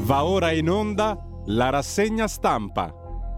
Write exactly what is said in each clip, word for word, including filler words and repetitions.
Va ora in onda la rassegna stampa.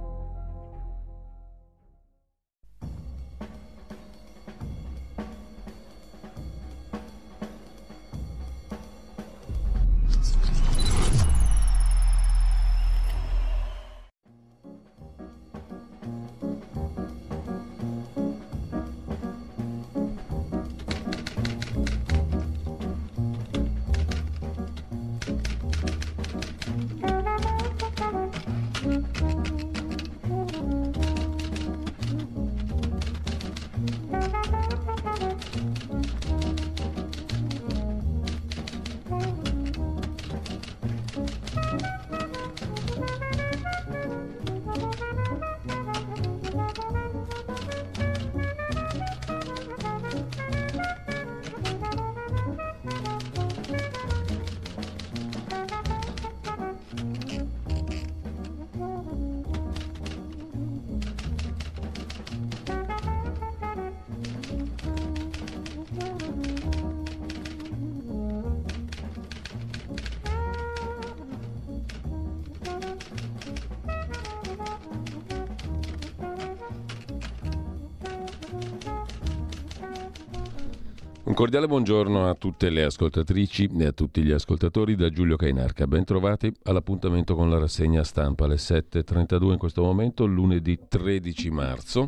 Un cordiale buongiorno a tutte le ascoltatrici e a tutti gli ascoltatori da Giulio Cainarca. Ben trovati all'appuntamento con la rassegna stampa alle sette e trentadue in questo momento, lunedì tredici marzo.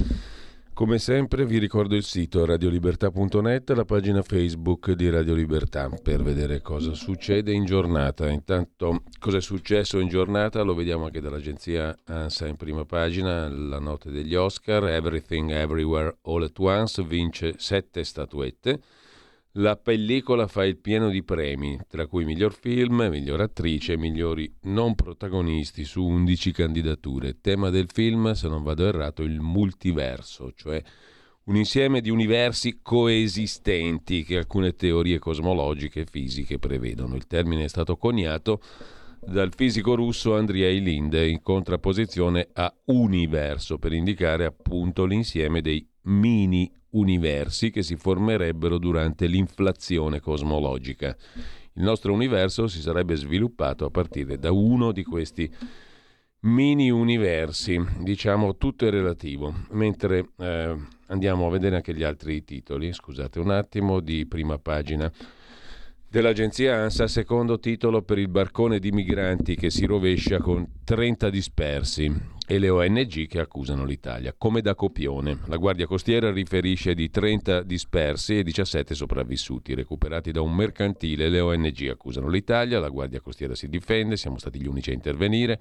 Come sempre vi ricordo il sito radiolibertà punto net e la pagina Facebook di Radio Libertà per vedere cosa succede in giornata. Intanto cosa è successo in giornata lo vediamo anche dall'agenzia ANSA in prima pagina. La notte degli Oscar, Everything Everywhere All at Once vince sette statuette. La pellicola fa il pieno di premi, tra cui miglior film, miglior attrice e migliori non protagonisti su undici candidature. Tema del film, se non vado errato, il multiverso, cioè un insieme di universi coesistenti che alcune teorie cosmologiche e fisiche prevedono. Il termine è stato coniato dal fisico russo Andrei Linde in contrapposizione a universo, per indicare appunto l'insieme dei mini universi che si formerebbero durante l'inflazione cosmologica. Il nostro universo si sarebbe sviluppato a partire da uno di questi mini universi, diciamo tutto è relativo, mentre eh, andiamo a vedere anche gli altri titoli, scusate un attimo, di prima pagina dell'agenzia ANSA. Secondo titolo per il barcone di migranti che si rovescia con trenta dispersi e le O N G che accusano l'Italia. Come da copione, la Guardia Costiera riferisce di trenta dispersi e diciassette sopravvissuti recuperati da un mercantile. Le O N G accusano l'Italia, la Guardia Costiera si difende, siamo stati gli unici a intervenire.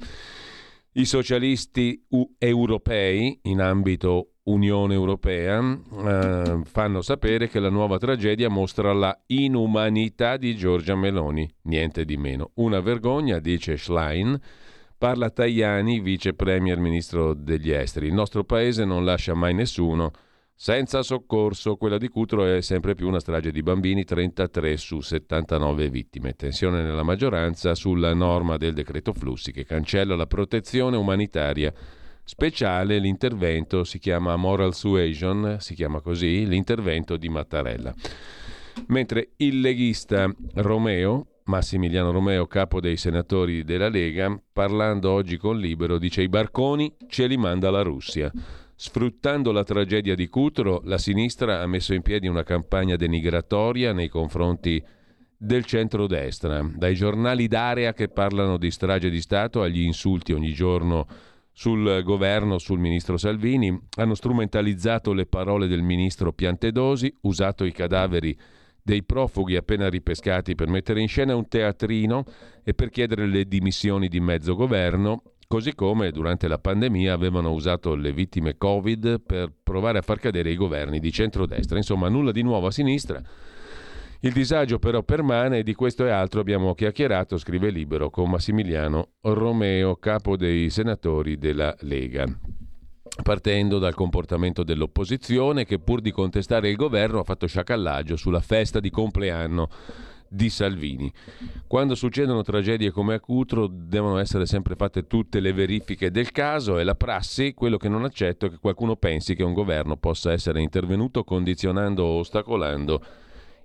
I socialisti u- europei in ambito Unione Europea eh, fanno sapere che la nuova tragedia mostra la inumanità di Giorgia Meloni, niente di meno. Una vergogna, dice Schlein. Parla Tajani, vice premier ministro degli esteri. Il nostro paese non lascia mai nessuno senza soccorso. Quella di Cutro è sempre più una strage di bambini, trentatré su settantanove vittime. Tensione nella maggioranza sulla norma del decreto flussi che cancella la protezione umanitaria speciale. L'intervento si chiama Moral Suasion, si chiama così, l'intervento di Mattarella. Mentre il leghista Romeo, Massimiliano Romeo, capo dei senatori della Lega, parlando oggi con Libero, dice: i barconi ce li manda la Russia. Sfruttando la tragedia di Cutro, la sinistra ha messo in piedi una campagna denigratoria nei confronti del centrodestra, dai giornali d'area che parlano di strage di Stato agli insulti ogni giorno sul governo, sul ministro Salvini. Hanno strumentalizzato le parole del ministro Piantedosi, usato i cadaveri dei profughi appena ripescati per mettere in scena un teatrino e per chiedere le dimissioni di mezzo governo, così come durante la pandemia avevano usato le vittime Covid per provare a far cadere i governi di centrodestra. Insomma, nulla di nuovo a sinistra. Il disagio però permane e di questo e altro abbiamo chiacchierato, scrive Libero, con Massimiliano Romeo, capo dei senatori della Lega. Partendo dal comportamento dell'opposizione che, pur di contestare il governo, ha fatto sciacallaggio sulla festa di compleanno di Salvini. Quando succedono tragedie come a Cutro devono essere sempre fatte tutte le verifiche del caso, e la prassi. Quello che non accetto è che qualcuno pensi che un governo possa essere intervenuto condizionando o ostacolando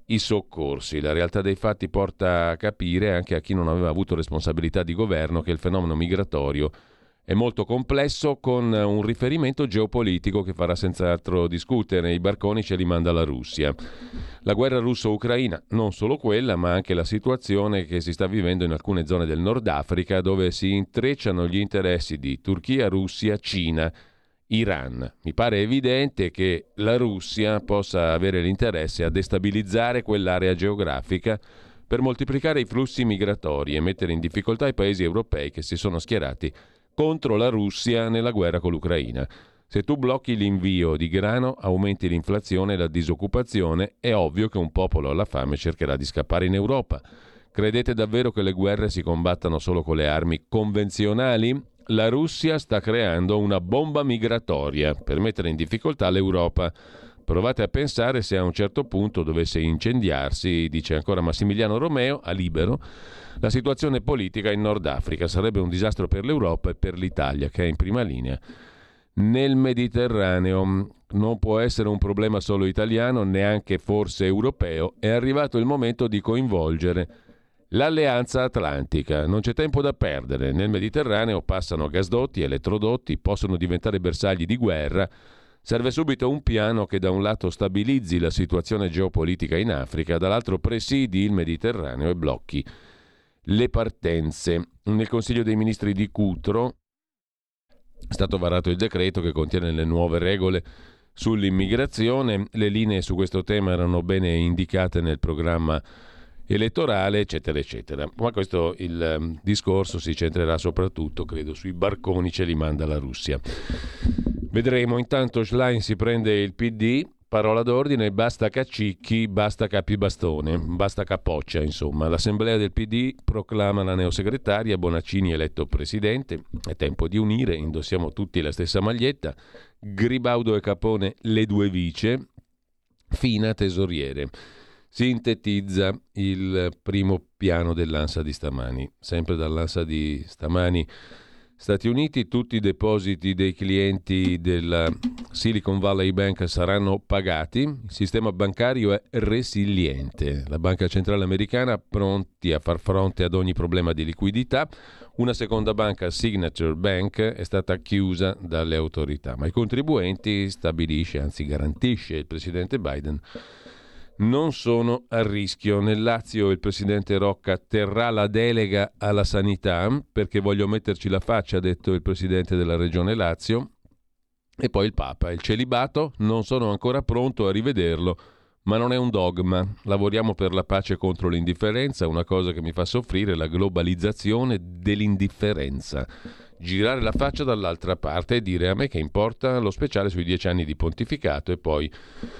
i soccorsi. La realtà dei fatti porta a capire, anche a chi non aveva avuto responsabilità di governo, che il fenomeno migratorio è molto complesso, con un riferimento geopolitico che farà senz'altro discutere. I barconi ce li manda la Russia. La guerra russo-ucraina, non solo quella, ma anche la situazione che si sta vivendo in alcune zone del Nord Africa, dove si intrecciano gli interessi di Turchia, Russia, Cina, Iran. Mi pare evidente che la Russia possa avere l'interesse a destabilizzare quell'area geografica per moltiplicare i flussi migratori e mettere in difficoltà i paesi europei che si sono schierati contro la Russia nella guerra con l'Ucraina. Se tu blocchi l'invio di grano, aumenti l'inflazione e la disoccupazione, è ovvio che un popolo alla fame cercherà di scappare in Europa. Credete davvero che le guerre si combattano solo con le armi convenzionali? La Russia sta creando una bomba migratoria per mettere in difficoltà l'Europa. Provate a pensare se a un certo punto dovesse incendiarsi, dice ancora Massimiliano Romeo, a Libero, la situazione politica in Nord Africa. Sarebbe un disastro per l'Europa e per l'Italia, che è in prima linea nel Mediterraneo. Non può essere un problema solo italiano, neanche forse europeo. È arrivato il momento di coinvolgere l'Alleanza Atlantica. Non c'è tempo da perdere. Nel Mediterraneo passano gasdotti, elettrodotti, possono diventare bersagli di guerra. Serve subito un piano che da un lato stabilizzi la situazione geopolitica in Africa, dall'altro presidi il Mediterraneo e blocchi le partenze. Nel Consiglio dei Ministri di Cutro è stato varato il decreto che contiene le nuove regole sull'immigrazione. Le linee su questo tema erano bene indicate nel programma elettorale, eccetera, eccetera. Ma questo il um, discorso si centrerà soprattutto, credo, sui barconi ce li manda la Russia. Vedremo. Intanto Schlein si prende il P D, parola d'ordine, basta cacicchi, basta capibastone, basta capoccia, insomma. L'assemblea del P D proclama la neosegretaria, Bonaccini eletto presidente. È tempo di unire, indossiamo tutti la stessa maglietta. Gribaudo e Capone le due vice, Fina tesoriere. Sintetizza il primo piano dell'Ansa di stamani. Sempre dall'Ansa di stamani, Stati Uniti, tutti i depositi dei clienti della Silicon Valley Bank saranno pagati. Il sistema bancario è resiliente. La Banca Centrale Americana pronti a far fronte ad ogni problema di liquidità. Una seconda banca, Signature Bank, è stata chiusa dalle autorità, ma i contribuenti, stabilisce, anzi garantisce il presidente Biden, non sono a rischio. Nel Lazio il presidente Rocca terrà la delega alla sanità, perché voglio metterci la faccia, ha detto il presidente della regione Lazio. E poi il Papa, il celibato, non sono ancora pronto a rivederlo, ma non è un dogma. Lavoriamo per la pace contro l'indifferenza, una cosa che mi fa soffrire, la globalizzazione dell'indifferenza. Girare la faccia dall'altra parte e dire: a me che importa lo speciale sui dieci anni di pontificato. E poi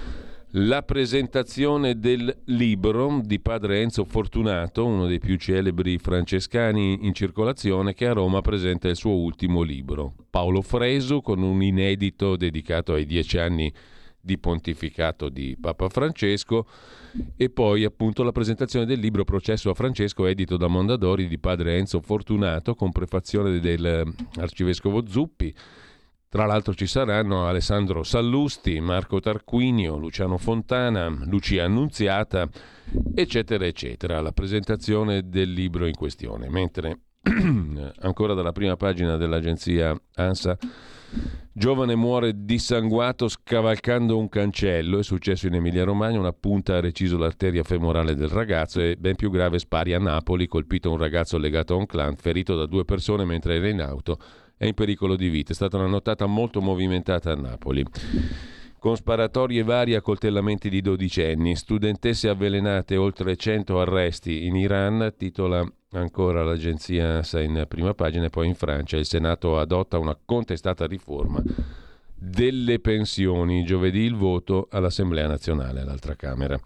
la presentazione del libro di padre Enzo Fortunato, uno dei più celebri francescani in circolazione, che a Roma presenta il suo ultimo libro, Paolo Fresu, con un inedito dedicato ai dieci anni di pontificato di Papa Francesco, e poi appunto la presentazione del libro Processo a Francesco, edito da Mondadori, di padre Enzo Fortunato, con prefazione dell'arcivescovo Zuppi. Tra l'altro ci saranno Alessandro Sallusti, Marco Tarquinio, Luciano Fontana, Lucia Annunziata, eccetera, eccetera, alla presentazione del libro in questione. Mentre, ancora dalla prima pagina dell'agenzia ANSA, giovane muore dissanguato scavalcando un cancello. È successo in Emilia-Romagna, una punta ha reciso l'arteria femorale del ragazzo, e ben più grave Spari a Napoli, colpito un ragazzo legato a un clan, ferito da due persone mentre era in auto, è in pericolo di vita. È stata una nottata molto movimentata a Napoli, con sparatorie varie, accoltellamenti di dodicenni, studentesse avvelenate, oltre cento arresti in Iran, titola ancora l'agenzia ANSA in prima pagina. E poi in Francia il Senato adotta una contestata riforma delle pensioni. Giovedì il voto all'Assemblea nazionale, all'altra Camera.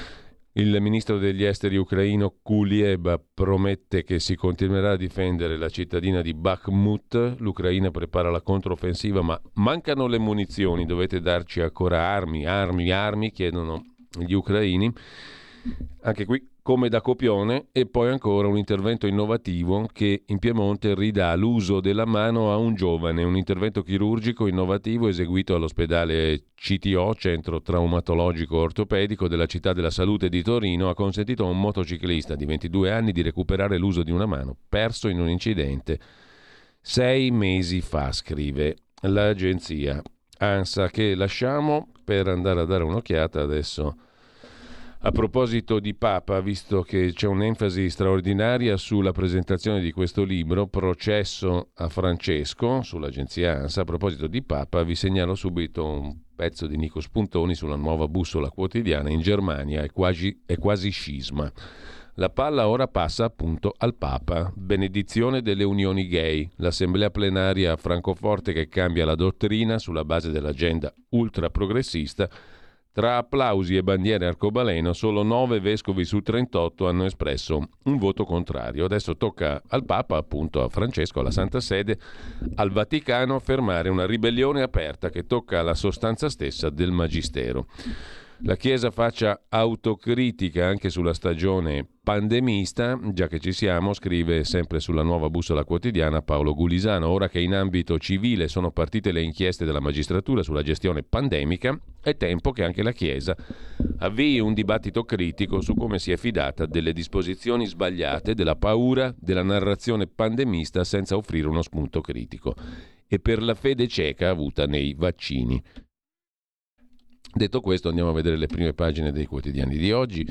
Il ministro degli esteri ucraino Kulieba promette che si continuerà a difendere la cittadina di Bakhmut. L'Ucraina prepara la controffensiva, ma mancano le munizioni. Dovete darci ancora armi, armi, armi, chiedono gli ucraini. Anche qui come da copione, e poi ancora un intervento innovativo che in Piemonte ridà l'uso della mano a un giovane, un intervento chirurgico innovativo eseguito all'ospedale C T O, Centro Traumatologico Ortopedico della Città della Salute di Torino, ha consentito a un motociclista di ventidue anni di recuperare l'uso di una mano perso in un incidente sei mesi fa, scrive l'agenzia ANSA, che lasciamo per andare a dare un'occhiata adesso. A proposito di Papa, visto che c'è un'enfasi straordinaria sulla presentazione di questo libro, Processo a Francesco, sull'agenzia ANSA, a proposito di Papa, vi segnalo subito un pezzo di Nico Spuntoni sulla nuova bussola quotidiana. In Germania è quasi, è quasi scisma. La palla ora passa appunto al Papa. Benedizione delle unioni gay. L'assemblea plenaria a Francoforte che cambia la dottrina sulla base dell'agenda ultraprogressista. Tra applausi e bandiere arcobaleno, solo nove vescovi su trentotto hanno espresso un voto contrario. Adesso tocca al Papa, appunto a Francesco, alla Santa Sede, al Vaticano, fermare una ribellione aperta che tocca la sostanza stessa del Magistero. La Chiesa faccia autocritica anche sulla stagione pandemista, già che ci siamo, scrive sempre sulla Nuova Bussola Quotidiana Paolo Gulisano. Ora che in ambito civile sono partite le inchieste della magistratura sulla gestione pandemica, è tempo che anche la Chiesa avvii un dibattito critico su come si è fidata delle disposizioni sbagliate, della paura, della narrazione pandemista senza offrire uno spunto critico, e per la fede cieca avuta nei vaccini. Detto questo, andiamo a vedere le prime pagine dei quotidiani di oggi.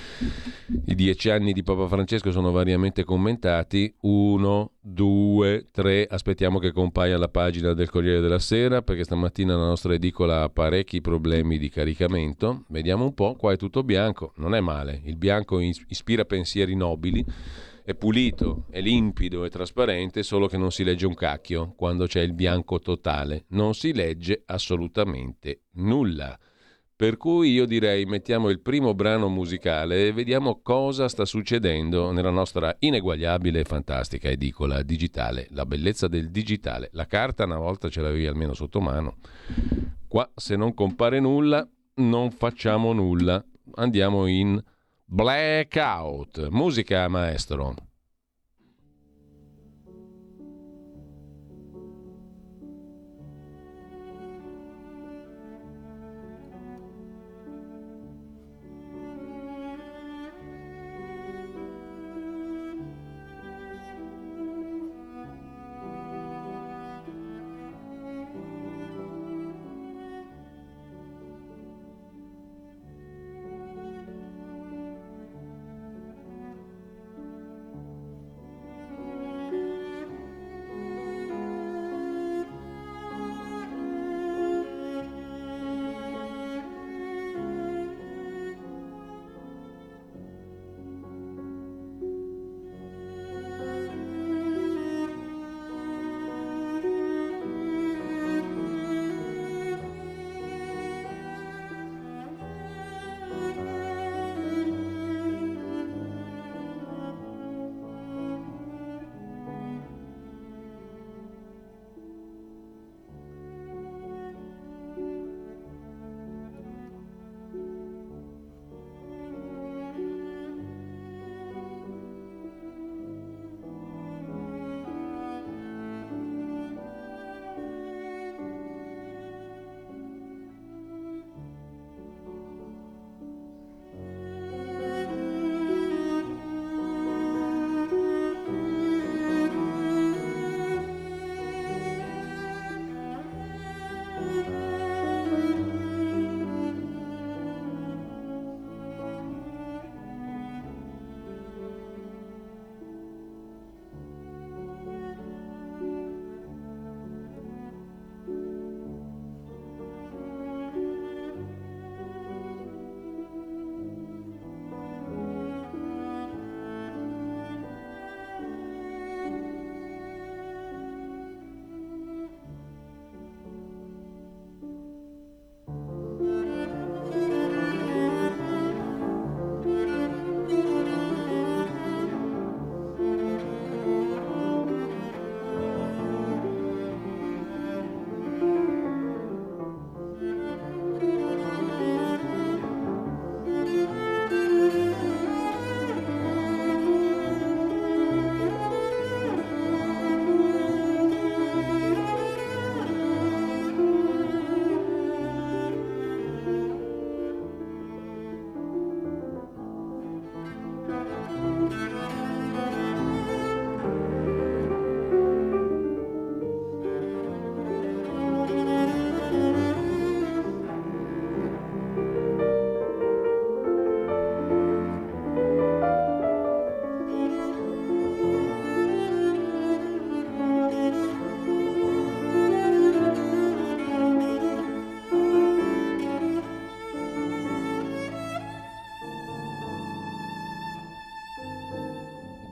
I dieci anni di Papa Francesco sono variamente commentati. Uno, due, tre. Aspettiamo che compaia la pagina del Corriere della Sera, perché stamattina la nostra edicola ha parecchi problemi di caricamento. Vediamo un po'. Qua è tutto bianco. Non è male. Il bianco ispira pensieri nobili. È pulito, è limpido, è trasparente, solo che non si legge un cacchio quando c'è il bianco totale. Non si legge assolutamente nulla. Per cui io direi mettiamo il primo brano musicale e vediamo cosa sta succedendo nella nostra ineguagliabile e fantastica edicola digitale. La bellezza del digitale. La carta una volta ce l'avevi almeno sotto mano. Qua se non compare nulla non facciamo nulla. Andiamo in blackout. Musica, maestro.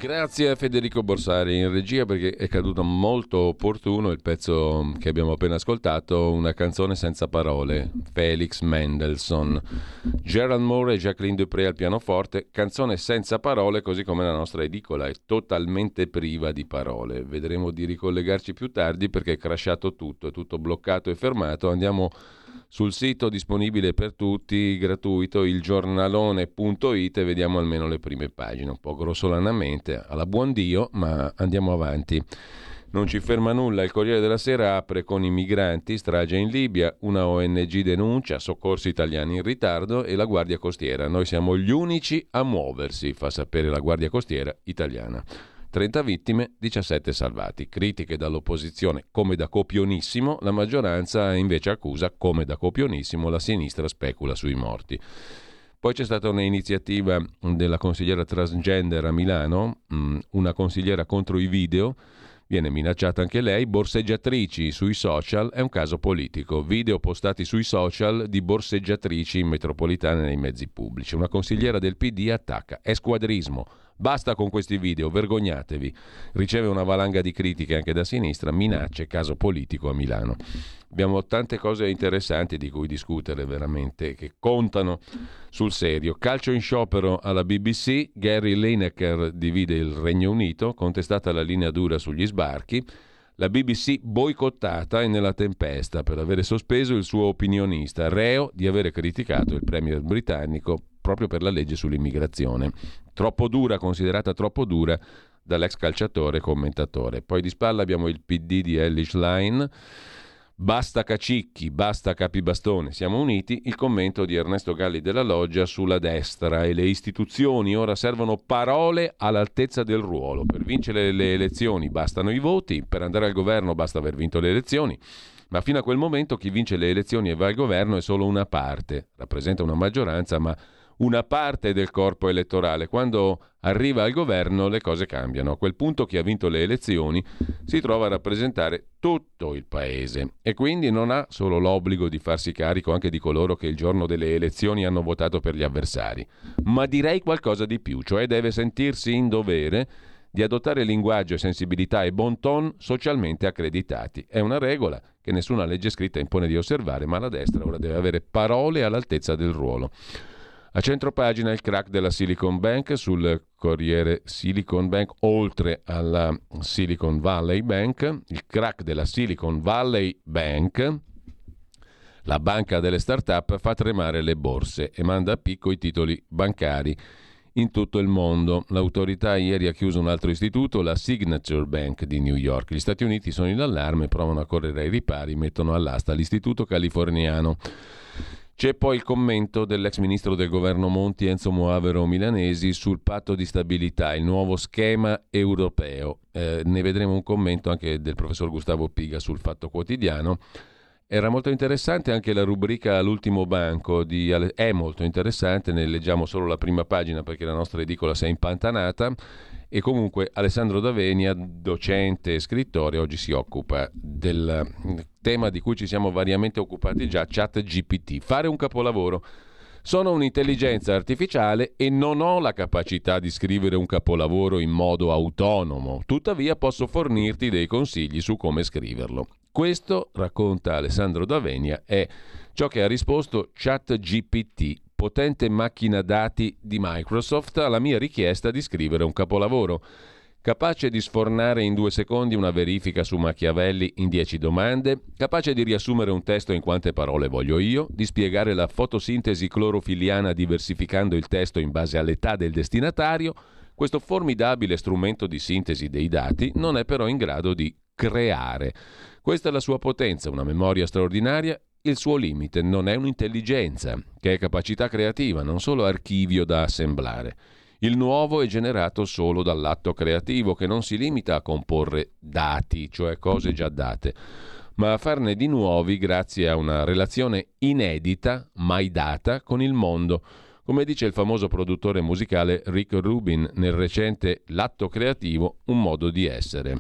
Grazie a Federico Borsari in regia, perché è caduto molto opportuno il pezzo che abbiamo appena ascoltato, una canzone senza parole, Felix Mendelssohn, Gerald Moore e Jacqueline Dupré al pianoforte, canzone senza parole, così come la nostra edicola è totalmente priva di parole. Vedremo di ricollegarci più tardi perché è crashato tutto, è tutto bloccato e fermato. Andiamo sul sito disponibile per tutti, gratuito, ilgiornalone punto it, e vediamo almeno le prime pagine, un po' grossolanamente, alla buon Dio, ma andiamo avanti. Non ci ferma nulla, il Corriere della Sera apre con i migranti, strage in Libia, una O N G denuncia, soccorsi italiani in ritardo e la Guardia Costiera. Noi siamo gli unici a muoversi, fa sapere la Guardia Costiera italiana. trenta vittime, diciassette salvati. Critiche dall'opposizione come da Copionissimo, la maggioranza invece accusa come da Copionissimo, la sinistra specula sui morti. Poi c'è stata un'iniziativa della consigliera transgender a Milano, una consigliera contro i video, viene minacciata anche lei, borseggiatrici sui social, è un caso politico, video postati sui social di borseggiatrici in metropolitana nei mezzi pubblici. Una consigliera del P D attacca, è squadrismo. Basta con questi video, vergognatevi. Riceve una valanga di critiche anche da sinistra, minacce, caso politico a Milano. Abbiamo tante cose interessanti di cui discutere veramente, che contano sul serio. Calcio in sciopero alla B B C, Gary Lineker divide il Regno Unito, contestata la linea dura sugli sbarchi. La B B C boicottata e nella tempesta per avere sospeso il suo opinionista, reo di avere criticato il premier britannico proprio per la legge sull'immigrazione. Troppo dura, considerata troppo dura dall'ex calciatore e commentatore. Poi di spalla abbiamo il P D di Ellis Line. Basta cacicchi, basta capibastone, siamo uniti. Il commento di Ernesto Galli della Loggia sulla destra e le istituzioni. Ora servono parole all'altezza del ruolo. Per vincere le elezioni bastano i voti, per andare al governo basta aver vinto le elezioni. Ma fino a quel momento chi vince le elezioni e va al governo è solo una parte, rappresenta una maggioranza, ma una parte del corpo elettorale. Quando arriva al governo le cose cambiano. A quel punto chi ha vinto le elezioni si trova a rappresentare tutto il paese e quindi non ha solo l'obbligo di farsi carico anche di coloro che il giorno delle elezioni hanno votato per gli avversari, ma direi qualcosa di più, cioè deve sentirsi in dovere di adottare linguaggio, sensibilità e bon ton socialmente accreditati. È una regola che nessuna legge scritta impone di osservare, ma la destra ora deve avere parole all'altezza del ruolo. A centropagina il crack della Silicon Bank, sul Corriere Silicon Bank, oltre alla Silicon Valley Bank, il crack della Silicon Valley Bank, la banca delle start-up, fa tremare le borse e manda a picco i titoli bancari in tutto il mondo. L'autorità ieri ha chiuso un altro istituto, la Signature Bank di New York. Gli Stati Uniti sono in allarme, provano a correre ai ripari, mettono all'asta l'istituto californiano. C'è poi il commento dell'ex ministro del governo Monti, Enzo Moavero Milanesi, sul patto di stabilità, il nuovo schema europeo. Eh, ne vedremo un commento anche del professor Gustavo Piga sul Fatto Quotidiano. Era molto interessante anche la rubrica All'ultimo banco, di Ale- è molto interessante, ne leggiamo solo la prima pagina perché la nostra edicola si è impantanata. E comunque Alessandro D'Avenia, docente e scrittore, oggi si occupa del tema di cui ci siamo variamente occupati già, ChatGPT. Fare un capolavoro. Sono un'intelligenza artificiale e non ho la capacità di scrivere un capolavoro in modo autonomo, tuttavia posso fornirti dei consigli su come scriverlo. Questo, racconta Alessandro D'Avenia, è ciò che ha risposto ChatGPT, potente macchina dati di Microsoft, alla mia richiesta di scrivere un capolavoro. Capace di sfornare in due secondi una verifica su Machiavelli in dieci domande, capace di riassumere un testo in quante parole voglio io, di spiegare la fotosintesi clorofiliana diversificando il testo in base all'età del destinatario, questo formidabile strumento di sintesi dei dati non è però in grado di creare. Questa è la sua potenza, una memoria straordinaria. Il suo limite non è un'intelligenza, che è capacità creativa, non solo archivio da assemblare. Il nuovo è generato solo dall'atto creativo, che non si limita a comporre dati, cioè cose già date, ma a farne di nuovi grazie a una relazione inedita, mai data, con il mondo. Come dice il famoso produttore musicale Rick Rubin nel recente L'atto creativo, un modo di essere.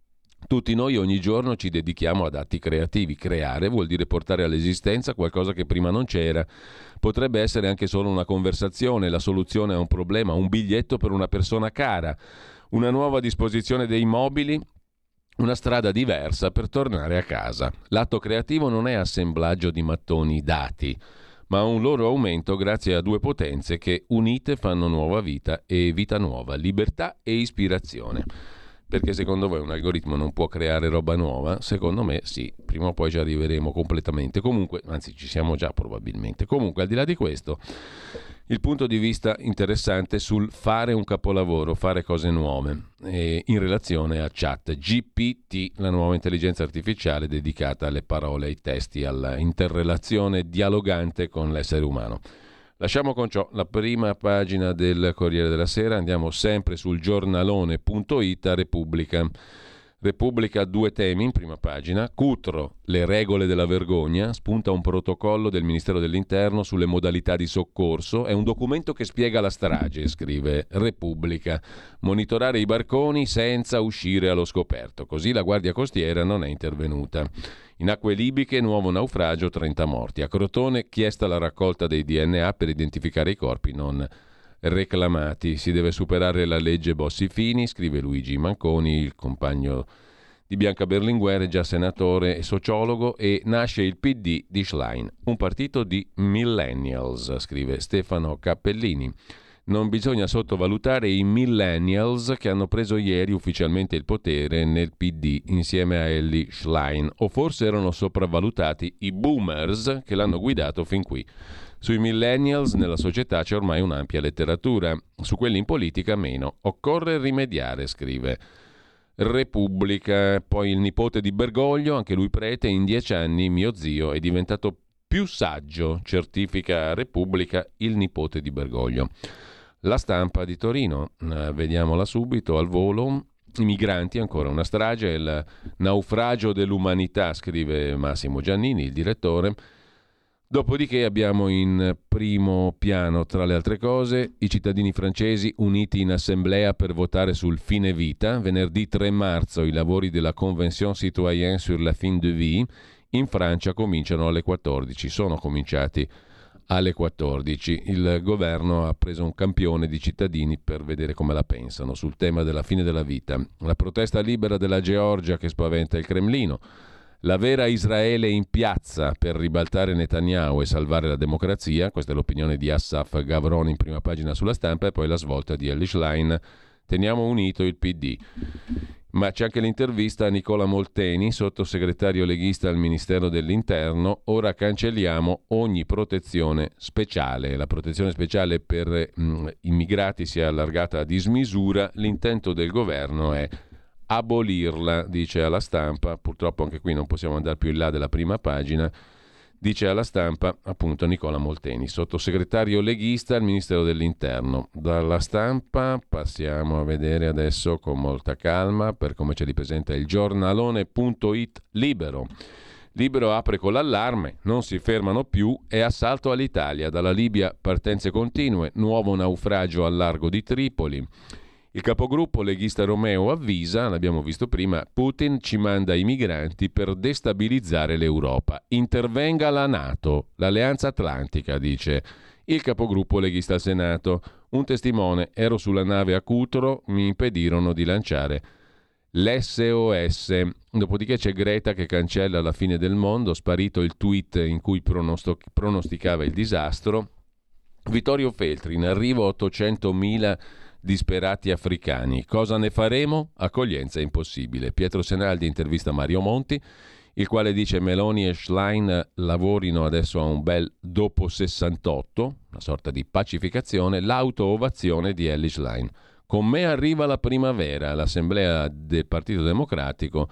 Tutti noi ogni giorno ci dedichiamo ad atti creativi. Creare vuol dire portare all'esistenza qualcosa che prima non c'era. Potrebbe essere anche solo una conversazione, la soluzione a un problema, un biglietto per una persona cara, Una nuova disposizione dei mobili, una strada diversa per tornare a casa. L'atto creativo non è assemblaggio di mattoni dati, ma un loro aumento grazie a due potenze che unite fanno nuova vita e vita nuova, libertà e ispirazione. Perché secondo voi un algoritmo non può creare roba nuova? Secondo me sì, prima o poi ci arriveremo completamente. Comunque, anzi ci siamo già probabilmente. Comunque, al di là di questo, il punto di vista interessante sul fare un capolavoro, fare cose nuove, eh, in relazione a Chat G P T, la nuova intelligenza artificiale dedicata alle parole, ai testi, alla interrelazione dialogante con l'essere umano. Lasciamo con ciò la prima pagina del Corriere della Sera, andiamo sempre sul giornalone punto it a Repubblica. Repubblica due temi in prima pagina. Cutro, le regole della vergogna, spunta un protocollo del Ministero dell'Interno sulle modalità di soccorso, è un documento che spiega la strage, scrive Repubblica. Monitorare i barconi senza uscire allo scoperto, così la Guardia Costiera non è intervenuta. In acque libiche, nuovo naufragio, trenta morti. A Crotone, chiesta la raccolta dei D N A per identificare i corpi non reclamati. Si deve superare la legge Bossi-Fini, scrive Luigi Manconi, il compagno di Bianca Berlinguer, già senatore e sociologo, e nasce il P D di Schlein, un partito di millennials, scrive Stefano Cappellini. Non bisogna sottovalutare i millennials che hanno preso ieri ufficialmente il potere nel P D insieme a Elly Schlein, o forse erano sopravvalutati i boomers che l'hanno guidato fin qui. Sui millennials nella società c'è ormai un'ampia letteratura, su quelli in politica meno. Occorre rimediare, scrive Repubblica. Poi il nipote di Bergoglio, anche lui prete, in dieci anni mio zio è diventato più saggio, certifica Repubblica il nipote di Bergoglio. La Stampa di Torino, eh, vediamola subito al volo. I migranti, ancora una strage, il naufragio dell'umanità, scrive Massimo Giannini, il direttore. Dopodiché abbiamo in primo piano, tra le altre cose, i cittadini francesi uniti in assemblea per votare sul fine vita. Venerdì tre marzo i lavori della Convention citoyenne sur la fin de vie in Francia cominciano alle quattordici, sono cominciati alle quattordici. Il governo ha preso un campione di cittadini per vedere come la pensano sul tema della fine della vita. La protesta libera della Georgia che spaventa il Cremlino. La vera Israele in piazza per ribaltare Netanyahu e salvare la democrazia, questa è l'opinione di Assaf Gavron in prima pagina sulla Stampa, e poi la svolta di Elly Schlein, teniamo unito il P D. Ma c'è anche l'intervista a Nicola Molteni, sottosegretario leghista al Ministero dell'Interno. Ora cancelliamo ogni protezione speciale. La protezione speciale per mh, immigrati si è allargata a dismisura, l'intento del governo è abolirla, dice alla Stampa. Purtroppo anche qui non possiamo andare più in là della prima pagina. Dice alla Stampa appunto Nicola Molteni, sottosegretario leghista al Ministero dell'Interno. Dalla Stampa passiamo a vedere adesso con molta calma, per come ce li presenta il giornalone punto it. Libero. Libero apre con l'allarme, non si fermano più, è assalto all'Italia. Dalla Libia partenze continue, nuovo naufragio al largo di Tripoli. Il capogruppo leghista Romeo avvisa, l'abbiamo visto prima, Putin ci manda i migranti per destabilizzare l'Europa. Intervenga la NATO, l'Alleanza Atlantica, dice il capogruppo leghista al Senato. Un testimone, ero sulla nave a Cutro, mi impedirono di lanciare l'S O S. Dopodiché c'è Greta che cancella la fine del mondo, sparito il tweet in cui pronosto- pronosticava il disastro. Vittorio Feltri, in arrivo ottocentomila disperati africani. Cosa ne faremo? Accoglienza impossibile. Pietro Senaldi intervista Mario Monti, il quale dice Meloni e Schlein lavorino adesso a un bel dopo sessantotto, una sorta di pacificazione, l'auto-ovazione di Elly Schlein. Con me arriva la primavera, l'assemblea del Partito Democratico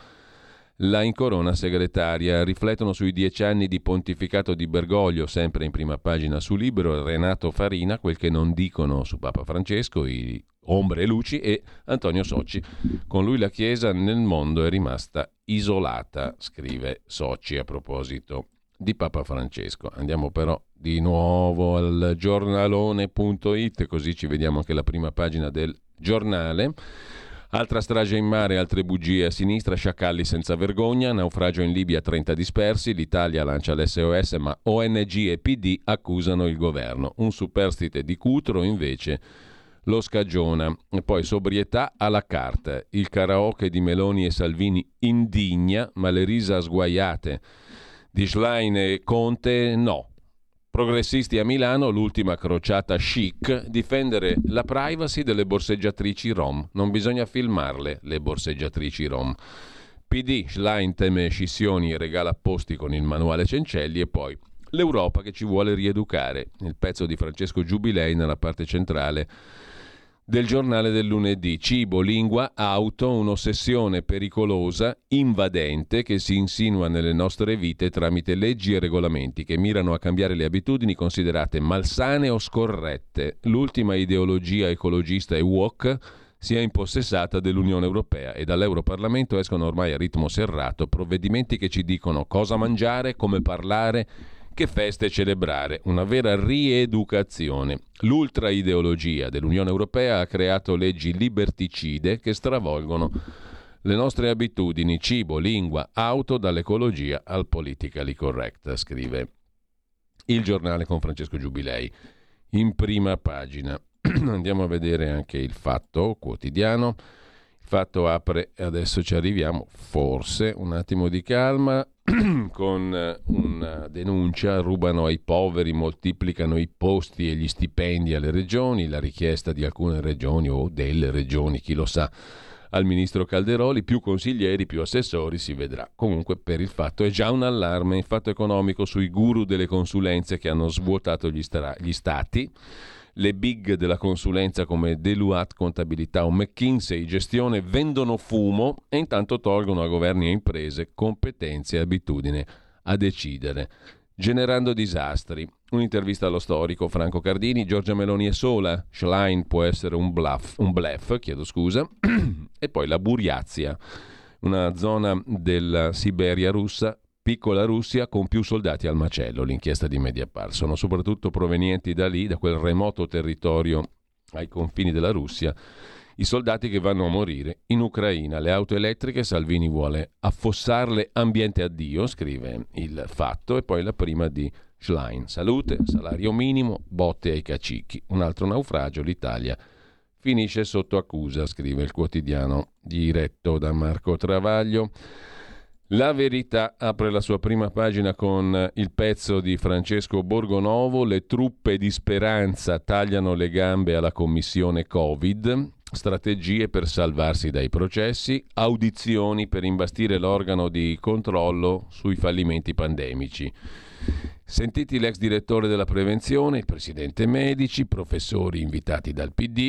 la incorona segretaria. Riflettono sui dieci anni di pontificato di Bergoglio, sempre in prima pagina su Libero, Renato Farina, quel che non dicono su Papa Francesco, i ombre e luci, e Antonio Socci. Con lui la Chiesa nel mondo è rimasta isolata, scrive Socci a proposito di Papa Francesco. Andiamo però di nuovo al giornalone punto it, così ci vediamo anche la prima pagina del giornale. Altra strage in mare, altre bugie a sinistra, sciacalli senza vergogna, naufragio in Libia, trenta dispersi, l'Italia lancia l'S O S ma O N G e P D accusano il governo. Un superstite di Cutro invece lo scagiona. E poi sobrietà alla carta. Il karaoke di Meloni e Salvini indigna, ma le risa sguaiate di Schlein e Conte no. Progressisti a Milano, l'ultima crociata chic, difendere la privacy delle borseggiatrici rom. Non bisogna filmarle, le borseggiatrici rom. P D, Schlein teme scissioni e regala posti con il manuale Cencelli. E poi l'Europa che ci vuole rieducare. Il pezzo di Francesco Giubilei nella parte centrale del giornale del lunedì. Cibo, lingua, auto, un'ossessione pericolosa, invadente, che si insinua nelle nostre vite tramite leggi e regolamenti che mirano a cambiare le abitudini considerate malsane o scorrette. L'ultima ideologia ecologista e woke si è impossessata dell'Unione Europea e dall'Europarlamento escono ormai a ritmo serrato provvedimenti che ci dicono cosa mangiare, come parlare, che feste celebrare, una vera rieducazione. L'ultraideologia dell'Unione Europea ha creato leggi liberticide che stravolgono le nostre abitudini, cibo, lingua, auto, dall'ecologia al politically correct, scrive il giornale con Francesco Giubilei in prima pagina. Andiamo a vedere anche il Fatto Quotidiano. Il Fatto apre, e adesso ci arriviamo, forse un attimo di calma, con una denuncia: rubano ai poveri, moltiplicano i posti e gli stipendi alle regioni, la richiesta di alcune regioni o delle regioni, chi lo sa, al ministro Calderoli, più consiglieri, più assessori, si vedrà. Comunque per il Fatto è già un allarme, il Fatto Economico, sui guru delle consulenze che hanno svuotato gli, stra- gli stati. Le big della consulenza come Deloitte Contabilità o McKinsey Gestione vendono fumo e intanto tolgono a governi e imprese competenze e abitudine a decidere, generando disastri. Un'intervista allo storico Franco Cardini: Giorgia Meloni è sola, Schlein può essere un bluff, un bluff, chiedo scusa. E poi la Buriazia, una zona della Siberia russa, piccola Russia con più soldati al macello, l'inchiesta di Mediapart. Sono soprattutto provenienti da lì, da quel remoto territorio ai confini della Russia, i soldati che vanno a morire in Ucraina. Le auto elettriche, Salvini vuole affossarle, ambiente addio, scrive il Fatto. E poi la prima di Schlein: salute, salario minimo, botte ai cacicchi. Un altro naufragio, l'Italia finisce sotto accusa, scrive il quotidiano diretto da Marco Travaglio. La Verità apre la sua prima pagina con il pezzo di Francesco Borgonovo: le truppe di Speranza tagliano le gambe alla commissione Covid, strategie per salvarsi dai processi, audizioni per imbastire l'organo di controllo sui fallimenti pandemici. Sentiti l'ex direttore della prevenzione, il presidente Medici, professori invitati dal P D,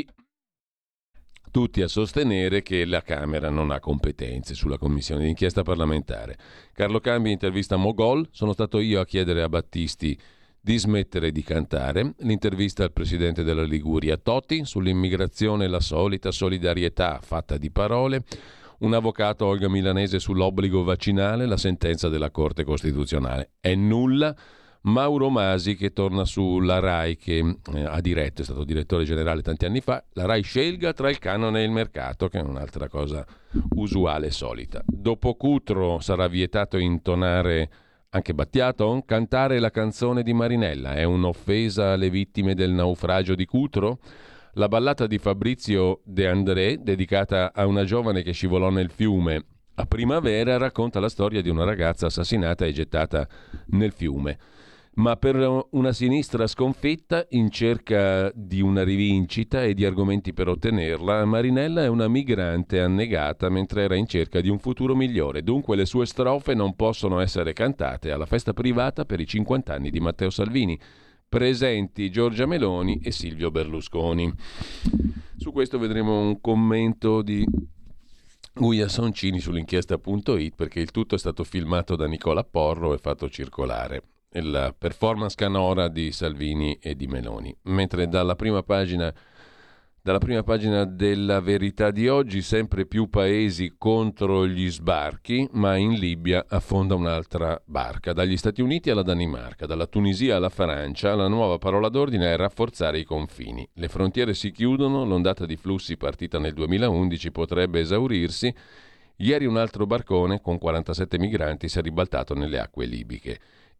tutti a sostenere che la Camera non ha competenze sulla commissione d'inchiesta parlamentare. Carlo Cambi intervista Mogol: sono stato io a chiedere a Battisti di smettere di cantare. L'intervista al presidente della Liguria Toti: sull'immigrazione la solita solidarietà fatta di parole. Un avvocato, Olga Milanese, sull'obbligo vaccinale, la sentenza della Corte Costituzionale è nulla. Mauro Masi che torna sulla RAI, che eh, ha diretto, è stato direttore generale tanti anni fa. La RAI scelga tra il canone e il mercato, che è un'altra cosa usuale e solita. Dopo Cutro sarà vietato intonare, anche Battiato, cantare la canzone di Marinella. È un'offesa alle vittime del naufragio di Cutro? La ballata di Fabrizio De André, dedicata a una giovane che scivolò nel fiume a primavera, racconta la storia di una ragazza assassinata e gettata nel fiume. Ma per una sinistra sconfitta, in cerca di una rivincita e di argomenti per ottenerla, Marinella è una migrante annegata mentre era in cerca di un futuro migliore. Dunque le sue strofe non possono essere cantate alla festa privata per i cinquanta anni di Matteo Salvini. Presenti Giorgia Meloni e Silvio Berlusconi. Su questo vedremo un commento di Guia Soncini sull'inchiesta punto it, perché il tutto è stato filmato da Nicola Porro e fatto circolare. La performance canora di Salvini e di Meloni. Mentre dalla prima pagina dalla prima pagina della Verità di oggi: sempre più paesi contro gli sbarchi, ma in Libia affonda un'altra barca. Dagli Stati Uniti alla Danimarca, dalla Tunisia alla Francia, la nuova parola d'ordine è rafforzare i confini. Le frontiere si chiudono, l'ondata di flussi partita nel duemilaundici potrebbe esaurirsi. Ieri un altro barcone con quarantasette migranti si è ribaltato nelle acque libiche.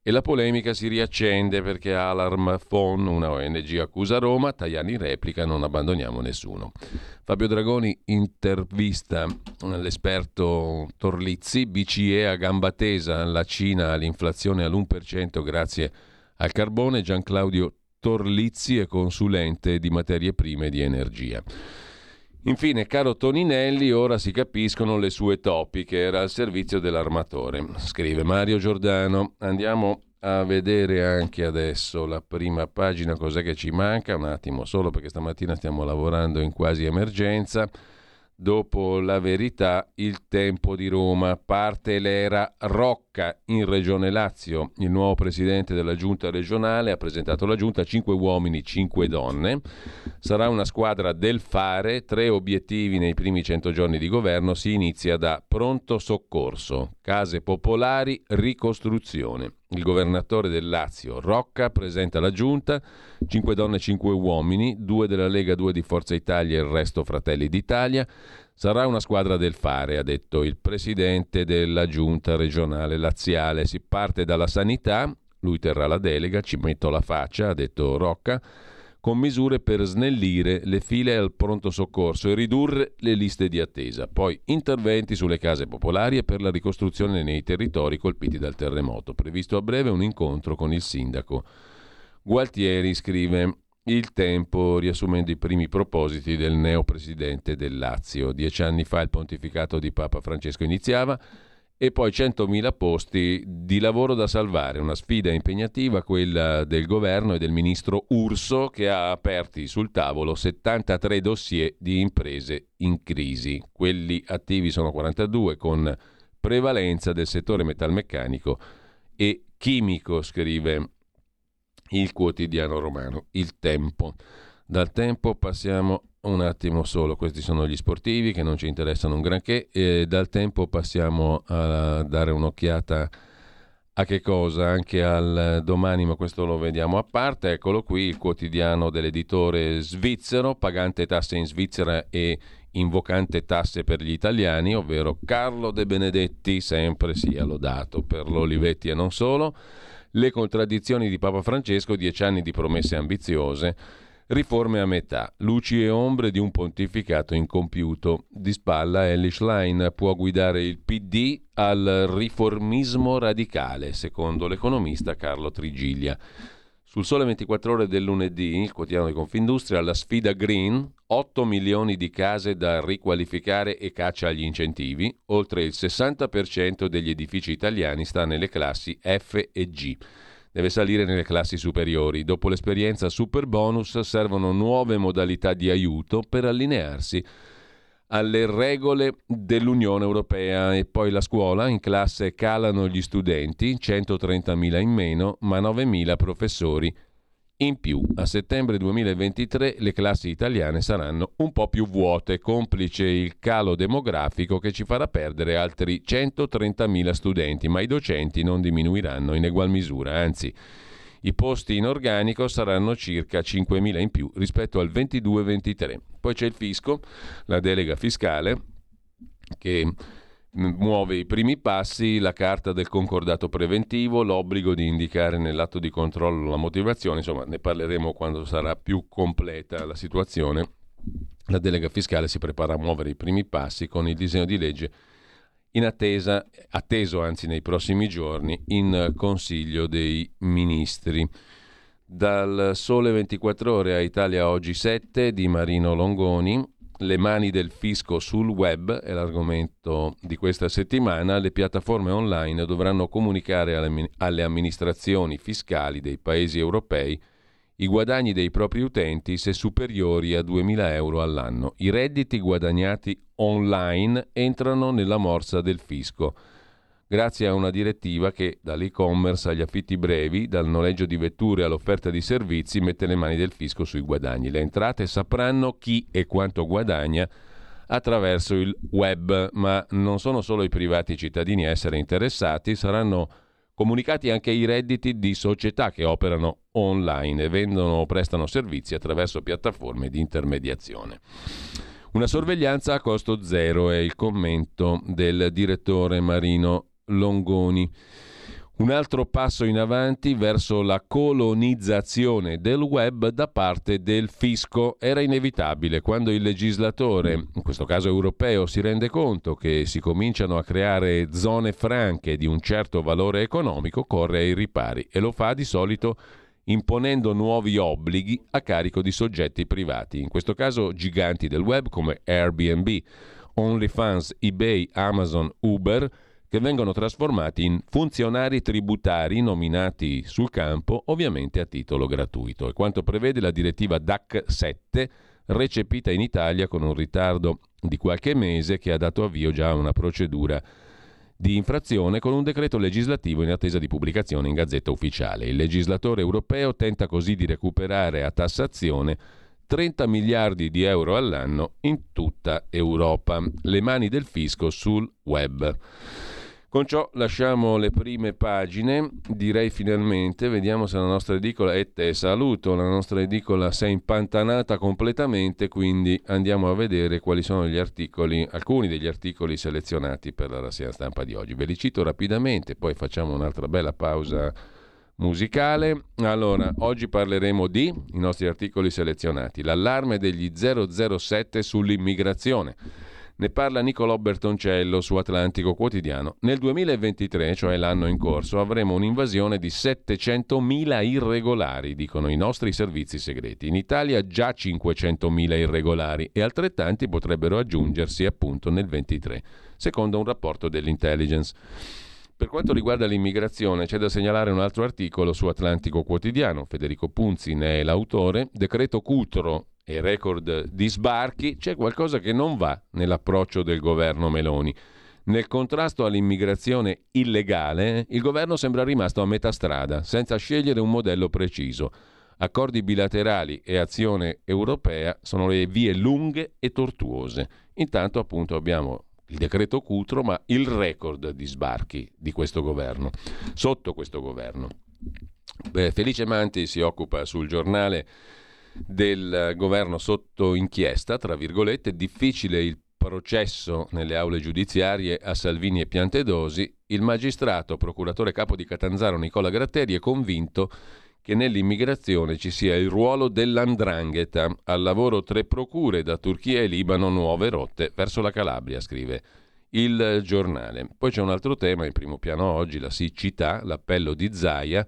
E la polemica si riaccende perché Alarm Phone, una O N G, accusa Roma, Tajani replica: non abbandoniamo nessuno. Fabio Dragoni intervista l'esperto Torlizzi, B C E a gamba tesa, la Cina ha l'inflazione all'uno per cento grazie al carbone. Gian Claudio Torlizzi è consulente di materie prime e di energia. Infine, caro Toninelli, ora si capiscono le sue topiche, era al servizio dell'armatore, scrive Mario Giordano. Andiamo a vedere anche adesso la prima pagina, cos'è che ci manca, un attimo solo perché stamattina stiamo lavorando in quasi emergenza. Dopo La Verità, Il Tempo di Roma, parte l'era Rocca in Regione Lazio. Il nuovo presidente della giunta regionale ha presentato la giunta, cinque uomini, cinque donne. Sarà una squadra del fare, tre obiettivi nei primi cento giorni di governo. Si inizia da pronto soccorso, case popolari, ricostruzione. Il governatore del Lazio, Rocca, presenta la giunta, cinque donne, cinque uomini, due della Lega, due di Forza Italia e il resto Fratelli d'Italia. Sarà una squadra del fare, ha detto il presidente della giunta regionale laziale. Si parte dalla sanità, lui terrà la delega, ci metto la faccia, ha detto Rocca, con misure per snellire le file al pronto soccorso e ridurre le liste di attesa. Poi interventi sulle case popolari e per la ricostruzione nei territori colpiti dal terremoto. Previsto a breve un incontro con il sindaco Gualtieri, scrive Il Tempo, riassumendo i primi propositi del neopresidente del Lazio. Dieci anni fa il pontificato di Papa Francesco iniziava e poi centomila posti di lavoro da salvare. Una sfida impegnativa, quella del governo e del ministro Urso, che ha aperti sul tavolo settantatré dossier di imprese in crisi. Quelli attivi sono quarantadue, con prevalenza del settore metalmeccanico e chimico, scrive il quotidiano romano Il Tempo. Dal Tempo passiamo un attimo solo, questi sono gli sportivi che non ci interessano un granché, e dal Tempo passiamo a dare un'occhiata a che cosa? Anche al Domani, ma questo lo vediamo a parte. Eccolo qui, il quotidiano dell'editore svizzero, pagante tasse in Svizzera e invocante tasse per gli italiani, ovvero Carlo De Benedetti, sempre sia lodato per l'Olivetti e non solo. Le contraddizioni di Papa Francesco, dieci anni di promesse ambiziose, riforme a metà, luci e ombre di un pontificato incompiuto. Di spalla Elly Schlein può guidare il P D al riformismo radicale, secondo l'economista Carlo Trigiglia. Sul Sole ventiquattro Ore del lunedì, il quotidiano di Confindustria, la sfida green, otto milioni di case da riqualificare e caccia agli incentivi. Oltre il sessanta per cento degli edifici italiani sta nelle classi F e G. Deve salire nelle classi superiori. Dopo l'esperienza super bonus servono nuove modalità di aiuto per allinearsi alle regole dell'Unione Europea. E poi la scuola, in classe calano gli studenti, centotrentamila in meno, ma novemila professori in più. A settembre duemilaventitré le classi italiane saranno un po' più vuote, complice il calo demografico che ci farà perdere altri centotrentamila studenti, ma i docenti non diminuiranno in egual misura, anzi i posti in organico saranno circa cinquemila in più rispetto al ventidue ventitré. Poi c'è il fisco, la delega fiscale che muove i primi passi, la carta del concordato preventivo, l'obbligo di indicare nell'atto di controllo la motivazione, insomma ne parleremo quando sarà più completa la situazione. La delega fiscale si prepara a muovere i primi passi con il disegno di legge in attesa, atteso anzi nei prossimi giorni in Consiglio dei Ministri. Dal Sole ventiquattro Ore a Italia Oggi sette di Marino Longoni, le mani del fisco sul web è l'argomento di questa settimana. Le piattaforme online dovranno comunicare alle, alle amministrazioni fiscali dei paesi europei i guadagni dei propri utenti se superiori a duemila euro all'anno. I redditi guadagnati online entrano nella morsa del fisco, grazie a una direttiva che dall'e-commerce agli affitti brevi, dal noleggio di vetture all'offerta di servizi, mette le mani del fisco sui guadagni. Le entrate sapranno chi e quanto guadagna attraverso il web, ma non sono solo i privati cittadini a essere interessati, saranno comunicati anche i redditi di società che operano online e vendono o prestano servizi attraverso piattaforme di intermediazione. Una sorveglianza a costo zero è il commento del direttore Marino Longoni. Un altro passo in avanti verso la colonizzazione del web da parte del fisco. Era inevitabile quando il legislatore, in questo caso europeo, si rende conto che si cominciano a creare zone franche di un certo valore economico, corre ai ripari e lo fa di solito imponendo nuovi obblighi a carico di soggetti privati, in questo caso giganti del web come Airbnb, OnlyFans, eBay, Amazon, Uber, che vengono trasformati in funzionari tributari nominati sul campo, ovviamente a titolo gratuito. È quanto prevede la direttiva D A C sette, recepita in Italia con un ritardo di qualche mese, che ha dato avvio già a una procedura di infrazione con un decreto legislativo in attesa di pubblicazione in Gazzetta Ufficiale. Il legislatore europeo tenta così di recuperare a tassazione trenta miliardi di euro all'anno in tutta Europa. Le mani del fisco sul web. Con ciò lasciamo le prime pagine, direi finalmente, vediamo se la nostra edicola, e te saluto, la nostra edicola si è impantanata completamente, quindi andiamo a vedere quali sono gli articoli, alcuni degli articoli selezionati per la rassegna stampa di oggi. Ve li cito rapidamente, poi facciamo un'altra bella pausa musicale. Allora, oggi parleremo di, i nostri articoli selezionati, l'allarme degli zero zero sette sull'immigrazione. Ne parla Nicolò Bertoncello su Atlantico Quotidiano. Nel duemilaventitré, cioè l'anno in corso, avremo un'invasione di settecentomila irregolari, dicono i nostri servizi segreti. In Italia già cinquecentomila irregolari e altrettanti potrebbero aggiungersi appunto nel ventitré, secondo un rapporto dell'intelligence. Per quanto riguarda l'immigrazione, c'è da segnalare un altro articolo su Atlantico Quotidiano. Federico Punzi ne è l'autore. Decreto Cutro e record di sbarchi, c'è qualcosa che non va nell'approccio del governo Meloni. Nel contrasto all'immigrazione illegale, il governo sembra rimasto a metà strada, senza scegliere un modello preciso. Accordi bilaterali e azione europea sono le vie lunghe e tortuose. Intanto, appunto, abbiamo il decreto Cutro, ma il record di sbarchi di questo governo, sotto questo governo. Beh, Felice Manti si occupa sul Giornale del governo sotto inchiesta, tra virgolette, difficile il processo nelle aule giudiziarie a Salvini e Piantedosi. Il magistrato procuratore capo di Catanzaro Nicola Gratteri è convinto che nell'immigrazione ci sia il ruolo dell'andrangheta. Al lavoro tre procure, da Turchia e Libano, nuove rotte verso la Calabria, scrive il Giornale. Poi c'è un altro tema in primo piano oggi, la siccità, l'appello di Zaia.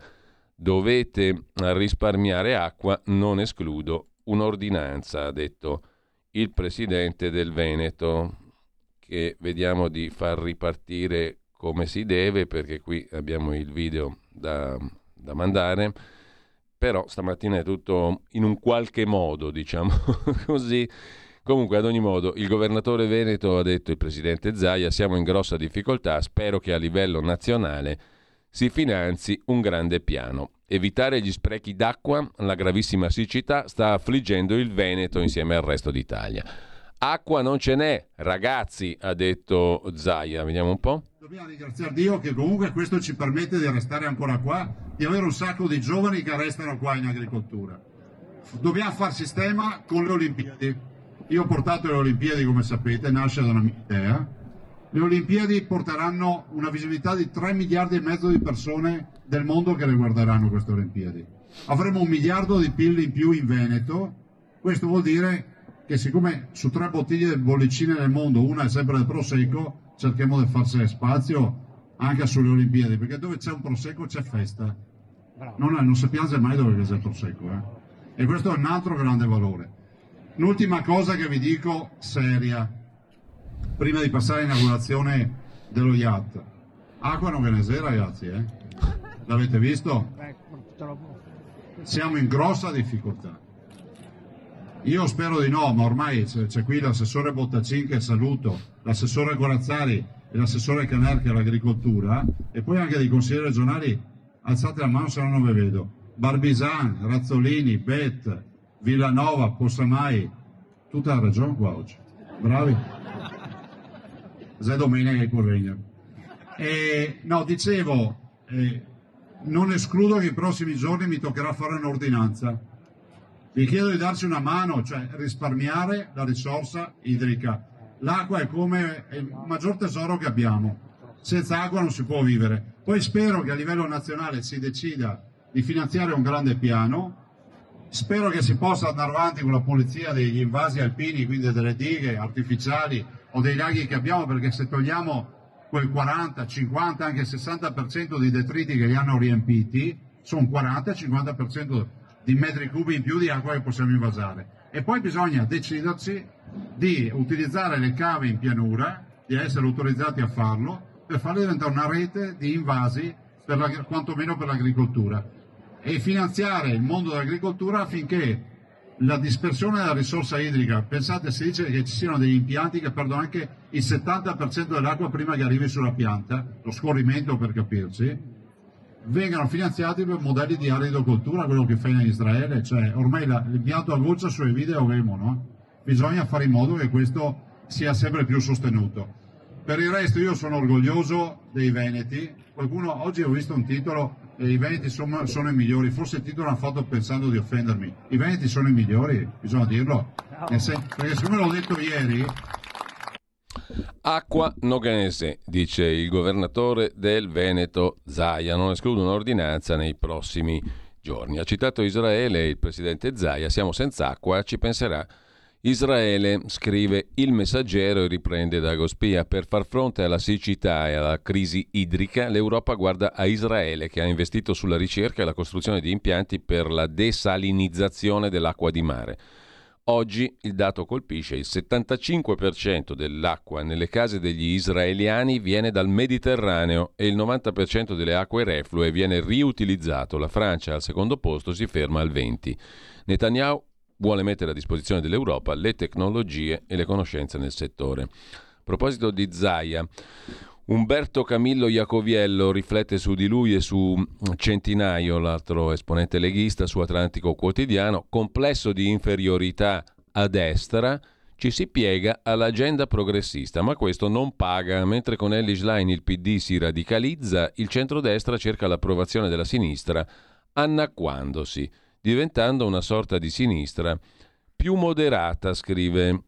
Dovete risparmiare acqua, non escludo un'ordinanza, ha detto il presidente del Veneto, che vediamo di far ripartire come si deve, perché qui abbiamo il video da, da mandare, però stamattina è tutto in un qualche modo, diciamo così. Comunque, ad ogni modo, il governatore veneto ha detto, il presidente Zaia, siamo in grossa difficoltà, spero che a livello nazionale si finanzi un grande piano. Evitare gli sprechi d'acqua, la gravissima siccità sta affliggendo il Veneto insieme al resto d'Italia. Acqua non ce n'è, ragazzi, ha detto Zaia. Vediamo un po'. Dobbiamo ringraziare Dio che comunque questo ci permette di restare ancora qua, di avere un sacco di giovani che restano qua in agricoltura. Dobbiamo far sistema con le Olimpiadi. Io ho portato le Olimpiadi, come sapete, nasce da una mia idea. Le Olimpiadi porteranno una visibilità di tre miliardi e mezzo di persone del mondo che le guarderanno queste Olimpiadi. Avremo un miliardo di P I L in più in Veneto. Questo vuol dire che siccome su tre bottiglie di bollicine nel mondo una è sempre del Prosecco, cerchiamo di farci spazio anche sulle Olimpiadi, perché dove c'è un Prosecco c'è festa. Non, è, non si piange mai dove c'è il Prosecco. Eh? E questo è un altro grande valore. Un'ultima cosa che vi dico, seria, prima di passare all'inaugurazione dello yacht. Acqua non ve ne c'è, ragazzi, eh? L'avete visto? Siamo in grossa difficoltà. Io spero di no, ma ormai c'è, c'è qui l'assessore Bottacin, che saluto, l'assessore Corazzari e l'assessore Caner, che è l'agricoltura, e poi anche dei consiglieri regionali. Alzate la mano se no non ve vedo. Barbisan, Razzolini, Bet, Villanova, Possamai, tutta la regione qua oggi. Bravi. Zè domenica che corregna. E no, dicevo, eh, non escludo che i prossimi giorni mi toccherà fare un'ordinanza. Vi chiedo di darci una mano, cioè risparmiare la risorsa idrica. L'acqua è come il maggior tesoro che abbiamo. senza acqua non si può vivere. Poi spero che a livello nazionale si decida di finanziare un grande piano, spero che si possa andare avanti con la pulizia degli invasi alpini, quindi delle dighe artificiali o dei laghi che abbiamo, perché se togliamo quel quaranta, cinquanta, anche sessanta per cento dei detriti che li hanno riempiti, sono quaranta cinquanta per cento di metri cubi in più di acqua che possiamo invasare. E poi bisogna decidersi di utilizzare le cave in pianura, di essere autorizzati a farlo, per farle diventare una rete di invasi, per la, quantomeno per l'agricoltura, e finanziare il mondo dell'agricoltura affinché la dispersione della risorsa idrica, pensate, si dice che ci siano degli impianti che perdono anche il settanta per cento dell'acqua prima che arrivi sulla pianta, lo scorrimento per capirci, vengano finanziati per modelli di aridocoltura, quello che fa in Israele, cioè ormai la, l'impianto a goccia sui video vemo, no? Bisogna fare in modo che questo sia sempre più sostenuto. Per il resto io sono orgoglioso dei veneti, qualcuno, oggi ho visto un titolo, eh, i veneti sono, sono i migliori, forse il titolo l'hanno fatto pensando di offendermi, i veneti sono i migliori, bisogna dirlo, nel sen- perché siccome l'ho detto ieri... Acqua noganese, dice il governatore del Veneto Zaia, non esclude un'ordinanza nei prossimi giorni. Ha citato Israele il presidente Zaia, siamo senza acqua, ci penserà Israele, scrive Il Messaggero e riprende da Gospia. Per far fronte alla siccità e alla crisi idrica, l'Europa guarda a Israele, che ha investito sulla ricerca e la costruzione di impianti per la desalinizzazione dell'acqua di mare. Oggi il dato colpisce: il settantacinque per cento dell'acqua nelle case degli israeliani viene dal Mediterraneo e il novanta per cento delle acque reflue viene riutilizzato. La Francia, al secondo posto, si ferma al venti per cento. Netanyahu vuole mettere a disposizione dell'Europa le tecnologie e le conoscenze nel settore. A proposito di Zaia, Umberto Camillo Iacoviello riflette su di lui e su Centinaio, l'altro esponente leghista, su Atlantico Quotidiano. Complesso di inferiorità a destra, ci si piega all'agenda progressista, ma questo non paga. Mentre con Elly Schlein il P D si radicalizza, il centrodestra cerca l'approvazione della sinistra annacquandosi, diventando una sorta di sinistra più moderata, scrive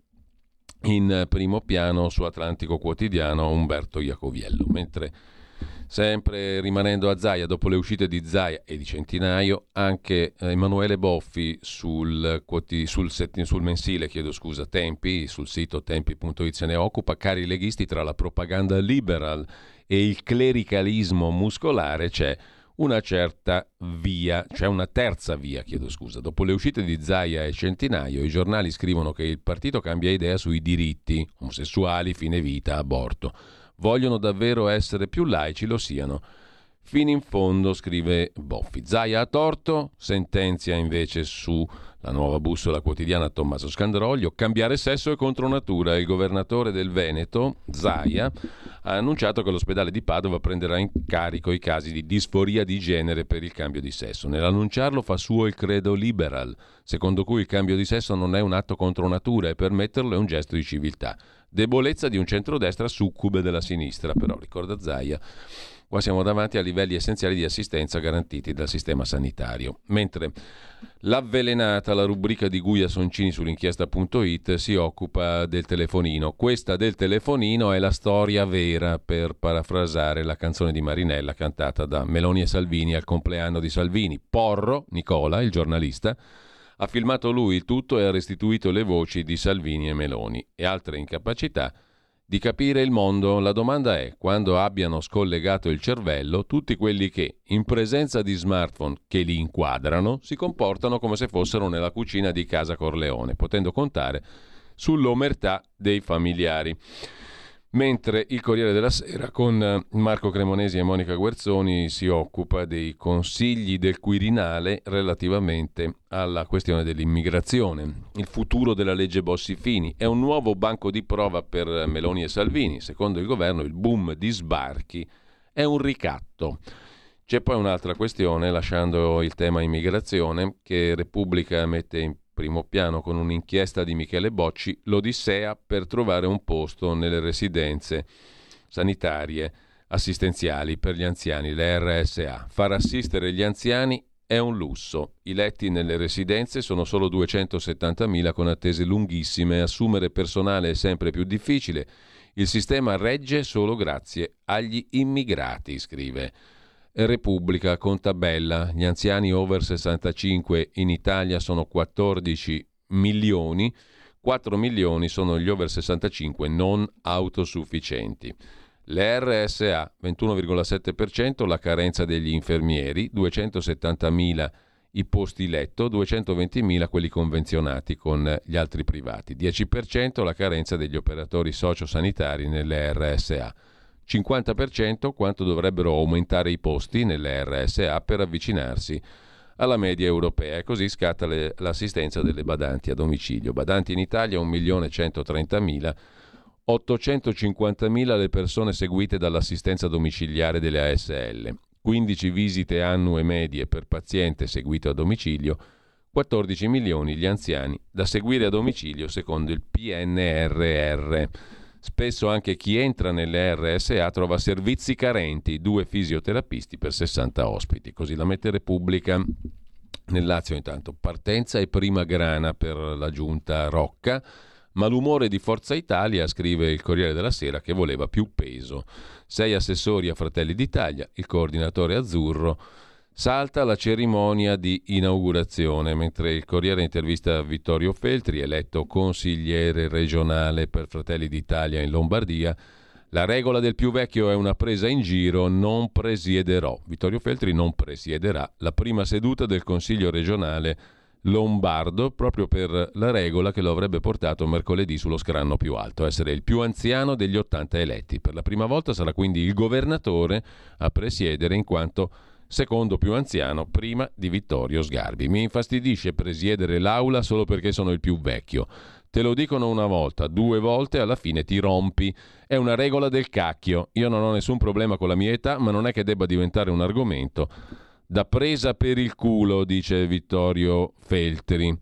in primo piano su Atlantico Quotidiano Umberto Iacoviello. Mentre, sempre rimanendo a Zaia, dopo le uscite di Zaia e di Centinaio, anche Emanuele Boffi sul, sul, sul mensile, chiedo scusa, Tempi, sul sito tempi punto it se ne occupa. Cari leghisti, tra la propaganda liberal e il clericalismo muscolare c'è una certa via, c'è una terza via, chiedo scusa. Dopo le uscite di Zaia e Centinaio, i giornali scrivono che il partito cambia idea sui diritti, omosessuali, fine vita, aborto. Vogliono davvero essere più laici, lo siano fino in fondo, scrive Boffi. Zaia ha torto, sentenzia invece su la Nuova Bussola Quotidiana Tommaso Scandroglio: cambiare sesso è contro natura. Il governatore del Veneto, Zaia, ha annunciato che l'ospedale di Padova prenderà in carico i casi di disforia di genere per il cambio di sesso. Nell'annunciarlo fa suo il credo liberal, secondo cui il cambio di sesso non è un atto contro natura e permetterlo è un gesto di civiltà. Debolezza di un centrodestra succube della sinistra, però, ricorda Zaia. Qua siamo davanti a livelli essenziali di assistenza garantiti dal sistema sanitario. Mentre l'avvelenata, la rubrica di Guia Soncini sull'inchiesta punto it, si occupa del telefonino. Questa del telefonino è la storia vera, per parafrasare la canzone di Marinella cantata da Meloni e Salvini al compleanno di Salvini. Porro, Nicola, il giornalista, ha filmato lui il tutto e ha restituito le voci di Salvini e Meloni e altre incapacità di capire il mondo. La domanda è: quando abbiano scollegato il cervello, tutti quelli che, in presenza di smartphone che li inquadrano, si comportano come se fossero nella cucina di casa Corleone, potendo contare sull'omertà dei familiari. Mentre il Corriere della Sera, con Marco Cremonesi e Monica Guerzoni, si occupa dei consigli del Quirinale relativamente alla questione dell'immigrazione. Il futuro della legge Bossi-Fini è un nuovo banco di prova per Meloni e Salvini. Secondo il governo il boom di sbarchi è un ricatto. C'è poi un'altra questione, lasciando il tema immigrazione, che Repubblica mette in primo piano con un'inchiesta di Michele Bocci: l'odissea per trovare un posto nelle residenze sanitarie assistenziali per gli anziani, le R S A. Far assistere gli anziani è un lusso. I letti nelle residenze sono solo duecentosettantamila con attese lunghissime. Assumere personale è sempre più difficile. Il sistema regge solo grazie agli immigrati, scrive Repubblica con tabella. Gli anziani over sessantacinque in Italia sono quattordici milioni, quattro milioni sono gli over sessantacinque non autosufficienti. Le R S A ventuno virgola sette per cento, la carenza degli infermieri, duecentosettantamila i posti letto, duecentoventimila quelli convenzionati con gli altri privati, dieci per cento la carenza degli operatori sociosanitari nelle R S A, cinquanta per cento quanto dovrebbero aumentare i posti nelle R S A per avvicinarsi alla media europea, e così scatta le, l'assistenza delle badanti a domicilio. Badanti in Italia un milione centotrentamila, ottocentocinquantamila le persone seguite dall'assistenza domiciliare delle A S L, quindici visite annue medie per paziente seguito a domicilio, quattordici milioni gli anziani da seguire a domicilio secondo il P N R R. Spesso anche chi entra nelle R S A trova servizi carenti, due fisioterapisti per sessanta ospiti. Così la mette Repubblica. Nel Lazio intanto partenza e prima grana per la giunta Rocca, ma l'umore di Forza Italia, scrive il Corriere della Sera, che voleva più peso. Sei assessori a Fratelli d'Italia, il coordinatore azzurro salta la cerimonia di inaugurazione, mentre il Corriere intervista Vittorio Feltri, eletto consigliere regionale per Fratelli d'Italia in Lombardia. La regola del più vecchio è una presa in giro, non presiederò. Vittorio Feltri non presiederà la prima seduta del Consiglio regionale lombardo, proprio per la regola che lo avrebbe portato mercoledì sullo scranno più alto, essere il più anziano degli ottanta eletti. Per la prima volta sarà quindi il governatore a presiedere, in quanto secondo più anziano prima di Vittorio Sgarbi. Mi infastidisce presiedere l'aula solo perché sono il più vecchio. Te lo dicono una volta, due volte, alla fine ti rompi. È una regola del cacchio. Io non ho nessun problema con la mia età, ma non è che debba diventare un argomento da presa per il culo, dice Vittorio Feltri.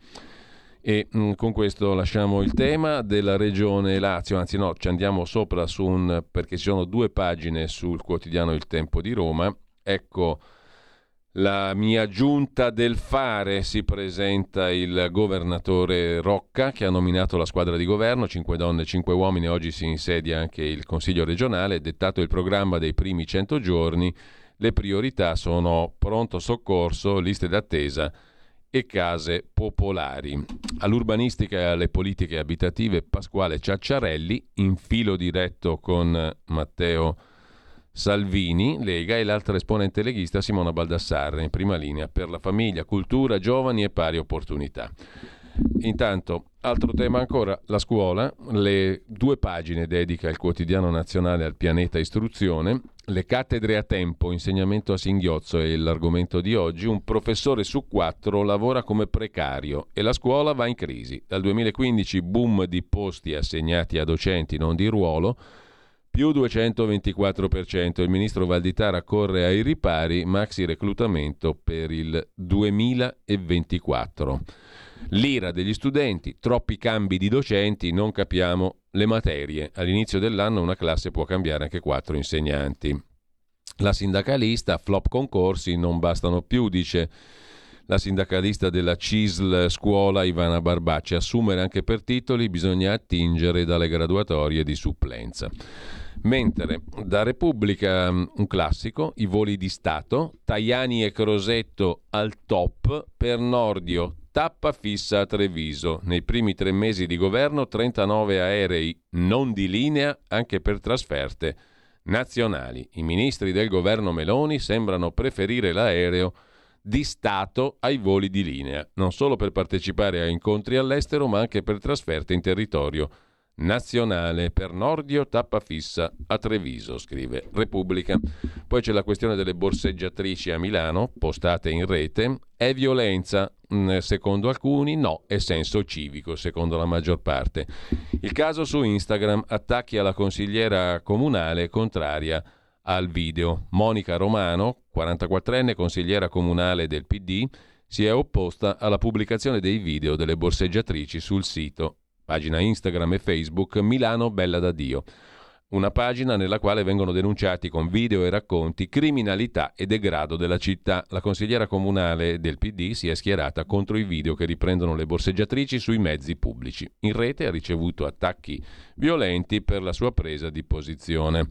E mh, con questo lasciamo il tema della regione Lazio, anzi no, ci andiamo sopra su un, perché ci sono due pagine sul quotidiano Il Tempo di Roma. Ecco la mia giunta del fare, si presenta il governatore Rocca, che ha nominato la squadra di governo, cinque donne, cinque uomini. Oggi si insedia anche il Consiglio regionale, dettato il programma dei primi cento giorni. Le priorità sono pronto soccorso, liste d'attesa e case popolari. All'urbanistica e alle politiche abitative Pasquale Ciacciarelli, in filo diretto con Matteo Salvini, Lega, e l'altra esponente leghista Simona Baldassarre, in prima linea per la famiglia, cultura, giovani e pari opportunità. Intanto, altro tema ancora, la scuola. Le due pagine dedica il quotidiano nazionale al pianeta istruzione. Le cattedre a tempo, insegnamento a singhiozzo è l'argomento di oggi. Un professore su quattro lavora come precario e la scuola va in crisi. Dal duemilaquindici boom di posti assegnati a docenti non di ruolo, più duecentoventiquattro per cento. Il ministro Valditara corre ai ripari, maxi reclutamento per il duemilaventiquattro. L'ira degli studenti, troppi cambi di docenti, non capiamo le materie. All'inizio dell'anno una classe può cambiare anche quattro insegnanti. La sindacalista, flop concorsi, non bastano più, dice la sindacalista della C I S L Scuola Ivana Barbacci. Assumere anche per titoli, bisogna attingere dalle graduatorie di supplenza. Mentre da Repubblica un classico, i voli di Stato, Tajani e Crosetto al top, per Nordio tappa fissa a Treviso. Nei primi tre mesi di governo trentanove aerei non di linea anche per trasferte nazionali. I ministri del governo Meloni sembrano preferire l'aereo di Stato ai voli di linea, non solo per partecipare a incontri all'estero, ma anche per trasferte in territorio nazionale. Per Nordio tappa fissa a Treviso, scrive Repubblica. Poi c'è la questione delle borseggiatrici a Milano, postate in rete. È violenza? Secondo alcuni no, è senso civico, secondo la maggior parte. Il caso su Instagram, attacchi alla consigliera comunale contraria al video. Monica Romano, quarantaquattrenne consigliera comunale del P D, si è opposta alla pubblicazione dei video delle borseggiatrici sul sito, pagina Instagram e Facebook Milano Bella da Dio. una pagina nella quale vengono denunciati con video e racconti criminalità e degrado della città. La consigliera comunale del P D si è schierata contro i video che riprendono le borseggiatrici sui mezzi pubblici. In rete ha ricevuto attacchi violenti per la sua presa di posizione.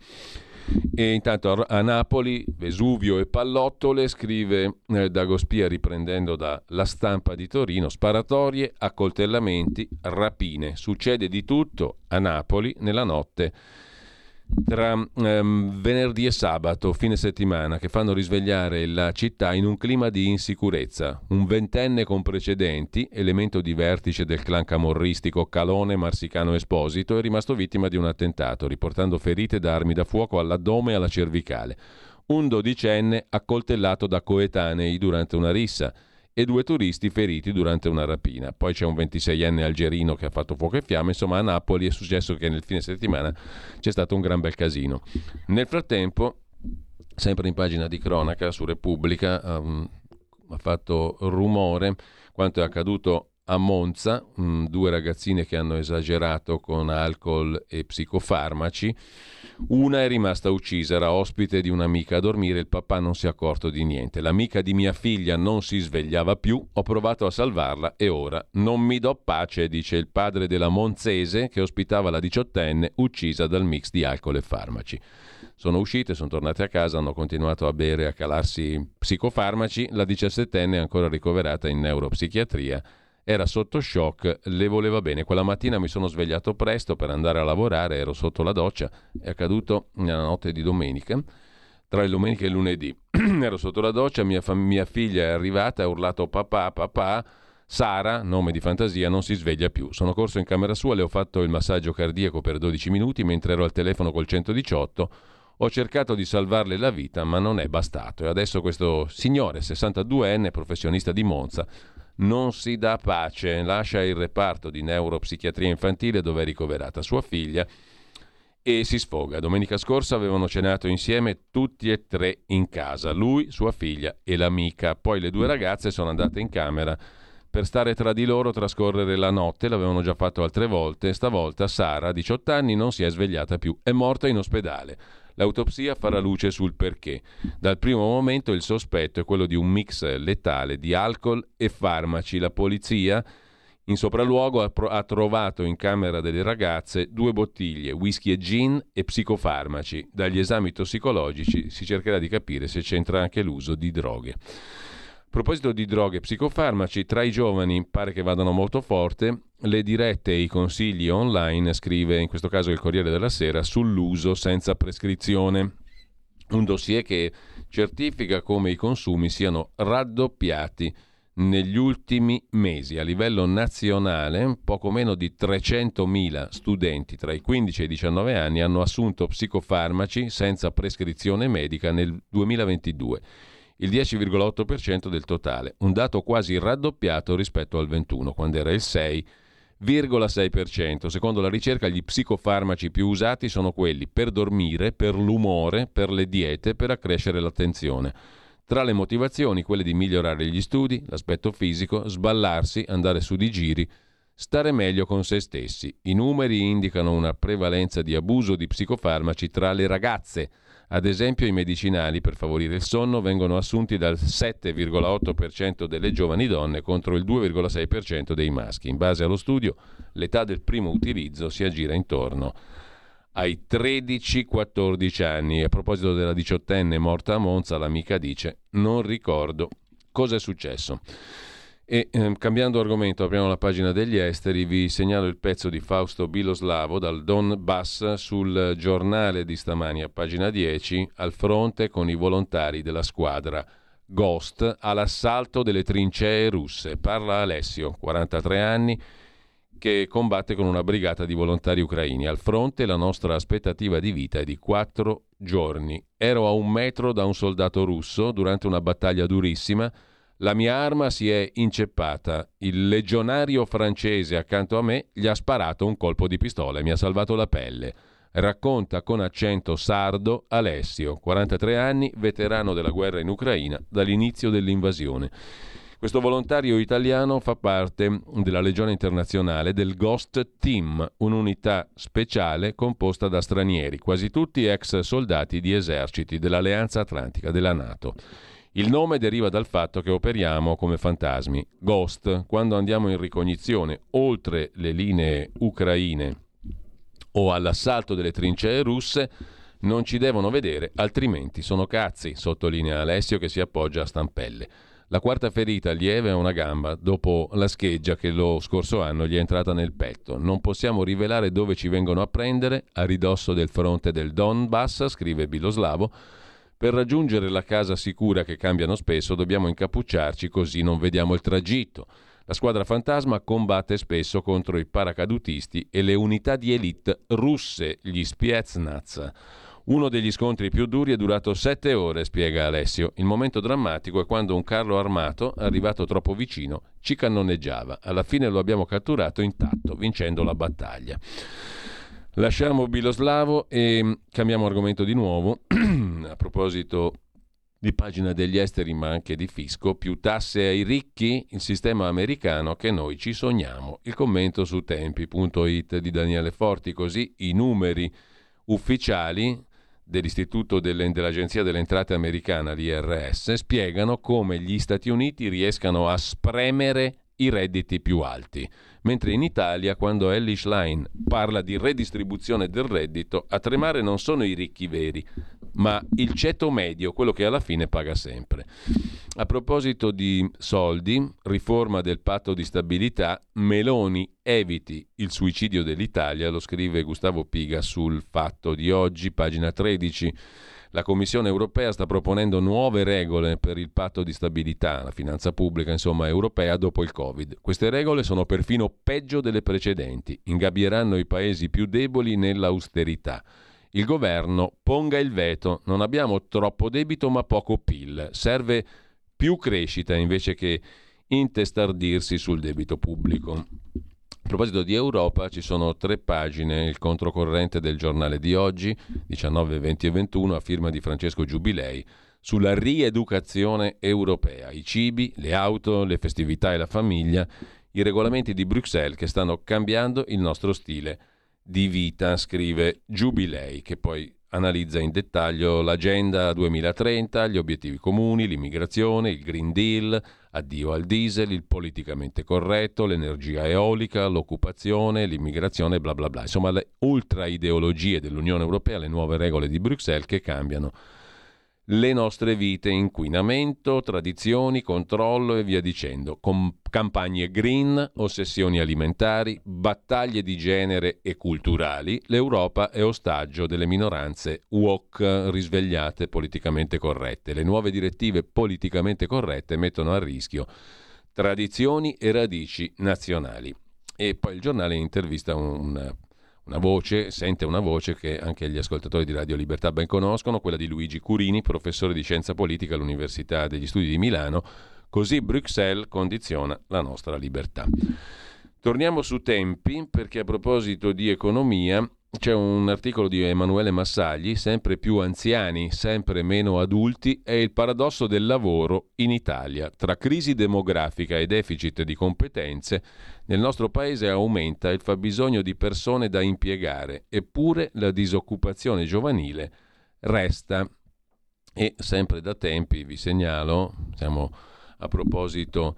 E intanto a Napoli, Vesuvio e pallottole, scrive eh, Dagospia riprendendo da La Stampa di Torino, sparatorie, accoltellamenti, rapine. Succede di tutto a Napoli nella notte tra ehm, venerdì e sabato, fine settimana, che fanno risvegliare la città in un clima di insicurezza. Un ventenne con precedenti, elemento di vertice del clan camorristico Calone Marsicano Esposito, è rimasto vittima di un attentato, riportando ferite da armi da fuoco all'addome e alla cervicale. Un dodicenne accoltellato da coetanei durante una rissa e due turisti feriti durante una rapina. Poi c'è un ventiseienne algerino che ha fatto fuoco e fiamme. Insomma, a Napoli è successo che nel fine settimana c'è stato un gran bel casino. Nel frattempo, sempre in pagina di cronaca su Repubblica, um, ha fatto rumore quanto è accaduto a Monza, um, due ragazzine che hanno esagerato con alcol e psicofarmaci. Una è rimasta uccisa, era ospite di un'amica a dormire, il papà non si è accorto di niente. L'amica di mia figlia non si svegliava più, ho provato a salvarla e ora non mi do pace, dice il padre della monzese che ospitava la diciottenne uccisa dal mix di alcol e farmaci. Sono uscite, sono tornate a casa, hanno continuato a bere e a calarsi psicofarmaci. La diciassettenne è ancora ricoverata in neuropsichiatria. Era sotto shock, le voleva bene. Quella mattina mi sono svegliato presto per andare a lavorare, ero sotto la doccia, è accaduto nella notte di domenica, tra il domenica e il lunedì. Ero sotto la doccia, mia, fam- mia figlia è arrivata, ha urlato papà, papà, Sara, nome di fantasia, non si sveglia più. Sono corso in camera sua, le ho fatto il massaggio cardiaco per dodici minuti mentre ero al telefono col centodiciotto. Ho cercato di salvarle la vita, ma non è bastato. E adesso questo signore, sessantaduenne, professionista di Monza, non si dà pace, lascia il reparto di neuropsichiatria infantile dove è ricoverata sua figlia e si sfoga. Domenica scorsa avevano cenato insieme tutti e tre in casa, lui, sua figlia e l'amica. Poi le due ragazze sono andate in camera per stare tra di loro, trascorrere la notte, l'avevano già fatto altre volte. Stavolta Sara, diciotto anni, non si è svegliata più, è morta in ospedale. L'autopsia farà luce sul perché. Dal primo momento il sospetto è quello di un mix letale di alcol e farmaci. La polizia in sopralluogo ha, pro- ha trovato in camera delle ragazze due bottiglie, whisky e gin e psicofarmaci. Dagli esami tossicologici si cercherà di capire se c'entra anche l'uso di droghe. A proposito di droghe e psicofarmaci, tra i giovani pare che vadano molto forte le dirette e i consigli online, scrive in questo caso il Corriere della Sera, sull'uso senza prescrizione. Un dossier che certifica come i consumi siano raddoppiati negli ultimi mesi. A livello nazionale, poco meno di trecentomila studenti tra i quindici e i diciannove anni hanno assunto psicofarmaci senza prescrizione medica nel duemilaventidue. Il dieci virgola otto per cento del totale, un dato quasi raddoppiato rispetto al ventuno, quando era il sei virgola sei per cento. Secondo la ricerca, gli psicofarmaci più usati sono quelli per dormire, per l'umore, per le diete, per accrescere l'attenzione. Tra le motivazioni, quelle di migliorare gli studi, l'aspetto fisico, sballarsi, andare su di giri, stare meglio con se stessi. I numeri indicano una prevalenza di abuso di psicofarmaci tra le ragazze. Ad esempio, i medicinali per favorire il sonno vengono assunti dal sette virgola otto per cento delle giovani donne contro il due virgola sei per cento dei maschi. In base allo studio, l'età del primo utilizzo si aggira intorno ai tredici quattordici anni. A proposito della diciottenne morta a Monza, l'amica dice: non ricordo cosa è successo. E ehm, cambiando argomento, apriamo la pagina degli esteri, vi segnalo il pezzo di Fausto Biloslavo dal Donbass sul Giornale di stamani a pagina dieci, al fronte con i volontari della squadra Ghost all'assalto delle trincee russe. Parla Alessio, quarantatré anni, che combatte con una brigata di volontari ucraini. Al fronte la nostra aspettativa di vita è di quattro giorni. Ero a un metro da un soldato russo durante una battaglia durissima. La mia arma si è inceppata. Il legionario francese accanto a me gli ha sparato un colpo di pistola e mi ha salvato la pelle. Racconta con accento sardo Alessio, quarantatré anni, veterano della guerra in Ucraina dall'inizio dell'invasione. Questo volontario italiano fa parte della Legione Internazionale del Ghost Team, un'unità speciale composta da stranieri, quasi tutti ex soldati di eserciti dell'Alleanza Atlantica, della NATO. Il nome deriva dal fatto che operiamo come fantasmi, ghost, quando andiamo in ricognizione oltre le linee ucraine o all'assalto delle trincee russe. Non ci devono vedere, altrimenti sono cazzi, sottolinea Alessio che si appoggia a stampelle. La quarta ferita lieve a una gamba dopo la scheggia che lo scorso anno gli è entrata nel petto. Non possiamo rivelare dove ci vengono a prendere, a ridosso del fronte del Donbass, scrive Biloslavo. Per raggiungere la casa sicura che cambiano spesso dobbiamo incappucciarci così non vediamo il tragitto. La squadra fantasma combatte spesso contro i paracadutisti e le unità di elite russe, gli Spetsnaz. Uno degli scontri più duri è durato sette ore, spiega Alessio. Il momento drammatico è quando un carro armato, arrivato troppo vicino, ci cannoneggiava. Alla fine lo abbiamo catturato intatto, vincendo la battaglia. Lasciamo Biloslavo e cambiamo argomento di nuovo. A proposito di pagina degli esteri ma anche di fisco, più tasse ai ricchi, il sistema americano che noi ci sogniamo. Il commento su tempi punto it di Daniele Forti, così i numeri ufficiali dell'Istituto delle, dell'Agenzia delle Entrate americana, l'I R S, spiegano come gli Stati Uniti riescano a spremere i redditi più alti, mentre in Italia, quando Elly Schlein parla di redistribuzione del reddito, a tremare non sono i ricchi veri, ma il ceto medio, quello che alla fine paga sempre. A proposito di soldi, riforma del patto di stabilità, Meloni eviti il suicidio dell'Italia, lo scrive Gustavo Piga sul Fatto di oggi, pagina tredici. La Commissione europea sta proponendo nuove regole per il patto di stabilità, la finanza pubblica, insomma, europea dopo il Covid. Queste regole sono perfino peggio delle precedenti, ingabbieranno i paesi più deboli nell'austerità. Il governo ponga il veto, non abbiamo troppo debito ma poco P I L, serve più crescita invece che intestardirsi sul debito pubblico. A proposito di Europa, ci sono tre pagine, il controcorrente del giornale di oggi, diciannove, venti e ventuno, a firma di Francesco Giubilei, sulla rieducazione europea, i cibi, le auto, le festività e la famiglia, i regolamenti di Bruxelles che stanno cambiando il nostro stile di vita, scrive Giubilei, che poi analizza in dettaglio l'agenda duemilatrenta, gli obiettivi comuni, l'immigrazione, il Green Deal, addio al diesel, il politicamente corretto, l'energia eolica, l'occupazione, l'immigrazione, bla bla bla. Insomma, le ultra ideologie dell'Unione Europea, le nuove regole di Bruxelles che cambiano le nostre vite, inquinamento, tradizioni, controllo e via dicendo, con campagne green, ossessioni alimentari, battaglie di genere e culturali. L'Europa è ostaggio delle minoranze woke risvegliate politicamente corrette. Le nuove direttive politicamente corrette mettono a rischio tradizioni e radici nazionali. E poi il giornale intervista un Una voce, sente una voce che anche gli ascoltatori di Radio Libertà ben conoscono, quella di Luigi Curini, professore di scienza politica all'Università degli Studi di Milano. Così Bruxelles condiziona la nostra libertà. Torniamo su Tempi, perché a proposito di economia c'è un articolo di Emanuele Massagli, sempre più anziani, sempre meno adulti, è il paradosso del lavoro in Italia. Tra crisi demografica e deficit di competenze, nel nostro paese aumenta il fabbisogno di persone da impiegare, eppure la disoccupazione giovanile resta. E sempre da Tempi vi segnalo, siamo a proposito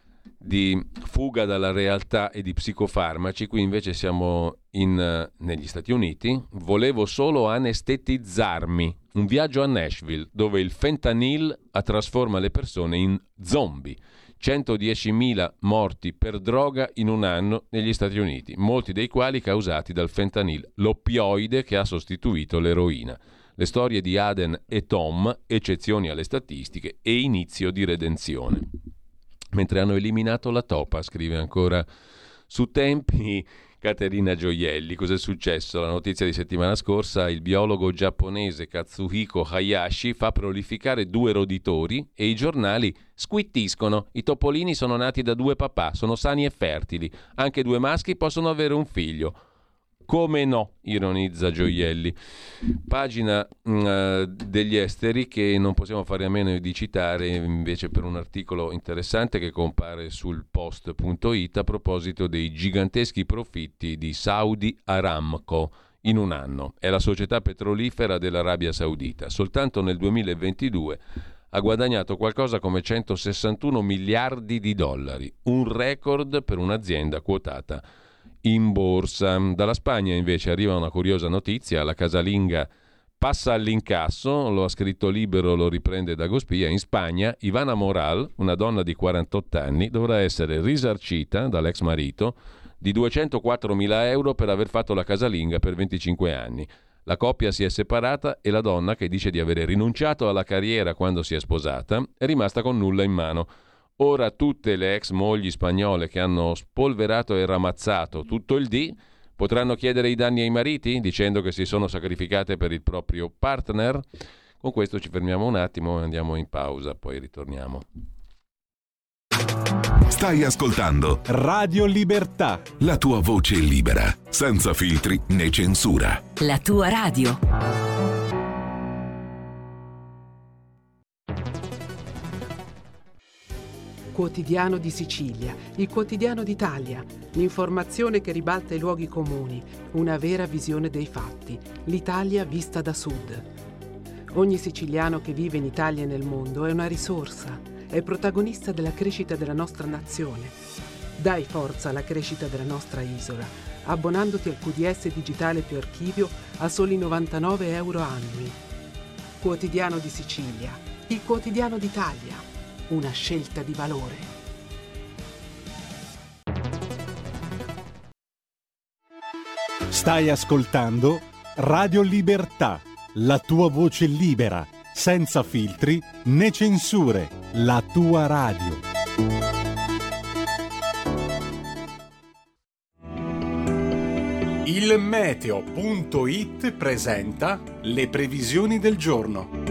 di fuga dalla realtà e di psicofarmaci, qui invece siamo in, negli Stati Uniti. Volevo solo anestetizzarmi, un viaggio a Nashville dove il fentanyl trasforma le persone in zombie. centodiecimila morti per droga in un anno negli Stati Uniti, molti dei quali causati dal fentanyl, l'oppioide che ha sostituito l'eroina. Le storie di Aden e Tom, eccezioni alle statistiche e inizio di redenzione. Mentre hanno eliminato la topa, scrive ancora su Tempi Caterina Gioielli. Cos'è successo? La notizia di settimana scorsa: il biologo giapponese Katsuhiko Hayashi fa prolificare due roditori e i giornali squittiscono. I topolini sono nati da due papà, sono sani e fertili. Anche due maschi possono avere un figlio. Come no, ironizza Gioielli. Pagina mh, degli esteri che non possiamo fare a meno di citare invece per un articolo interessante che compare sul post punto it a proposito dei giganteschi profitti di Saudi Aramco in un anno. È la società petrolifera dell'Arabia Saudita. Soltanto nel duemilaventidue ha guadagnato qualcosa come centosessantuno miliardi di dollari, un record per un'azienda quotata in borsa. Dalla Spagna invece arriva una curiosa notizia: la casalinga passa all'incasso, lo ha scritto Libero, lo riprende da Gospia. In Spagna Ivana Moral, una donna di quarantotto anni, dovrà essere risarcita dall'ex marito di duecentoquattromila euro per aver fatto la casalinga per venticinque anni. La coppia si è separata e la donna, che dice di avere rinunciato alla carriera quando si è sposata, è rimasta con nulla in mano. Ora tutte le ex mogli spagnole che hanno spolverato e ramazzato tutto il dì potranno chiedere i danni ai mariti dicendo che si sono sacrificate per il proprio partner? Con questo ci fermiamo un attimo e andiamo in pausa, poi ritorniamo. Stai ascoltando Radio Libertà, la tua voce libera, senza filtri né censura. La tua radio. Quotidiano di Sicilia, il quotidiano d'Italia, l'informazione che ribalta i luoghi comuni, una vera visione dei fatti, l'Italia vista da sud. Ogni siciliano che vive in Italia e nel mondo è una risorsa, è protagonista della crescita della nostra nazione. Dai forza alla crescita della nostra isola, abbonandoti al Q D S digitale più archivio a soli novantanove euro annui. Quotidiano di Sicilia, il quotidiano d'Italia. Una scelta di valore. stai ascoltando Radio Libertà, la tua voce libera, senza filtri né censure, la tua radio. Il meteo punto it presenta le previsioni del giorno.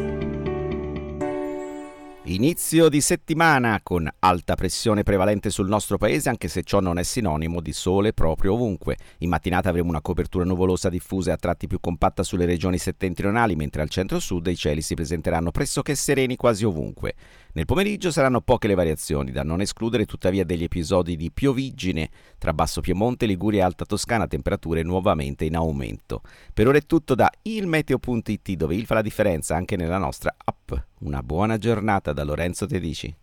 Inizio di settimana con alta pressione prevalente sul nostro paese, anche se ciò non è sinonimo di sole proprio ovunque. In mattinata avremo una copertura nuvolosa diffusa e a tratti più compatta sulle regioni settentrionali, mentre al centro-sud i cieli si presenteranno pressoché sereni quasi ovunque. Nel pomeriggio saranno poche le variazioni, da non escludere tuttavia degli episodi di pioviggine tra Basso Piemonte, Liguria e Alta Toscana, temperature nuovamente in aumento. Per ora è tutto da il meteo punto it, dove il fa la differenza anche nella nostra app. Una buona giornata da Lorenzo Tedici.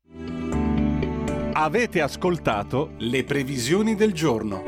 Avete ascoltato le previsioni del giorno.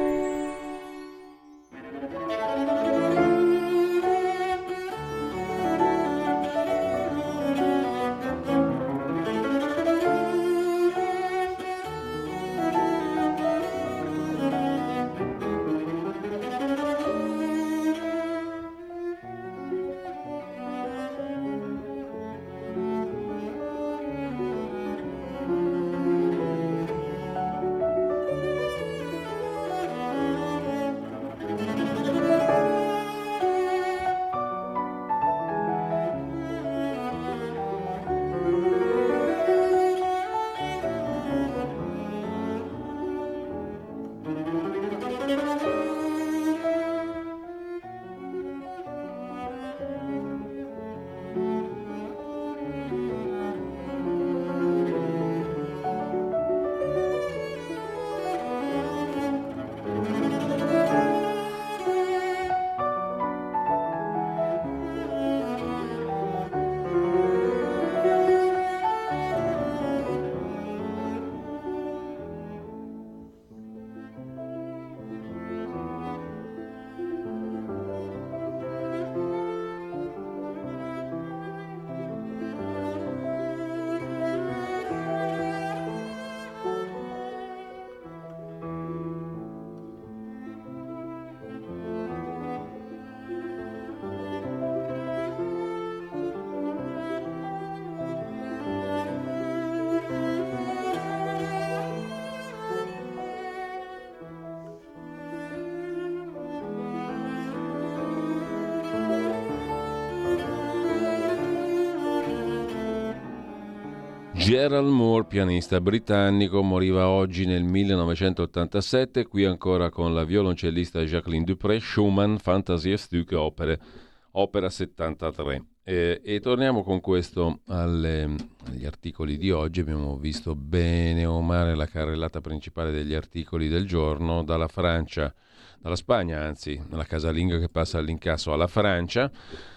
Gerald Moore, pianista britannico, moriva oggi nel millenovecentottantasette, qui ancora con la violoncellista Jacqueline Dupré, Schumann, Fantasiestücke, opere, opera settantatré. E, e torniamo con questo alle, agli articoli di oggi. Abbiamo visto bene o male la carrellata principale degli articoli del giorno, dalla Francia, dalla Spagna anzi, la casalinga che passa all'incasso alla Francia.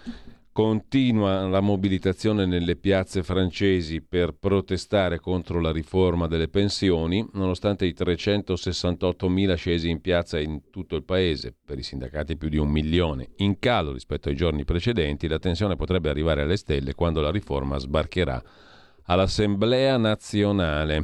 Continua la mobilitazione nelle piazze francesi per protestare contro la riforma delle pensioni, nonostante i trecentosessantottomila scesi in piazza in tutto il paese, per i sindacati più di un milione, in calo rispetto ai giorni precedenti. La tensione potrebbe arrivare alle stelle quando la riforma sbarcherà all'Assemblea nazionale.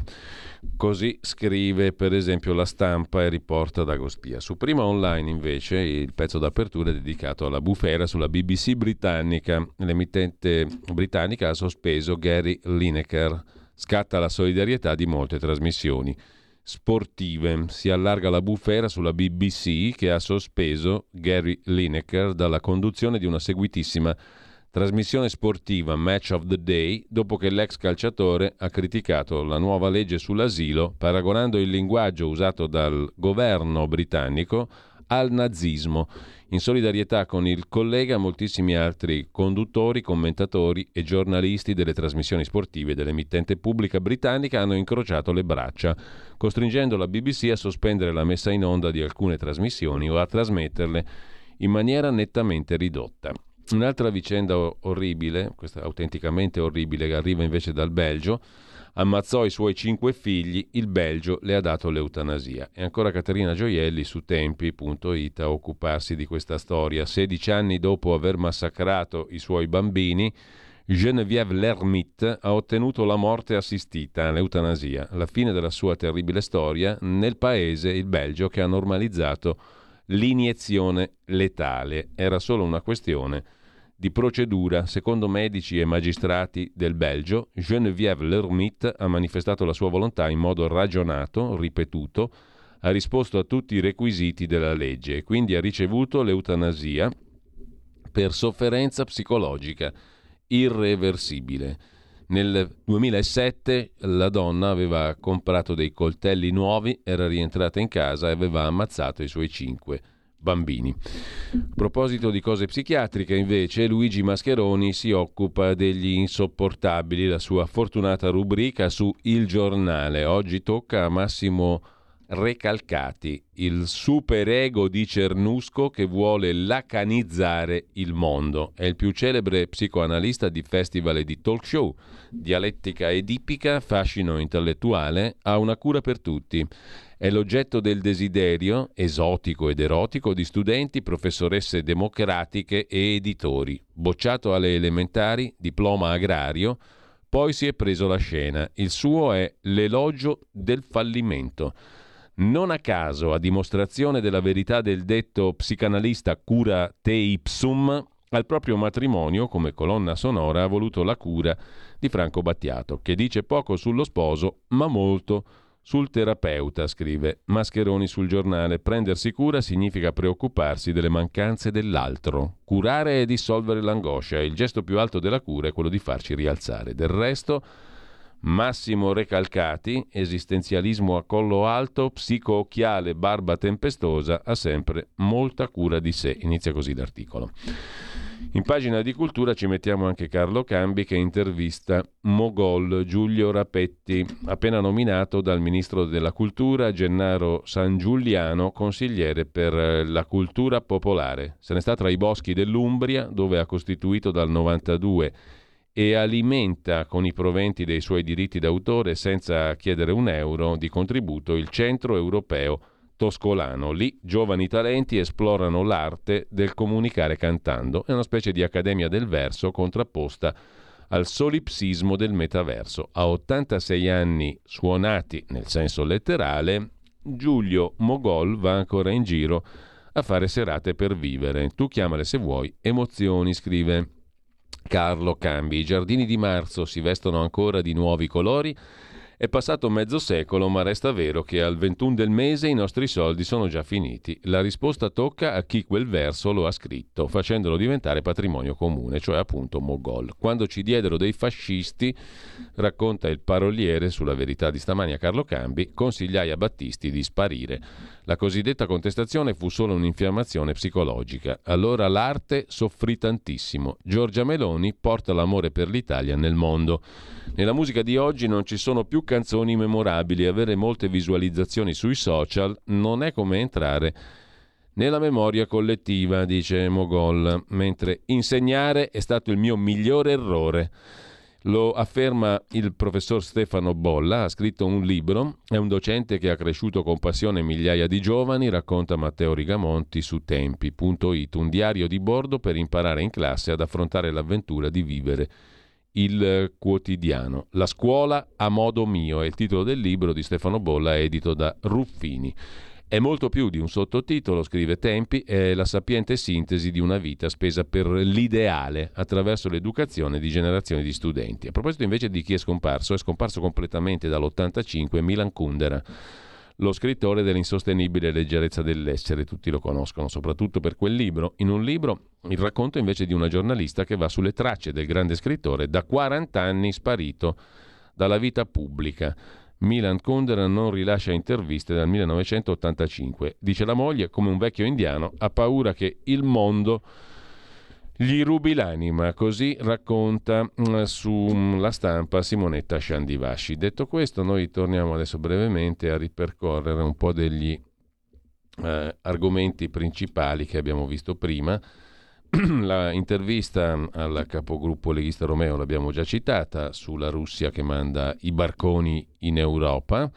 Così scrive per esempio La Stampa e riporta D'Agostia. Su Prima Online invece il pezzo d'apertura è dedicato alla bufera sulla B B C britannica. L'emittente britannica ha sospeso Gary Lineker. Scatta la solidarietà di molte trasmissioni sportive. Si allarga la bufera sulla B B C che ha sospeso Gary Lineker dalla conduzione di una seguitissima trasmissione sportiva Match of the Day dopo che l'ex calciatore ha criticato la nuova legge sull'asilo paragonando il linguaggio usato dal governo britannico al nazismo. In solidarietà con il collega, moltissimi altri conduttori, commentatori e giornalisti delle trasmissioni sportive dell'emittente pubblica britannica hanno incrociato le braccia, costringendo la B B C a sospendere la messa in onda di alcune trasmissioni o a trasmetterle in maniera nettamente ridotta. Un'altra vicenda orribile, questa autenticamente orribile, che arriva invece dal Belgio. Ammazzò i suoi cinque figli, il Belgio le ha dato l'eutanasia. E ancora Caterina Gioielli su tempi punto it a occuparsi di questa storia. sedici anni dopo aver massacrato i suoi bambini, Geneviève Lermite ha ottenuto la morte assistita, l'eutanasia, la fine della sua terribile storia nel paese, il Belgio, che ha normalizzato l'iniezione letale. Era solo una questione di procedura. Secondo medici e magistrati del Belgio, Geneviève Lermite ha manifestato la sua volontà in modo ragionato, ripetuto, ha risposto a tutti i requisiti della legge e quindi ha ricevuto l'eutanasia per sofferenza psicologica irreversibile. Nel duemilasette la donna aveva comprato dei coltelli nuovi, era rientrata in casa e aveva ammazzato i suoi cinque bambini. A proposito di cose psichiatriche, invece, Luigi Mascheroni si occupa degli insopportabili, la sua fortunata rubrica su Il Giornale. Oggi tocca a Massimo Recalcati, il superego di Cernusco che vuole lacanizzare il mondo. È il più celebre psicoanalista di festival e di talk show. Dialettica edipica, fascino intellettuale, ha una cura per tutti. È l'oggetto del desiderio, esotico ed erotico, di studenti, professoresse democratiche e editori. Bocciato alle elementari, diploma agrario, poi si è preso la scena. Il suo è l'elogio del fallimento. Non a caso, a dimostrazione della verità del detto psicanalista cura te ipsum, al proprio matrimonio, come colonna sonora, ha voluto la cura di Franco Battiato, che dice poco sullo sposo, ma molto sul terapeuta, scrive Mascheroni sul Giornale. Prendersi cura significa preoccuparsi delle mancanze dell'altro. Curare è dissolvere l'angoscia. Il gesto più alto della cura è quello di farci rialzare. Del resto, Massimo Recalcati, esistenzialismo a collo alto, psico-occhiale, barba tempestosa, ha sempre molta cura di sé. Inizia così l'articolo. In pagina di cultura ci mettiamo anche Carlo Cambi che intervista Mogol Giulio Rapetti, appena nominato dal ministro della cultura Gennaro Sangiuliano consigliere per la cultura popolare. Se ne sta tra i boschi dell'Umbria, dove ha costituito dal novantadue e alimenta con i proventi dei suoi diritti d'autore senza chiedere un euro di contributo il Centro Europeo Toscolano. Lì giovani talenti esplorano l'arte del comunicare cantando. È una specie di accademia del verso contrapposta al solipsismo del metaverso. A ottantasei anni suonati nel senso letterale, Giulio Mogol va ancora in giro a fare serate per vivere. Tu chiamale se vuoi emozioni, scrive Carlo Cambi. I giardini di marzo si vestono ancora di nuovi colori È passato mezzo secolo, ma resta vero che al ventuno del mese i nostri soldi sono già finiti. La risposta tocca a chi quel verso lo ha scritto, facendolo diventare patrimonio comune, cioè appunto Mogol. Quando ci diedero dei fascisti, racconta il paroliere sulla Verità di stamani a Carlo Cambi, consigliai a Battisti di sparire. La cosiddetta contestazione fu solo un'infiammazione psicologica. Allora l'arte soffrì tantissimo. Giorgia Meloni porta l'amore per l'Italia nel mondo. Nella musica di oggi non ci sono più canzoni memorabili. Avere molte visualizzazioni sui social non è come entrare nella memoria collettiva, dice Mogol, mentre insegnare è stato il mio migliore errore. Lo afferma il professor Stefano Bolla, ha scritto un libro, è un docente che ha cresciuto con passione migliaia di giovani, racconta Matteo Rigamonti su tempi punto it, un diario di bordo per imparare in classe ad affrontare l'avventura di vivere il quotidiano. La scuola a modo mio è il titolo del libro di Stefano Bolla, edito da Ruffini. È molto più di un sottotitolo, scrive Tempi, è la sapiente sintesi di una vita spesa per l'ideale attraverso l'educazione di generazioni di studenti. A proposito invece di chi è scomparso, è scomparso completamente dall'ottantacinque Milan Kundera, lo scrittore dell'insostenibile leggerezza dell'essere. Tutti lo conoscono soprattutto per quel libro. In un libro il racconto invece di una giornalista che va sulle tracce del grande scrittore, da quaranta anni sparito dalla vita pubblica. Milan Kundera non rilascia interviste dal millenovecentottantacinque. Dice la moglie, come un vecchio indiano, ha paura che il mondo gli rubi l'anima. Così racconta sulla Stampa Simonetta Sciandivasci. Detto questo, noi torniamo adesso brevemente a ripercorrere un po' degli eh, argomenti principali che abbiamo visto prima. La intervista al capogruppo leghista Romeo l'abbiamo già citata, sulla Russia che manda i barconi in Europa,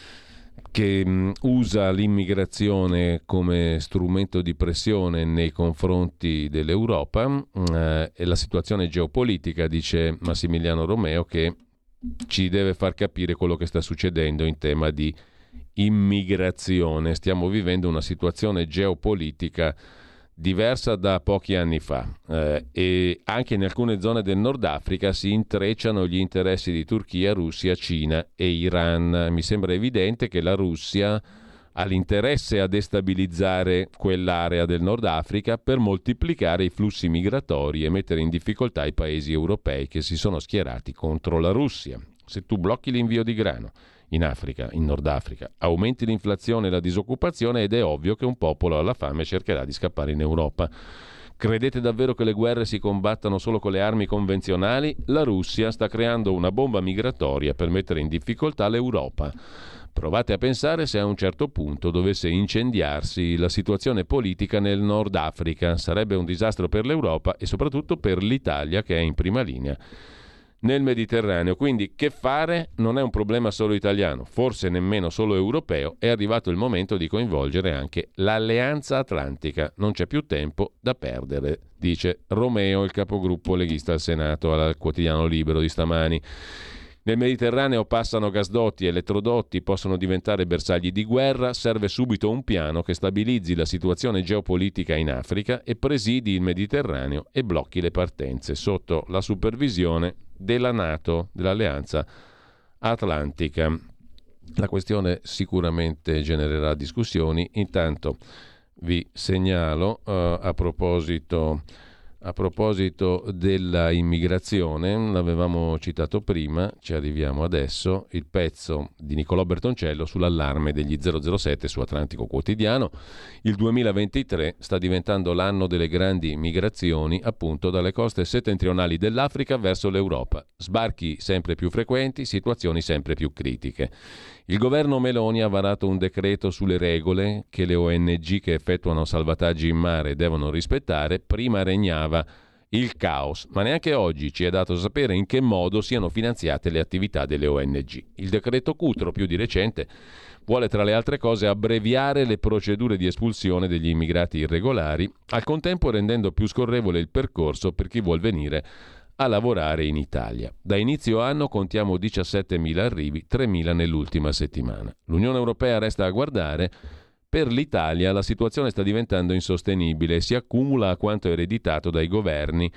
che mh, usa l'immigrazione come strumento di pressione nei confronti dell'Europa, mh, e la situazione geopolitica, dice Massimiliano Romeo, che ci deve far capire quello che sta succedendo in tema di immigrazione. Stiamo vivendo una situazione geopolitica diversa da pochi anni fa, eh, e anche in alcune zone del Nord Africa si intrecciano gli interessi di Turchia, Russia, Cina e Iran. Mi sembra evidente che la Russia ha l'interesse a destabilizzare quell'area del Nord Africa per moltiplicare i flussi migratori e mettere in difficoltà i paesi europei che si sono schierati contro la Russia. Se tu blocchi l'invio di grano in Africa, in Nord Africa, aumenti l'inflazione e la disoccupazione ed è ovvio che un popolo alla fame cercherà di scappare in Europa. Credete davvero che le guerre si combattano solo con le armi convenzionali? La Russia sta creando una bomba migratoria per mettere in difficoltà l'Europa. Provate a pensare se a un certo punto dovesse incendiarsi la situazione politica nel Nord Africa. Sarebbe un disastro per l'Europa e soprattutto per l'Italia, che è in prima linea nel Mediterraneo. Quindi che fare non è un problema solo italiano, forse nemmeno solo europeo. È arrivato il momento di coinvolgere anche l'Alleanza Atlantica. Non c'è più tempo da perdere, dice Romeo, il capogruppo leghista al Senato, al quotidiano Libero di stamani. Nel Mediterraneo passano gasdotti e elettrodotti, possono diventare bersagli di guerra. Serve subito un piano che stabilizzi la situazione geopolitica in Africa e presidi il Mediterraneo e blocchi le partenze sotto la supervisione della NATO, dell'Alleanza Atlantica. La questione sicuramente genererà discussioni. Intanto vi segnalo uh, a proposito A proposito della immigrazione, l'avevamo citato prima, ci arriviamo adesso, il pezzo di Nicolò Bertoncello sull'allarme degli zero zero sette su Atlantico Quotidiano. Il duemilaventitré sta diventando l'anno delle grandi migrazioni, appunto dalle coste settentrionali dell'Africa verso l'Europa. Sbarchi sempre più frequenti, situazioni sempre più critiche. Il governo Meloni ha varato un decreto sulle regole che le O N G che effettuano salvataggi in mare devono rispettare. Prima regnava il caos, ma neanche oggi ci è dato sapere in che modo siano finanziate le attività delle O N G. Il decreto Cutro, più di recente, vuole tra le altre cose abbreviare le procedure di espulsione degli immigrati irregolari, al contempo rendendo più scorrevole il percorso per chi vuol venire a lavorare in Italia. Da inizio anno contiamo diciassettemila arrivi, tremila nell'ultima settimana. L'Unione Europea resta a guardare. Per l'Italia la situazione sta diventando insostenibile e si accumula a quanto ereditato dai governi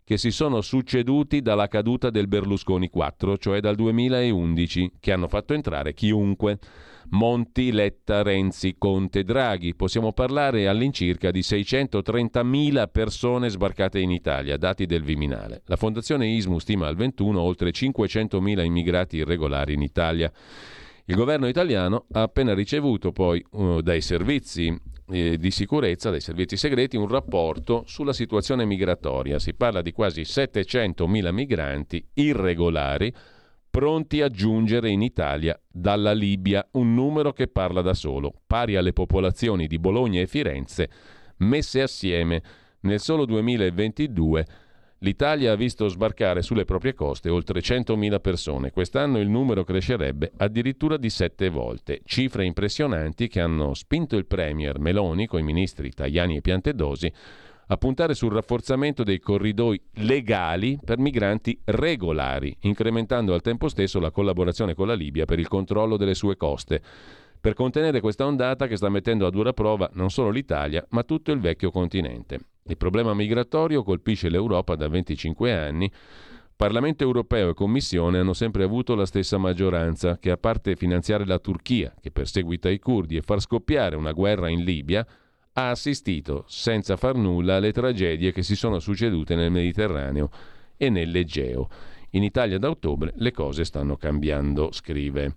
che si sono succeduti dalla caduta del Berlusconi quattro, cioè dal duemilaundici, che hanno fatto entrare chiunque. Monti, Letta, Renzi, Conte, Draghi. Possiamo parlare all'incirca di seicentotrentamila persone sbarcate in Italia, dati del Viminale. La Fondazione ISMU stima al ventuno oltre cinquecentomila immigrati irregolari in Italia. Il governo italiano ha appena ricevuto poi uh, dai servizi eh, di sicurezza, dai servizi segreti, un rapporto sulla situazione migratoria. Si parla di quasi settecentomila migranti irregolari pronti a giungere in Italia dalla Libia, un numero che parla da solo, pari alle popolazioni di Bologna e Firenze messe assieme. Nel solo duemilaventidue l'Italia ha visto sbarcare sulle proprie coste oltre centomila persone. Quest'anno il numero crescerebbe addirittura di sette volte. Cifre impressionanti che hanno spinto il premier Meloni, con i ministri Tajani e Piantedosi, a puntare sul rafforzamento dei corridoi legali per migranti regolari, incrementando al tempo stesso la collaborazione con la Libia per il controllo delle sue coste, per contenere questa ondata che sta mettendo a dura prova non solo l'Italia, ma tutto il vecchio continente. Il problema migratorio colpisce l'Europa da venticinque anni. Parlamento europeo e Commissione hanno sempre avuto la stessa maggioranza, che a parte finanziare la Turchia, che perseguita i curdi, e far scoppiare una guerra in Libia, ha assistito senza far nulla alle tragedie che si sono succedute nel Mediterraneo e nell'Egeo. In Italia da ottobre le cose stanno cambiando, scrive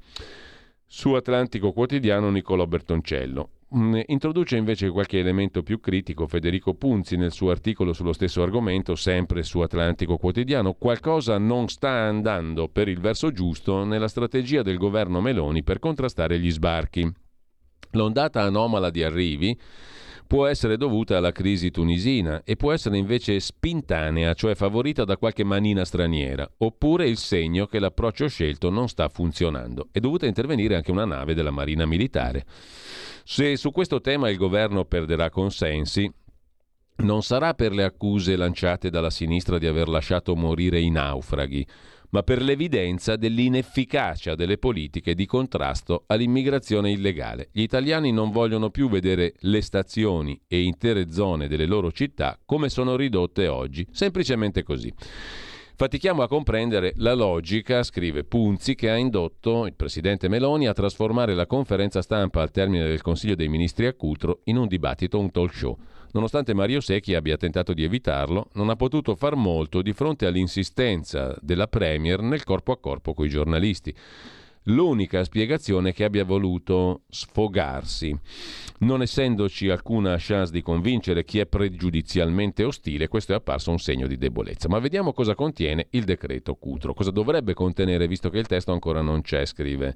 su Atlantico Quotidiano Nicolò Bertoncello. Introduce invece qualche elemento più critico Federico Punzi nel suo articolo sullo stesso argomento, sempre su Atlantico Quotidiano. Qualcosa non sta andando per il verso giusto nella strategia del governo Meloni per contrastare gli sbarchi. L'ondata anomala di arrivi può essere dovuta alla crisi tunisina e può essere invece spintanea, cioè favorita da qualche manina straniera, oppure il segno che l'approccio scelto non sta funzionando. È dovuta intervenire anche una nave della Marina Militare. Se su questo tema il governo perderà consensi, non sarà per le accuse lanciate dalla sinistra di aver lasciato morire i naufraghi, ma per l'evidenza dell'inefficacia delle politiche di contrasto all'immigrazione illegale. Gli italiani non vogliono più vedere le stazioni e intere zone delle loro città come sono ridotte oggi, semplicemente così. Fatichiamo a comprendere la logica, scrive Punzi, che ha indotto il presidente Meloni a trasformare la conferenza stampa al termine del Consiglio dei Ministri a Cutro in un dibattito, un talk show. Nonostante Mario Secchi abbia tentato di evitarlo, non ha potuto far molto di fronte all'insistenza della Premier nel corpo a corpo coi giornalisti. L'unica spiegazione che abbia voluto sfogarsi. Non essendoci alcuna chance di convincere chi è pregiudizialmente ostile, questo è apparso un segno di debolezza. Ma vediamo cosa contiene il decreto Cutro, cosa dovrebbe contenere, visto che il testo ancora non c'è, scrive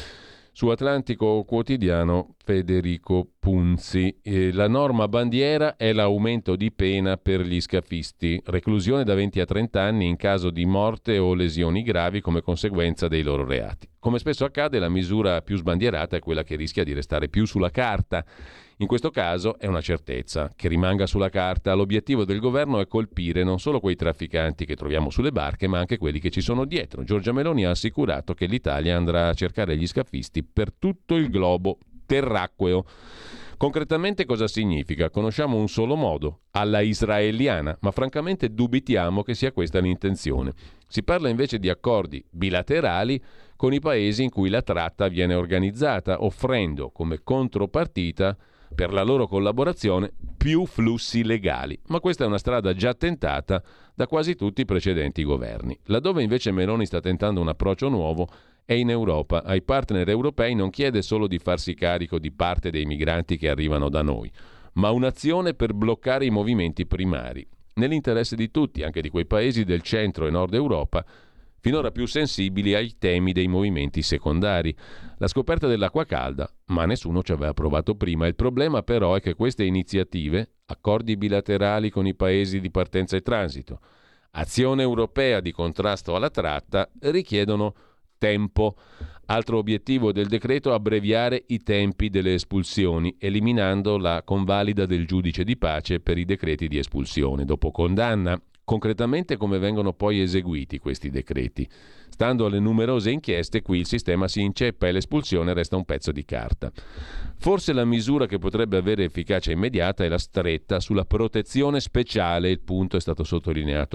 su Atlantico Quotidiano Federico Punzi. Eh, la norma bandiera è l'aumento di pena per gli scafisti, reclusione da venti a trenta anni in caso di morte o lesioni gravi come conseguenza dei loro reati. Come spesso accade, la misura più sbandierata è quella che rischia di restare più sulla carta. In questo caso è una certezza che rimanga sulla carta. L'obiettivo del governo è colpire non solo quei trafficanti che troviamo sulle barche, ma anche quelli che ci sono dietro. Giorgia Meloni ha assicurato che l'Italia andrà a cercare gli scafisti per tutto il globo terracqueo. Concretamente cosa significa? Conosciamo un solo modo, alla israeliana, ma francamente dubitiamo che sia questa l'intenzione. Si parla invece di accordi bilaterali con i paesi in cui la tratta viene organizzata, offrendo come contropartita per la loro collaborazione più flussi legali. Ma questa è una strada già tentata da quasi tutti i precedenti governi. Laddove invece Meloni sta tentando un approccio nuovo è in Europa. Ai partner europei non chiede solo di farsi carico di parte dei migranti che arrivano da noi, ma un'azione per bloccare i movimenti primari, nell'interesse di tutti, anche di quei paesi del centro e nord Europa, finora più sensibili ai temi dei movimenti secondari. La scoperta dell'acqua calda, ma nessuno ci aveva provato prima. Il problema però è che queste iniziative, accordi bilaterali con i paesi di partenza e transito, azione europea di contrasto alla tratta, richiedono tempo. Altro obiettivo del decreto: abbreviare i tempi delle espulsioni, eliminando la convalida del giudice di pace per i decreti di espulsione dopo condanna. Concretamente come vengono poi eseguiti questi decreti? Stando alle numerose inchieste, qui il sistema si inceppa e l'espulsione resta un pezzo di carta. Forse la misura che potrebbe avere efficacia immediata è la stretta sulla protezione speciale. Il punto è stato sottolineato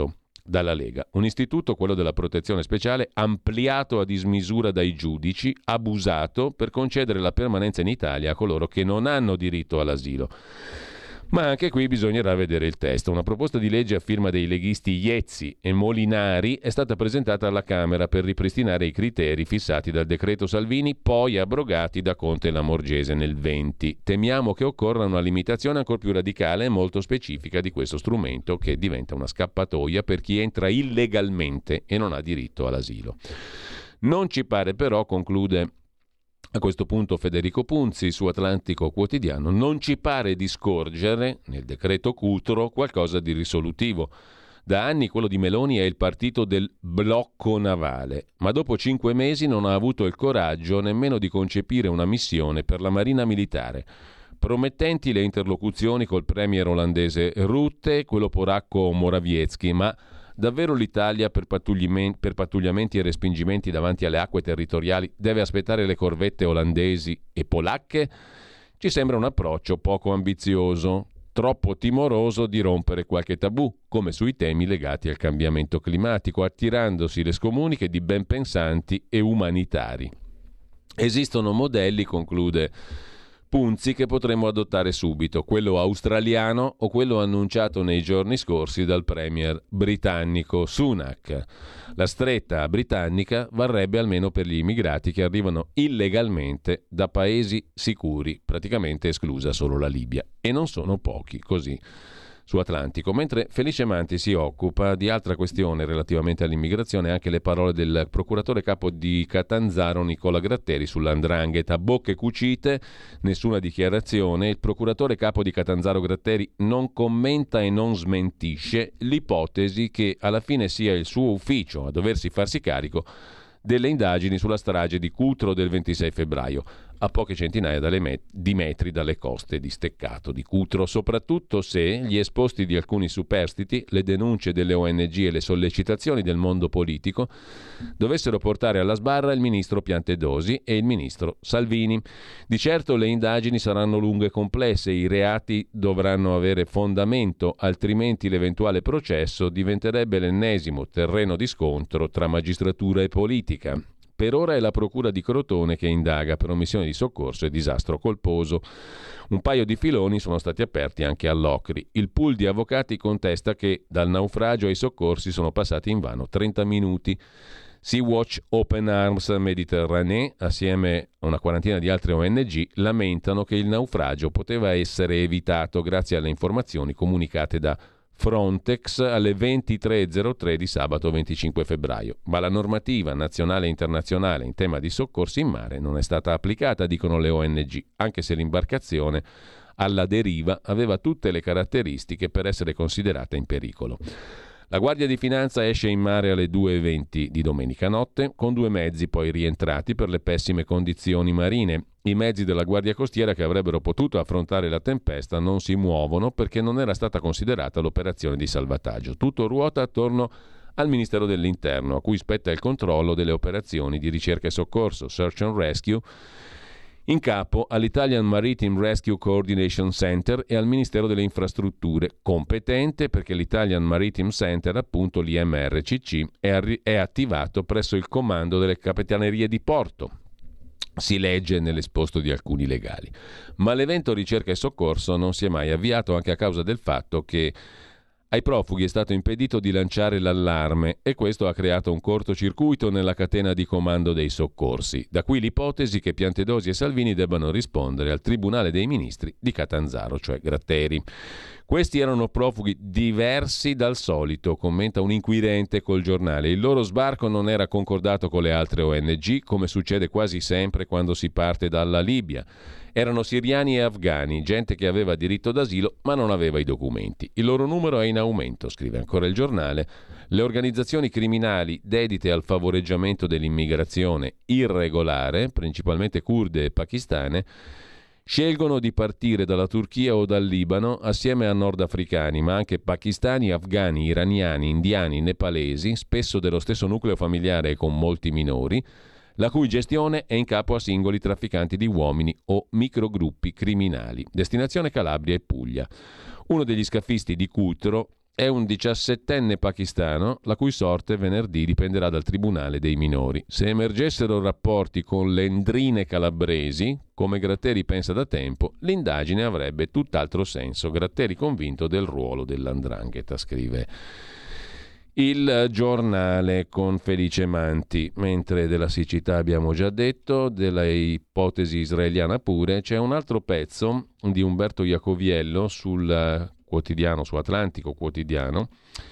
dalla Lega. Un istituto, quello della protezione speciale, ampliato a dismisura dai giudici, abusato per concedere la permanenza in Italia a coloro che non hanno diritto all'asilo. Ma anche qui bisognerà vedere il testo. Una proposta di legge a firma dei leghisti Iezzi e Molinari è stata presentata alla Camera per ripristinare i criteri fissati dal decreto Salvini, poi abrogati da Conte e Lamorgese nel venti. Temiamo che occorra una limitazione ancora più radicale e molto specifica di questo strumento, che diventa una scappatoia per chi entra illegalmente e non ha diritto all'asilo. Non ci pare però, conclude a questo punto Federico Punzi su Atlantico Quotidiano, non ci pare di scorgere nel decreto Cutro qualcosa di risolutivo. Da anni quello di Meloni è il partito del blocco navale, ma dopo cinque mesi non ha avuto il coraggio nemmeno di concepire una missione per la Marina Militare. Promettenti le interlocuzioni col premier olandese Rutte e quello polacco Morawiecki, ma davvero l'Italia per, per pattugliamenti e respingimenti davanti alle acque territoriali deve aspettare le corvette olandesi e polacche? Ci sembra un approccio poco ambizioso, troppo timoroso di rompere qualche tabù, come sui temi legati al cambiamento climatico, attirandosi le scomuniche di ben pensanti e umanitari. Esistono modelli, conclude Punzi, che potremmo adottare subito, quello australiano o quello annunciato nei giorni scorsi dal premier britannico Sunak. La stretta britannica varrebbe almeno per gli immigrati che arrivano illegalmente da paesi sicuri, praticamente esclusa solo la Libia, e non sono pochi, così su Atlantico. Mentre Felice Manti si occupa di altra questione relativamente all'immigrazione, anche le parole del procuratore capo di Catanzaro Nicola Gratteri sull'Andrangheta. Bocche cucite, nessuna dichiarazione. Il procuratore capo di Catanzaro Gratteri non commenta e non smentisce l'ipotesi che alla fine sia il suo ufficio a doversi farsi carico delle indagini sulla strage di Cutro del ventisei febbraio, a poche centinaia dalle met- di metri dalle coste di Steccato di Cutro, soprattutto se gli esposti di alcuni superstiti, le denunce delle O N G e le sollecitazioni del mondo politico dovessero portare alla sbarra il ministro Piantedosi e il ministro Salvini. Di certo le indagini saranno lunghe e complesse, i reati dovranno avere fondamento, altrimenti l'eventuale processo diventerebbe l'ennesimo terreno di scontro tra magistratura e politica. Per ora è la procura di Crotone che indaga per omissione di soccorso e disastro colposo. Un paio di filoni sono stati aperti anche all'Ocri. Il pool di avvocati contesta che dal naufragio ai soccorsi sono passati invano trenta minuti. Sea-Watch, Open Arms Mediterranee, assieme a una quarantina di altre O N G, lamentano che il naufragio poteva essere evitato grazie alle informazioni comunicate da Frontex alle ventitré e zero tre di sabato venticinque febbraio. Ma la normativa nazionale e internazionale in tema di soccorsi in mare non è stata applicata, dicono le O N G, anche se l'imbarcazione alla deriva aveva tutte le caratteristiche per essere considerata in pericolo. La Guardia di Finanza esce in mare alle due e venti di domenica notte con due mezzi poi rientrati per le pessime condizioni marine. I mezzi della Guardia Costiera che avrebbero potuto affrontare la tempesta non si muovono perché non era stata considerata l'operazione di salvataggio. Tutto ruota attorno al Ministero dell'Interno, a cui spetta il controllo delle operazioni di ricerca e soccorso, Search and Rescue, in capo all'Italian Maritime Rescue Coordination Center e al Ministero delle Infrastrutture, competente perché l'Italian Maritime Center, appunto l'I M R C C, è, arri- è attivato presso il comando delle capitanerie di porto. Si legge nell'esposto di alcuni legali. Ma l'evento ricerca e soccorso non si è mai avviato anche a causa del fatto che ai profughi è stato impedito di lanciare l'allarme e questo ha creato un cortocircuito nella catena di comando dei soccorsi. Da qui l'ipotesi che Piantedosi e Salvini debbano rispondere al Tribunale dei Ministri di Catanzaro, cioè Gratteri. Questi erano profughi diversi dal solito, commenta un inquirente col giornale. Il loro sbarco non era concordato con le altre O N G, come succede quasi sempre quando si parte dalla Libia. Erano siriani e afghani, gente che aveva diritto d'asilo ma non aveva i documenti. Il loro numero è in aumento, scrive ancora il giornale. Le organizzazioni criminali dedite al favoreggiamento dell'immigrazione irregolare, principalmente curde e pakistane, scelgono di partire dalla Turchia o dal Libano assieme a nordafricani, ma anche pakistani, afghani, iraniani, indiani, nepalesi, spesso dello stesso nucleo familiare e con molti minori, la cui gestione è in capo a singoli trafficanti di uomini o microgruppi criminali. Destinazione Calabria e Puglia. Uno degli scafisti di Cutro È un diciassettenne pakistano la cui sorte venerdì dipenderà dal Tribunale dei minori. Se emergessero rapporti con le Endrine calabresi, come Gratteri pensa da tempo, l'indagine avrebbe tutt'altro senso. Gratteri convinto del ruolo dell'Andrangheta, scrive Il Giornale con Felice Manti. Mentre della siccità abbiamo già detto, della ipotesi israeliana pure, c'è un altro pezzo di Umberto Iacoviello sul quotidiano, su Atlantico Quotidiano,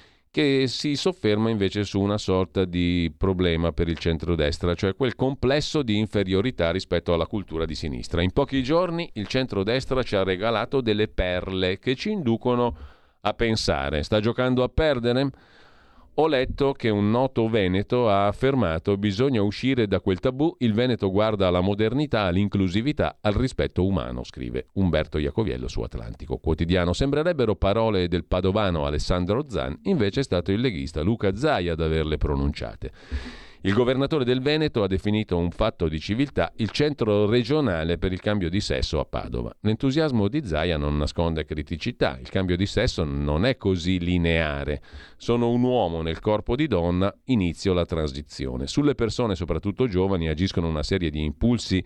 che si sofferma invece su una sorta di problema per il centrodestra, cioè quel complesso di inferiorità rispetto alla cultura di sinistra. In pochi giorni il centrodestra ci ha regalato delle perle che ci inducono a pensare: sta giocando a perdere? Ho letto che un noto veneto ha affermato: bisogna uscire da quel tabù, il Veneto guarda alla modernità, all'inclusività, al rispetto umano, scrive Umberto Iacoviello su Atlantico Quotidiano. Sembrerebbero parole del padovano Alessandro Zan, invece è stato il leghista Luca Zaia ad averle pronunciate. Il governatore del Veneto ha definito un fatto di civiltà il centro regionale per il cambio di sesso a Padova. L'entusiasmo di Zaia non nasconde criticità. Il cambio di sesso non è così lineare. Sono un uomo nel corpo di donna, inizio la transizione. Sulle persone, soprattutto giovani, agiscono una serie di impulsi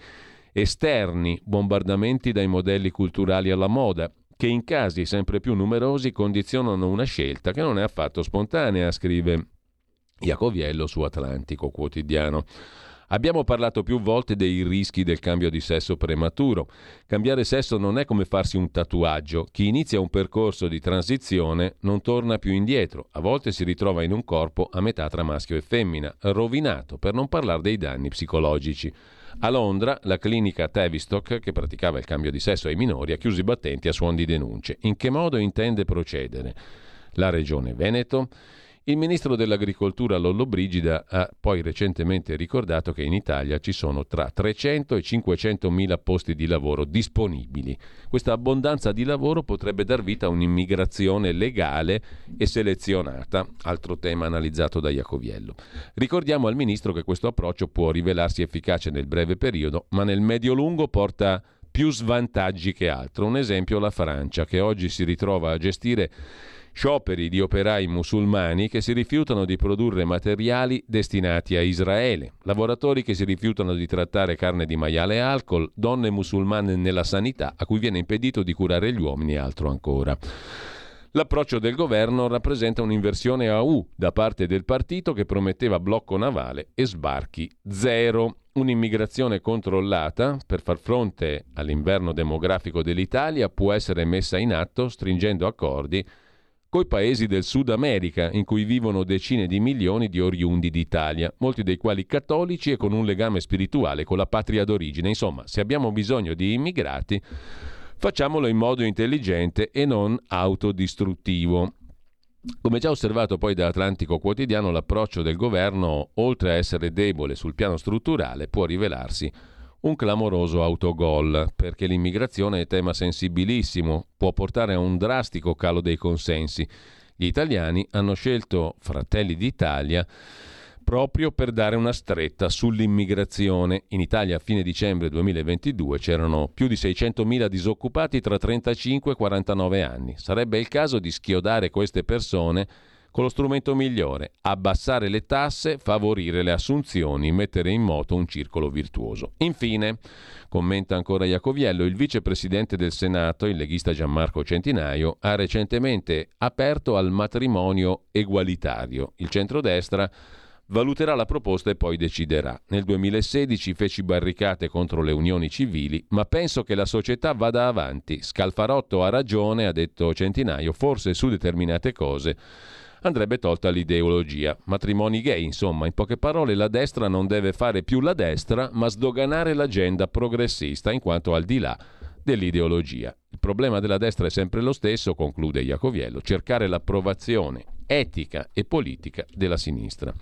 esterni, bombardamenti dai modelli culturali alla moda, che in casi sempre più numerosi condizionano una scelta che non è affatto spontanea, scrive Iacoviello su Atlantico Quotidiano. Abbiamo parlato più volte dei rischi del cambio di sesso prematuro. Cambiare sesso non è come farsi un tatuaggio. Chi inizia un percorso di transizione non torna più indietro. A volte si ritrova in un corpo a metà tra maschio e femmina, rovinato, per non parlare dei danni psicologici. A Londra, la clinica Tavistock, che praticava il cambio di sesso ai minori, ha chiuso i battenti a suon di denunce. In che modo intende procedere la Regione Veneto? Il ministro dell'Agricoltura Lollobrigida ha poi recentemente ricordato che in Italia ci sono tra trecento e cinquecentomila posti di lavoro disponibili. Questa abbondanza di lavoro potrebbe dar vita a un'immigrazione legale e selezionata, altro tema analizzato da Iacoviello. Ricordiamo al ministro che questo approccio può rivelarsi efficace nel breve periodo, ma nel medio-lungo porta più svantaggi che altro. Un esempio: la Francia, che oggi si ritrova a gestire scioperi di operai musulmani che si rifiutano di produrre materiali destinati a Israele, lavoratori che si rifiutano di trattare carne di maiale e alcol, donne musulmane nella sanità a cui viene impedito di curare gli uomini e altro ancora. L'approccio del governo rappresenta un'inversione a U da parte del partito che prometteva blocco navale e sbarchi zero. Un'immigrazione controllata per far fronte all'inverno demografico dell'Italia può essere messa in atto stringendo accordi coi paesi del Sud America, in cui vivono decine di milioni di oriundi d'Italia, molti dei quali cattolici e con un legame spirituale con la patria d'origine. Insomma, se abbiamo bisogno di immigrati, facciamolo in modo intelligente e non autodistruttivo. Come già osservato poi da Atlantico Quotidiano, l'approccio del governo, oltre a essere debole sul piano strutturale, può rivelarsi un clamoroso autogol, perché l'immigrazione è tema sensibilissimo, può portare a un drastico calo dei consensi. Gli italiani hanno scelto Fratelli d'Italia proprio per dare una stretta sull'immigrazione. In Italia a fine dicembre duemilaventidue c'erano più di seicentomila disoccupati tra trentacinque e quarantanove anni. Sarebbe il caso di schiodare queste persone con lo strumento migliore: abbassare le tasse, favorire le assunzioni, mettere in moto un circolo virtuoso. Infine, commenta ancora Iacoviello, il vicepresidente del Senato, il leghista Gianmarco Centinaio, ha recentemente aperto al matrimonio egualitario. Il centrodestra valuterà la proposta e poi deciderà. Nel duemilasedici feci barricate contro le unioni civili, ma penso che la società vada avanti. Scalfarotto ha ragione, ha detto Centinaio, forse su determinate cose andrebbe tolta l'ideologia. Matrimoni gay, insomma, in poche parole la destra non deve fare più la destra, ma sdoganare l'agenda progressista in quanto al di là dell'ideologia. Il problema della destra è sempre lo stesso, conclude Iacoviello, cercare l'approvazione etica e politica della sinistra.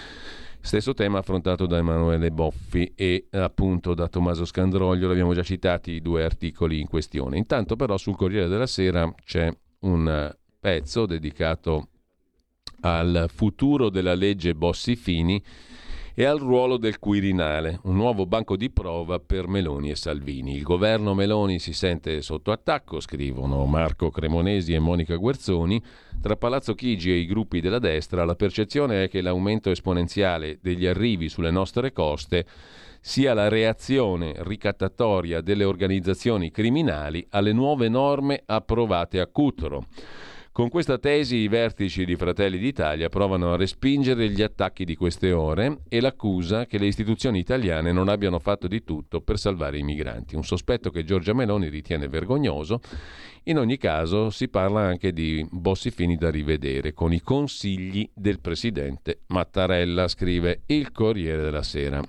Stesso tema affrontato da Emanuele Boffi e appunto da Tommaso Scandroglio, l'abbiamo già citati i due articoli in questione. Intanto però sul Corriere della Sera c'è un pezzo dedicato al futuro della legge Bossi-Fini e al ruolo del Quirinale, un nuovo banco di prova per Meloni e Salvini. Il governo Meloni si sente sotto attacco, scrivono Marco Cremonesi e Monica Guerzoni. Tra Palazzo Chigi e i gruppi della destra la percezione è che l'aumento esponenziale degli arrivi sulle nostre coste sia la reazione ricattatoria delle organizzazioni criminali alle nuove norme approvate a Cutro. Con questa tesi i vertici di Fratelli d'Italia provano a respingere gli attacchi di queste ore e l'accusa che le istituzioni italiane non abbiano fatto di tutto per salvare i migranti. Un sospetto che Giorgia Meloni ritiene vergognoso. In ogni caso si parla anche di Bossi-Fini da rivedere con i consigli del presidente Mattarella, scrive il Corriere della Sera.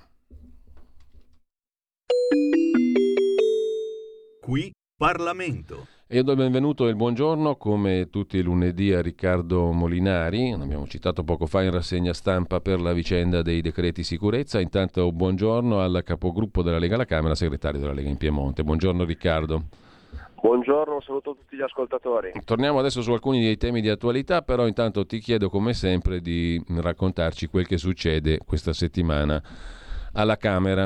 Qui Parlamento. Io do il benvenuto e il buongiorno, come tutti i lunedì, a Riccardo Molinari. Abbiamo citato poco fa in rassegna stampa per la vicenda dei decreti sicurezza. Intanto buongiorno al capogruppo della Lega alla Camera, segretario della Lega in Piemonte. Buongiorno Riccardo. Buongiorno, saluto a tutti gli ascoltatori. Torniamo adesso su alcuni dei temi di attualità, però intanto ti chiedo come sempre di raccontarci quel che succede questa settimana alla Camera.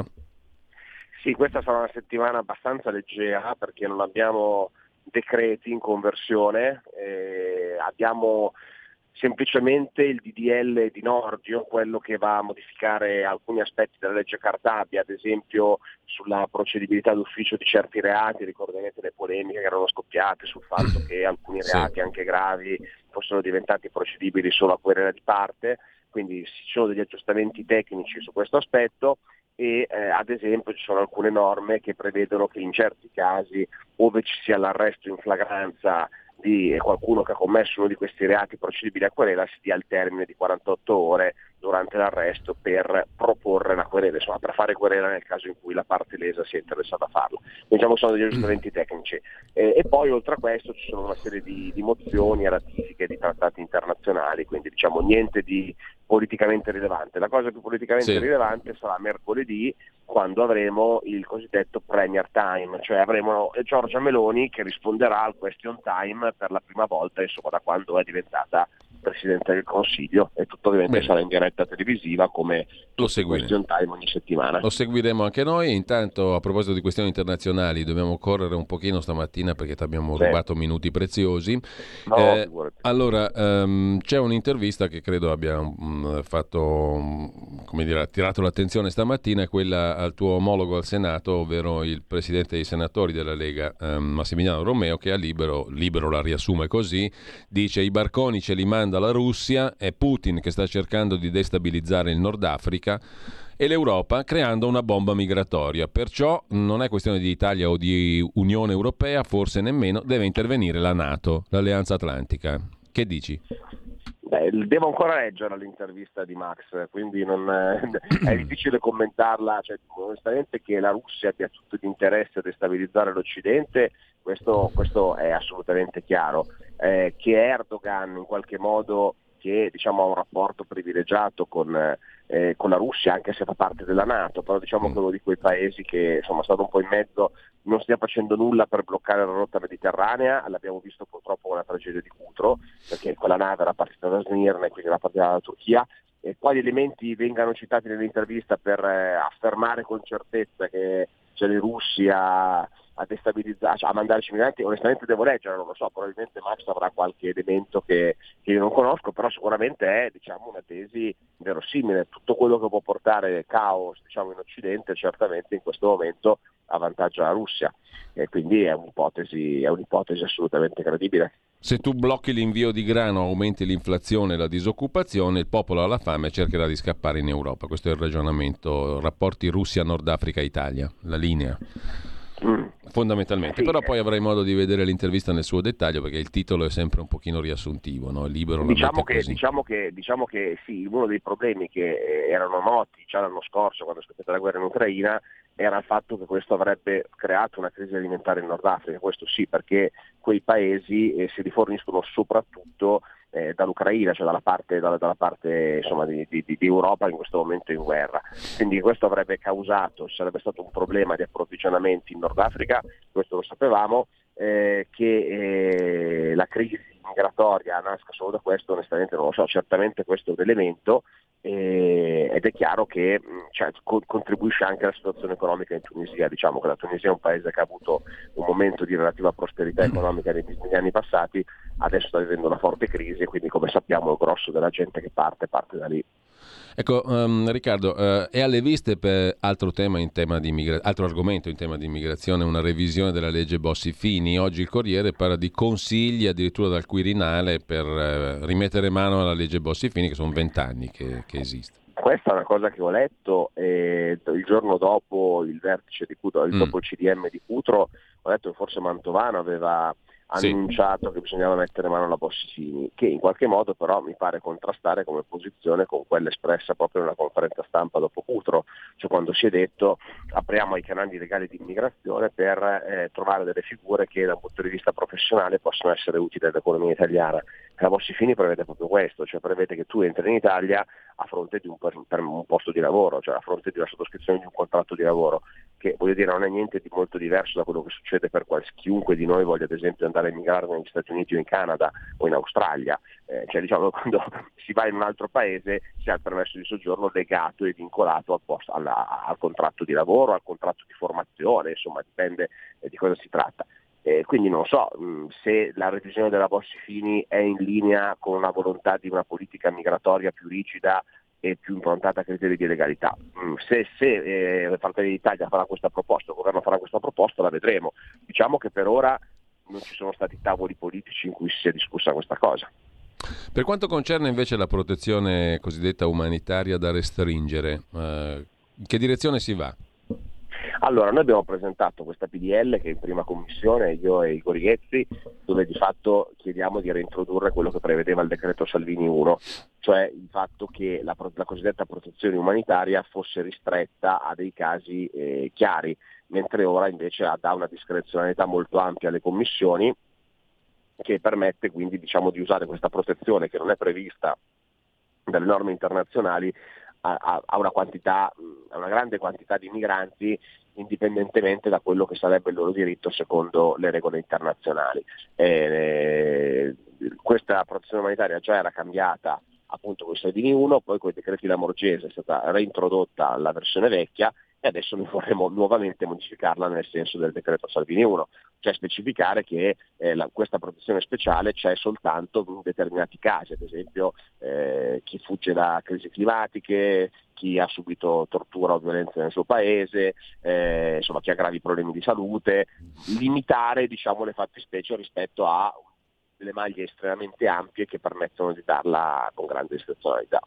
Sì, questa sarà una settimana abbastanza leggera perché non abbiamo decreti in conversione, eh, abbiamo semplicemente il D D L di Nordio, quello che va a modificare alcuni aspetti della legge Cartabia, ad esempio sulla procedibilità d'ufficio di certi reati. Ricorderete le polemiche che erano scoppiate sul fatto che alcuni reati, sì, anche gravi, fossero diventati procedibili solo a querela di parte, quindi ci sono degli aggiustamenti tecnici su questo aspetto. E eh, ad esempio ci sono alcune norme che prevedono che in certi casi, ove ci sia l'arresto in flagranza di qualcuno che ha commesso uno di questi reati procedibili a querela, si dia il termine di quarantotto ore durante l'arresto per proporre la querela, insomma per fare querela nel caso in cui la parte lesa sia interessata a farlo. Diciamo che sono degli aggiustamenti tecnici. Eh, e poi oltre a questo ci sono una serie di, di mozioni e ratifiche di trattati internazionali, quindi diciamo niente di politicamente rilevante. La cosa più politicamente sì. rilevante sarà mercoledì, quando avremo il cosiddetto Premier Time, cioè avremo Giorgia Meloni che risponderà al question time per la prima volta, insomma, da quando è diventata Presidente del Consiglio, e tutto ovviamente Bene. sarà in diretta televisiva come lo seguiremo. Question Time ogni settimana. Lo seguiremo anche noi. Intanto, a proposito di questioni internazionali, dobbiamo correre un pochino stamattina perché ti abbiamo Beh. rubato minuti preziosi. No, eh, allora, um, c'è un'intervista che credo abbia um, fatto, um, come dire, ha tirato l'attenzione stamattina, quella al tuo omologo al Senato, ovvero il presidente dei senatori della Lega, um, Massimiliano Romeo, che a Libero, Libero la riassume così, dice: i barconi ce li manda la Russia, è Putin che sta cercando di destabilizzare il Nord Africa e l'Europa creando una bomba migratoria. Perciò non è questione di Italia o di Unione Europea, forse nemmeno, deve intervenire la NATO, l'Alleanza Atlantica. Che dici? Beh, devo ancora leggere l'intervista di Max, quindi non, è difficile commentarla. Cioè, onestamente che la Russia abbia tutto l'interesse a destabilizzare l'Occidente, questo, questo è assolutamente chiaro. Eh, che Erdogan in qualche modo, che diciamo ha un rapporto privilegiato con, eh, con la Russia, anche se fa parte della NATO, però diciamo che uno di quei paesi che insomma è stato un po' in mezzo, non stia facendo nulla per bloccare la rotta mediterranea. L'abbiamo visto purtroppo con la tragedia di Cutro, perché quella nave era partita da Smirne e quindi era partita dalla Turchia. E quali elementi vengano citati nell'intervista per eh, affermare con certezza che c'è i russi a a destabilizzare, cioè a mandarci migranti, onestamente devo leggere, non lo so, probabilmente Max avrà qualche elemento che, che io non conosco, però sicuramente è, diciamo, una tesi verosimile. Tutto quello che può portare caos, diciamo, in Occidente certamente in questo momento avvantaggia la Russia, e quindi è un'ipotesi, è un'ipotesi assolutamente credibile. Se tu blocchi l'invio di grano, aumenti l'inflazione e la disoccupazione, il popolo alla fame cercherà di scappare in Europa. Questo è il ragionamento. Rapporti Russia-Nord Africa-Italia, la linea. Mm. Fondamentalmente, sì, però poi avrai modo di vedere l'intervista nel suo dettaglio, perché il titolo è sempre un pochino riassuntivo, no? Libero la diciamo che, così. diciamo che diciamo che sì, uno dei problemi che erano noti già l'anno scorso, quando è scoppiata la guerra in Ucraina, era il fatto che questo avrebbe creato una crisi alimentare in Nord Africa. Questo sì, perché quei paesi eh, si riforniscono soprattutto eh, dall'Ucraina, cioè dalla parte, dalla, dalla parte insomma, di, di, di Europa in questo momento in guerra. Quindi questo avrebbe causato, sarebbe stato un problema di approvvigionamenti in Nord Africa, questo lo sapevamo, eh, che eh, la crisi migratoria nasca solo da questo, onestamente non lo so, certamente questo è un elemento, eh, ed è chiaro che cioè, co- contribuisce anche alla situazione economica in Tunisia. Diciamo che la Tunisia è un paese che ha avuto un momento di relativa prosperità economica negli, negli anni passati, adesso sta vivendo una forte crisi e quindi, come sappiamo, il grosso della gente che parte parte da lì. Ecco, um, Riccardo, uh, è alle viste per altro tema in tema di immigra- altro argomento in tema di immigrazione, una revisione della legge Bossi-Fini. Oggi il Corriere parla di consigli addirittura dal Quirinale per uh, rimettere mano alla legge Bossi-Fini, che sono vent'anni che, che esiste. Questa è una cosa che ho letto e il giorno dopo il vertice di Cutro, mm. dopo il C D M di Cutro, ho letto che forse Mantovano aveva annunciato sì. che bisognava mettere mano alla Bossi-Fini, che in qualche modo però mi pare contrastare come posizione con quella espressa proprio nella conferenza stampa dopo Cutro, cioè quando si è detto apriamo i canali legali di immigrazione per eh, trovare delle figure che da un punto di vista professionale possono essere utili all'economia italiana. La Bossi-Fini prevede proprio questo, cioè prevede che tu entri in Italia a fronte di un, per un posto di lavoro, cioè a fronte di una sottoscrizione di un contratto di lavoro, che voglio dire non è niente di molto diverso da quello che succede per quals- chiunque di noi voglia ad esempio andare a immigrare negli Stati Uniti o in Canada o in Australia, eh, cioè diciamo quando si va in un altro paese si ha il permesso di soggiorno legato e vincolato al, posto, alla, al contratto di lavoro, al contratto di formazione, insomma dipende eh, di cosa si tratta. Eh, quindi non so mh, se la revisione della Bossi-Fini è in linea con una volontà di una politica migratoria più rigida e più improntata a criteri di legalità. Mm, se se eh, Fratelli d'Italia farà questa proposta, il governo farà questa proposta, la vedremo. Diciamo che per ora non ci sono stati tavoli politici in cui si sia discussa questa cosa. Per quanto concerne invece la protezione cosiddetta umanitaria da restringere, eh, in che direzione si va? Allora, noi abbiamo presentato questa P D L che è in prima commissione, io e Igor Iezzi, dove di fatto chiediamo di reintrodurre quello che prevedeva il decreto Salvini uno, cioè il fatto che la, la cosiddetta protezione umanitaria fosse ristretta a dei casi eh, chiari, mentre ora invece dà una discrezionalità molto ampia alle commissioni, che permette quindi diciamo di usare questa protezione che non è prevista dalle norme internazionali a, a una quantità, a una grande quantità di migranti, indipendentemente da quello che sarebbe il loro diritto secondo le regole internazionali. Eh, questa protezione umanitaria già era cambiata appunto con il Salvini uno, poi con i decreti Lamorgese è stata reintrodotta la versione vecchia e adesso noi vorremmo nuovamente modificarla nel senso del decreto Salvini uno, cioè specificare che eh, la, questa protezione speciale c'è soltanto in determinati casi, ad esempio eh, chi fugge da crisi climatiche, chi ha subito tortura o violenza nel suo paese, eh, insomma chi ha gravi problemi di salute, limitare diciamo le fattispecie rispetto a delle maglie estremamente ampie che permettono di darla con grande discrezionalità.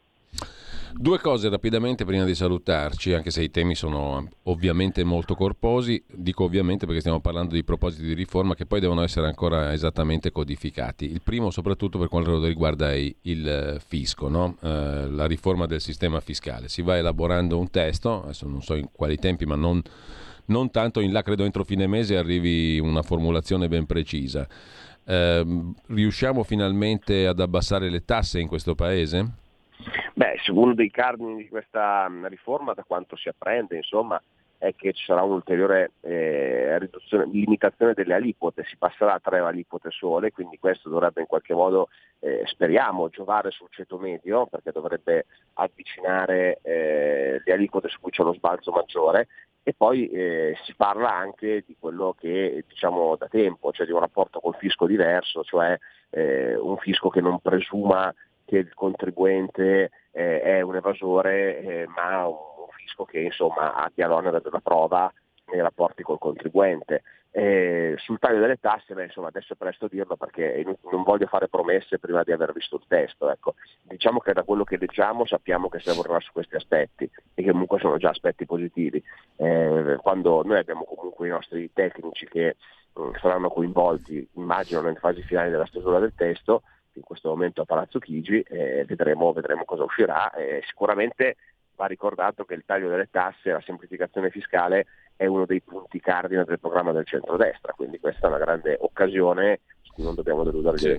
Due cose rapidamente prima di salutarci, anche se i temi sono ovviamente molto corposi, dico ovviamente perché stiamo parlando di propositi di riforma che poi devono essere ancora esattamente codificati. Il primo soprattutto per quanto riguarda il fisco, no? eh, la riforma del sistema fiscale. Si va elaborando un testo, adesso non so in quali tempi, ma non, non tanto in là, credo entro fine mese arrivi una formulazione ben precisa. Eh, riusciamo finalmente ad abbassare le tasse in questo paese? Beh, uno dei cardini di questa riforma, da quanto si apprende, insomma, è che ci sarà un'ulteriore eh, riduzione, limitazione delle aliquote, si passerà a tre aliquote sole, quindi questo dovrebbe in qualche modo, eh, speriamo, giovare sul ceto medio, perché dovrebbe avvicinare eh, le aliquote su cui c'è uno sbalzo maggiore. E poi eh, si parla anche di quello che diciamo da tempo, cioè di un rapporto col fisco diverso, cioè eh, un fisco che non presuma che il contribuente eh, è un evasore, eh, ma un, un fisco che insomma abbia l'onere della prova nei rapporti col contribuente. Eh, sul taglio delle tasse, beh, insomma, adesso è presto dirlo perché non voglio fare promesse prima di aver visto il testo. Ecco. Diciamo che da quello che leggiamo sappiamo che si lavorerà su questi aspetti e che comunque sono già aspetti positivi. Eh, quando noi abbiamo comunque i nostri tecnici che eh, saranno coinvolti, immagino, nelle fasi finali della stesura del testo, in questo momento a Palazzo Chigi, eh, vedremo, vedremo cosa uscirà. Eh, sicuramente va ricordato che il taglio delle tasse e la semplificazione fiscale è uno dei punti cardine del programma del centrodestra, quindi questa è una grande occasione su cui non dobbiamo deludere sì. gli elettori.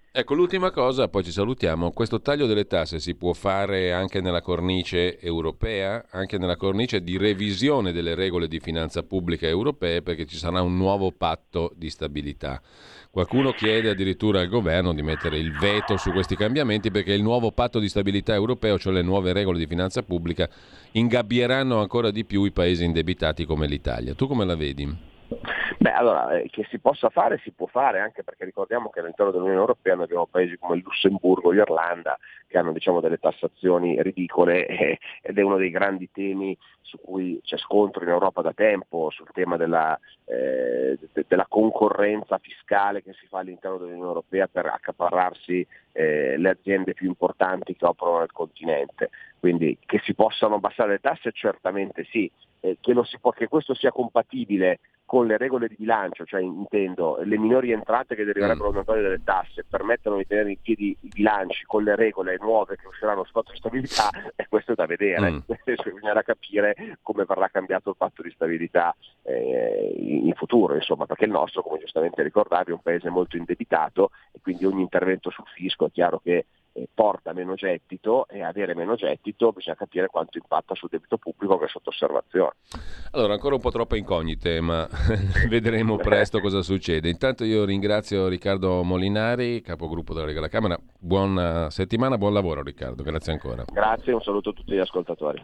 Ecco, l'ultima cosa, poi ci salutiamo. Questo taglio delle tasse si può fare anche nella cornice europea, anche nella cornice di revisione delle regole di finanza pubblica europee, perché ci sarà un nuovo patto di stabilità. Qualcuno chiede addirittura al governo di mettere il veto su questi cambiamenti, perché il nuovo patto di stabilità europeo, cioè le nuove regole di finanza pubblica, ingabbieranno ancora di più i paesi indebitati come l'Italia. Tu come la vedi? Beh, allora, eh, che si possa fare, si può fare, anche perché ricordiamo che all'interno dell'Unione Europea noi abbiamo paesi come il Lussemburgo, l'Irlanda, che hanno diciamo delle tassazioni ridicole eh, ed è uno dei grandi temi su cui c'è scontro in Europa da tempo, sul tema della, eh, de- della concorrenza fiscale che si fa all'interno dell'Unione Europea per accaparrarsi eh, le aziende più importanti che operano nel continente. Quindi che si possano abbassare le tasse certamente sì, eh, che, lo si può, che questo sia compatibile con le regole di bilancio, cioè intendo le minori entrate che deriverebbero mm. delle tasse permettono di tenere in piedi i bilanci con le regole nuove che usciranno sul patto di stabilità, e questo è da vedere, mm. bisognerà capire come verrà cambiato il patto di stabilità eh, in futuro, insomma, perché il nostro, come giustamente ricordavi, è un paese molto indebitato e quindi ogni intervento sul fisco è chiaro che eh, porta meno gettito, e avere meno gettito bisogna capire quanto impatta sul debito pubblico, che è sotto osservazione. Allora, ancora un po' troppe incognite, ma vedremo presto cosa succede. Intanto io ringrazio Riccardo Molinari, capogruppo della Lega alla Camera. Buona settimana, buon lavoro Riccardo, grazie ancora. Grazie, un saluto a tutti gli ascoltatori.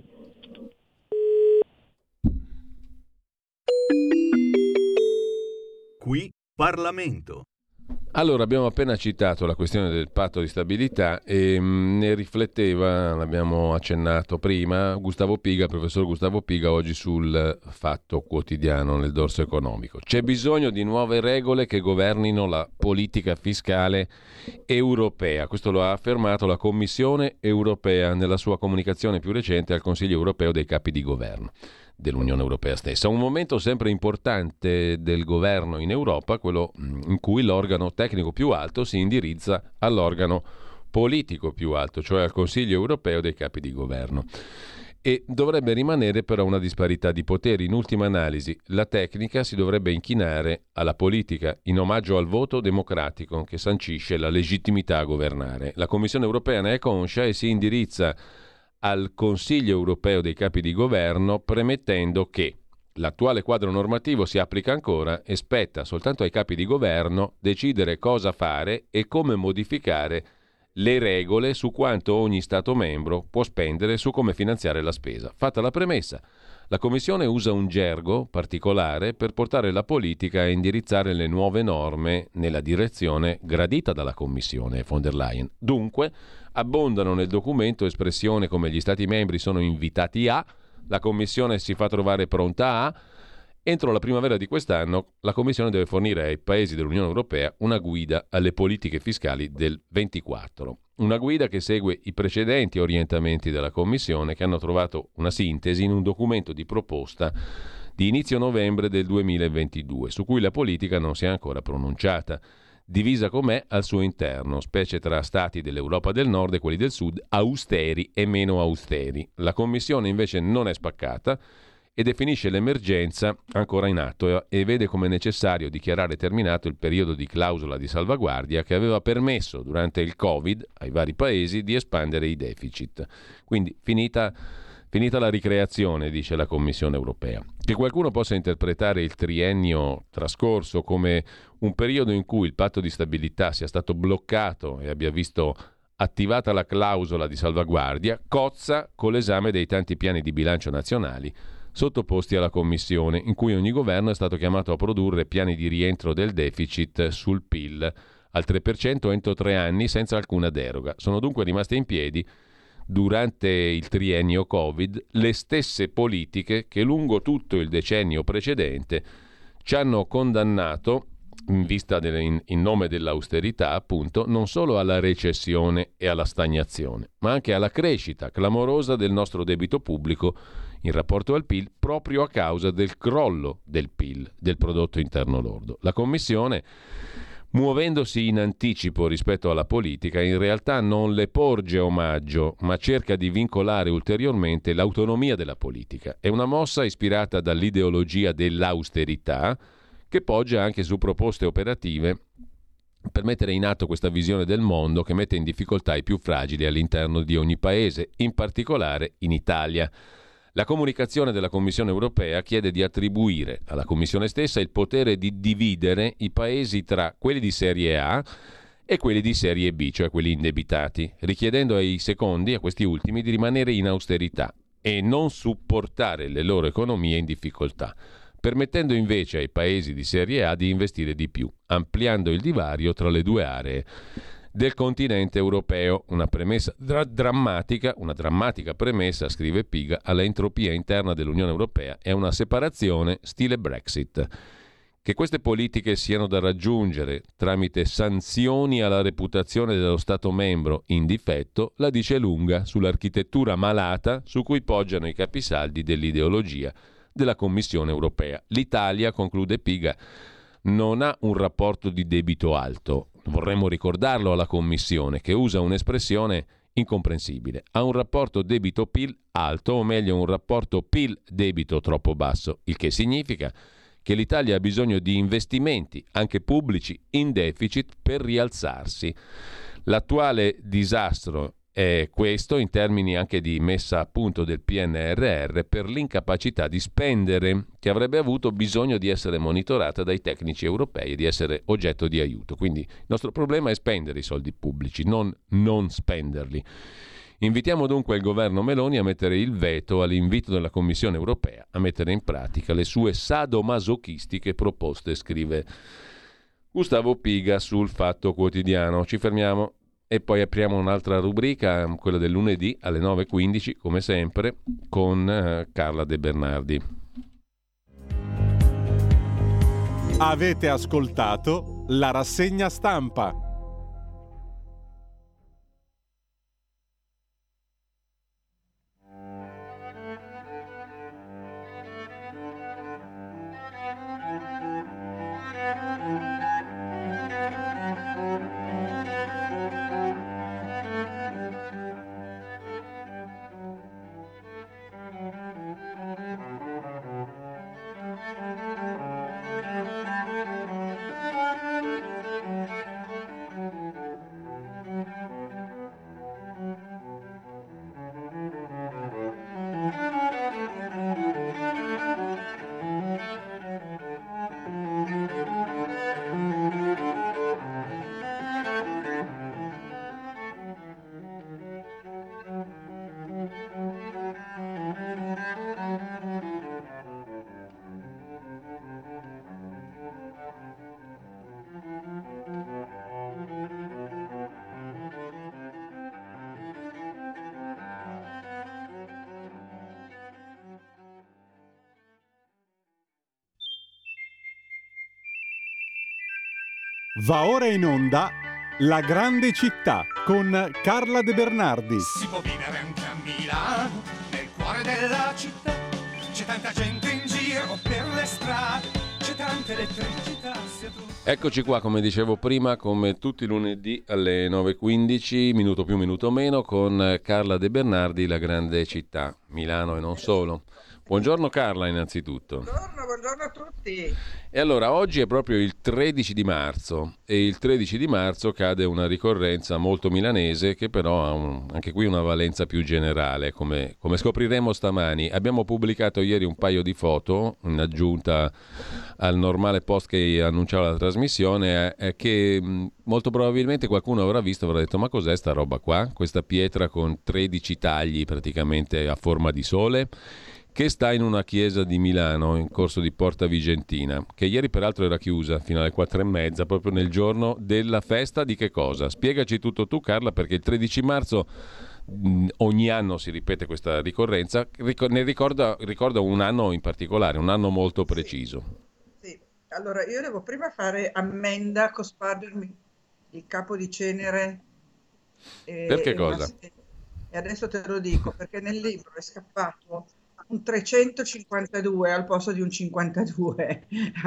Qui Parlamento. Allora, abbiamo appena citato la questione del patto di stabilità e mh, ne rifletteva, l'abbiamo accennato prima, Gustavo Piga, il professor Gustavo Piga, oggi sul Fatto Quotidiano nel dorso economico. C'è bisogno di nuove regole che governino la politica fiscale europea. Questo lo ha affermato la Commissione europea nella sua comunicazione più recente al Consiglio europeo dei capi di governo dell'Unione Europea stessa. Un momento sempre importante del governo in Europa, quello in cui l'organo tecnico più alto si indirizza all'organo politico più alto, cioè al Consiglio Europeo dei capi di governo. E dovrebbe rimanere però una disparità di poteri. In ultima analisi, la tecnica si dovrebbe inchinare alla politica, in omaggio al voto democratico che sancisce la legittimità a governare. La Commissione Europea ne è conscia e si indirizza al Consiglio europeo dei capi di governo, premettendo che l'attuale quadro normativo si applica ancora e spetta soltanto ai capi di governo decidere cosa fare e come modificare le regole su quanto ogni Stato membro può spendere, su come finanziare la spesa. Fatta la premessa, la Commissione usa un gergo particolare per portare la politica a indirizzare le nuove norme nella direzione gradita dalla Commissione von der Leyen. Dunque, abbondano nel documento espressioni come gli Stati membri sono invitati a, la Commissione si fa trovare pronta a. Entro la primavera di quest'anno la Commissione deve fornire ai Paesi dell'Unione Europea una guida alle politiche fiscali del ventiquattro. Una guida che segue i precedenti orientamenti della Commissione, che hanno trovato una sintesi in un documento di proposta di inizio novembre del duemilaventidue, su cui la politica non si è ancora pronunciata. Divisa com'è al suo interno, specie tra stati dell'Europa del Nord e quelli del Sud, austeri e meno austeri. La Commissione invece non è spaccata e definisce l'emergenza ancora in atto e vede come necessario dichiarare terminato il periodo di clausola di salvaguardia che aveva permesso durante il Covid ai vari paesi di espandere i deficit. Quindi finita, finita la ricreazione, dice la Commissione europea. Che qualcuno possa interpretare il triennio trascorso come un periodo in cui il patto di stabilità sia stato bloccato e abbia visto attivata la clausola di salvaguardia cozza con l'esame dei tanti piani di bilancio nazionali sottoposti alla Commissione, in cui ogni governo è stato chiamato a produrre piani di rientro del deficit sul P I L al tre per cento entro tre anni senza alcuna deroga. Sono dunque rimaste in piedi durante il triennio Covid le stesse politiche che lungo tutto il decennio precedente ci hanno condannato, in vista delle, in, in nome dell'austerità appunto, non solo alla recessione e alla stagnazione, ma anche alla crescita clamorosa del nostro debito pubblico in rapporto al P I L, proprio a causa del crollo del P I L, del prodotto interno lordo. La Commissione, muovendosi in anticipo rispetto alla politica, in realtà non le porge omaggio, ma cerca di vincolare ulteriormente l'autonomia della politica. È una mossa ispirata dall'ideologia dell'austerità, che poggia anche su proposte operative per mettere in atto questa visione del mondo che mette in difficoltà i più fragili all'interno di ogni paese, in particolare in Italia. La comunicazione della Commissione europea chiede di attribuire alla Commissione stessa il potere di dividere i paesi tra quelli di serie A e quelli di serie B, cioè quelli indebitati, richiedendo ai secondi, a questi ultimi, di rimanere in austerità e non supportare le loro economie in difficoltà, permettendo invece ai paesi di serie A di investire di più, ampliando il divario tra le due aree del continente europeo. Una premessa dra- drammatica, una drammatica premessa, scrive Piga, all'entropia interna dell'Unione Europea e a una separazione stile Brexit. Che queste politiche siano da raggiungere tramite sanzioni alla reputazione dello Stato membro in difetto la dice lunga sull'architettura malata su cui poggiano i capisaldi dell'ideologia della Commissione europea. L'Italia, conclude Piga, non ha un rapporto di debito alto. Vorremmo ricordarlo alla Commissione, che usa un'espressione incomprensibile. Ha un rapporto debito-P I L alto, o meglio un rapporto P I L-debito troppo basso, il che significa che l'Italia ha bisogno di investimenti, anche pubblici, in deficit per rialzarsi. L'attuale disastro è questo in termini anche di messa a punto del P N R R per l'incapacità di spendere, che avrebbe avuto bisogno di essere monitorata dai tecnici europei e di essere oggetto di aiuto. Quindi il nostro problema è spendere i soldi pubblici, non non spenderli. Invitiamo dunque il governo Meloni a mettere il veto all'invito della Commissione europea a mettere in pratica le sue sadomasochistiche proposte, scrive Gustavo Piga sul Fatto Quotidiano. Ci fermiamo e poi apriamo un'altra rubrica, quella del lunedì alle nove e quindici, come sempre, con eh, Carla De Bernardi. Avete ascoltato la rassegna stampa. Va ora in onda La Grande Città con Carla De Bernardi. Si può vivere anche a Milano, nel cuore della città. C'è tanta gente in giro per le strade, c'è tanta elettricità. Eccoci qua, come dicevo prima, come tutti i lunedì alle nove e quindici, minuto più minuto meno, con Carla De Bernardi, La Grande Città, Milano e non solo. Buongiorno Carla, innanzitutto. Buongiorno, buongiorno a tutti. E allora, oggi è proprio il tredici di marzo e il tredici di marzo cade una ricorrenza molto milanese che però ha un, anche qui una valenza più generale, come, come scopriremo stamani. Abbiamo pubblicato ieri un paio di foto in aggiunta al normale post che annunciava la trasmissione, eh, che mh, molto probabilmente qualcuno avrà visto e avrà detto: ma cos'è sta roba qua? Questa pietra con tredici tagli praticamente a forma di sole, che sta in una chiesa di Milano, in corso di Porta Vigentina, che ieri peraltro era chiusa fino alle quattro e mezza, proprio nel giorno della festa di che cosa? Spiegaci tutto tu, Carla, perché il tredici marzo mh, ogni anno si ripete questa ricorrenza, Ric- ne ricorda, ricorda un anno in particolare, un anno molto preciso. Sì, sì. Allora io devo prima fare ammenda, cospargermi il capo di cenere. E, per che e cosa? Una... E adesso te lo dico, perché nel libro è scappato un trecentocinquantadue al posto di un cinquantadue.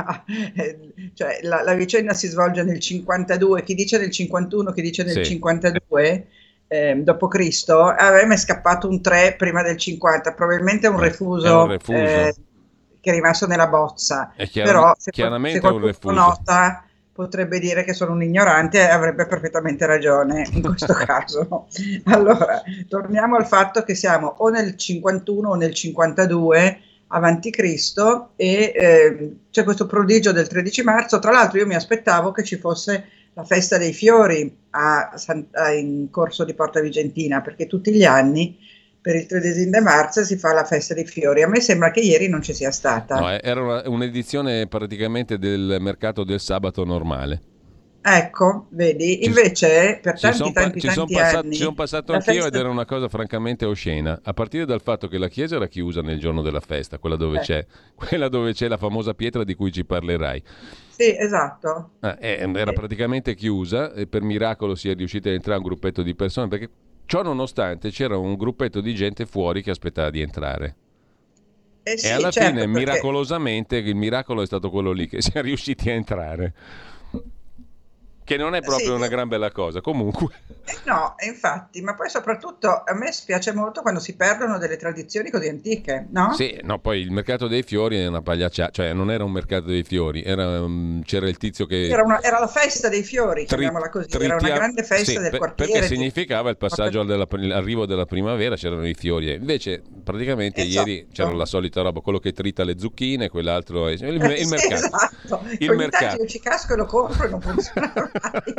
Cioè la, la vicenda si svolge nel cinquantadue, chi dice nel cinquantuno, chi dice nel sì. cinquantadue eh, dopo Cristo. A me mi è scappato un tre prima del cinquanta, probabilmente è un refuso, è un refuso. Eh, che è rimasto nella bozza. È chiar- però se, chiaramente se qualcuno un refuso. nota potrebbe dire che sono un ignorante e avrebbe perfettamente ragione in questo caso. Allora, torniamo al fatto che siamo o nel cinquantuno o nel cinquantadue avanti Cristo e eh, c'è questo prodigio del tredici marzo. Tra l'altro io mi aspettavo che ci fosse la festa dei fiori a San, a, in corso di Porta Vigentina, perché tutti gli anni per il tredici marzo si fa la festa dei fiori. A me sembra che ieri non ci sia stata. No, era una, un'edizione praticamente del mercato del sabato normale. Ecco, vedi, invece per tanti, son, tanti, ci tanti son passato, anni... Ci sono passato la anch'io festa... ed era una cosa francamente oscena, a partire dal fatto che la chiesa era chiusa nel giorno della festa, quella dove, eh. c'è, quella dove c'è la famosa pietra di cui ci parlerai. Sì, esatto. Ah, eh, era praticamente chiusa e per miracolo si è riusciti a entrare un gruppetto di persone, perché ciò nonostante c'era un gruppetto di gente fuori che aspettava di entrare. Eh sì, e alla certo, fine, perché... miracolosamente, il miracolo è stato quello lì, che si è riusciti a entrare. Che non è proprio sì, una gran bella cosa, comunque. Eh no, infatti, ma poi soprattutto a me spiace molto quando si perdono delle tradizioni così antiche, no? Sì, no, poi il mercato dei fiori è una pagliacciata, cioè non era un mercato dei fiori, era, um, c'era il tizio che... Era, una, era la festa dei fiori, Tri- chiamiamola così, tritia- era una grande festa sì, del per, quartiere. Perché di... significava il passaggio della, l'arrivo della primavera, c'erano i fiori, invece praticamente esatto. ieri c'era la solita roba, quello che trita le zucchine, quell'altro, è, il, il eh, mercato. Sì, esatto. Il Ogni mercato. tanto io ci casco e lo compro e non funziona mai.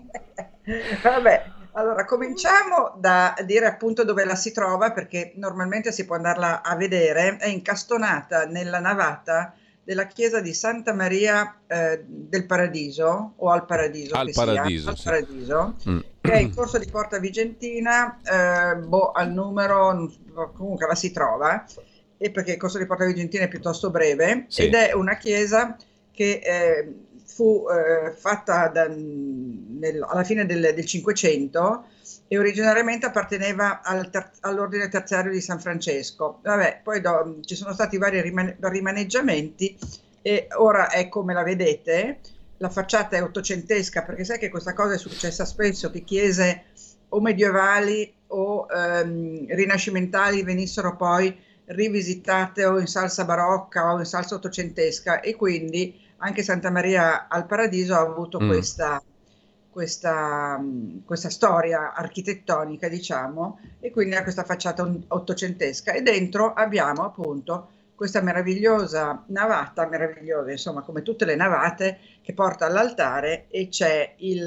Vabbè, allora cominciamo da dire appunto dove la si trova, perché normalmente si può andarla a vedere. È incastonata nella navata della chiesa di Santa Maria eh, del Paradiso o al Paradiso, al che Paradiso, sia, sì. al Paradiso mm. che è in corso di Porta Vigentina, eh, boh, al numero, comunque la si trova, e perché il corso di Porta Vigentina è piuttosto breve, sì. Ed è una chiesa che eh, fu eh, fatta da, nel, alla fine del, del Cinquecento e originariamente apparteneva al ter, all'ordine terziario di San Francesco. Vabbè, poi do, ci sono stati vari rimane, rimaneggiamenti e ora è come la vedete. La facciata è ottocentesca, perché sai che questa cosa è successa spesso, che chiese o medievali o ehm, rinascimentali venissero poi rivisitate o in salsa barocca o in salsa ottocentesca, e quindi anche Santa Maria al Paradiso ha avuto mm. questa, questa, questa storia architettonica, diciamo, e quindi ha questa facciata ottocentesca. E dentro abbiamo appunto questa meravigliosa navata, meravigliosa insomma come tutte le navate, che porta all'altare, e c'è il,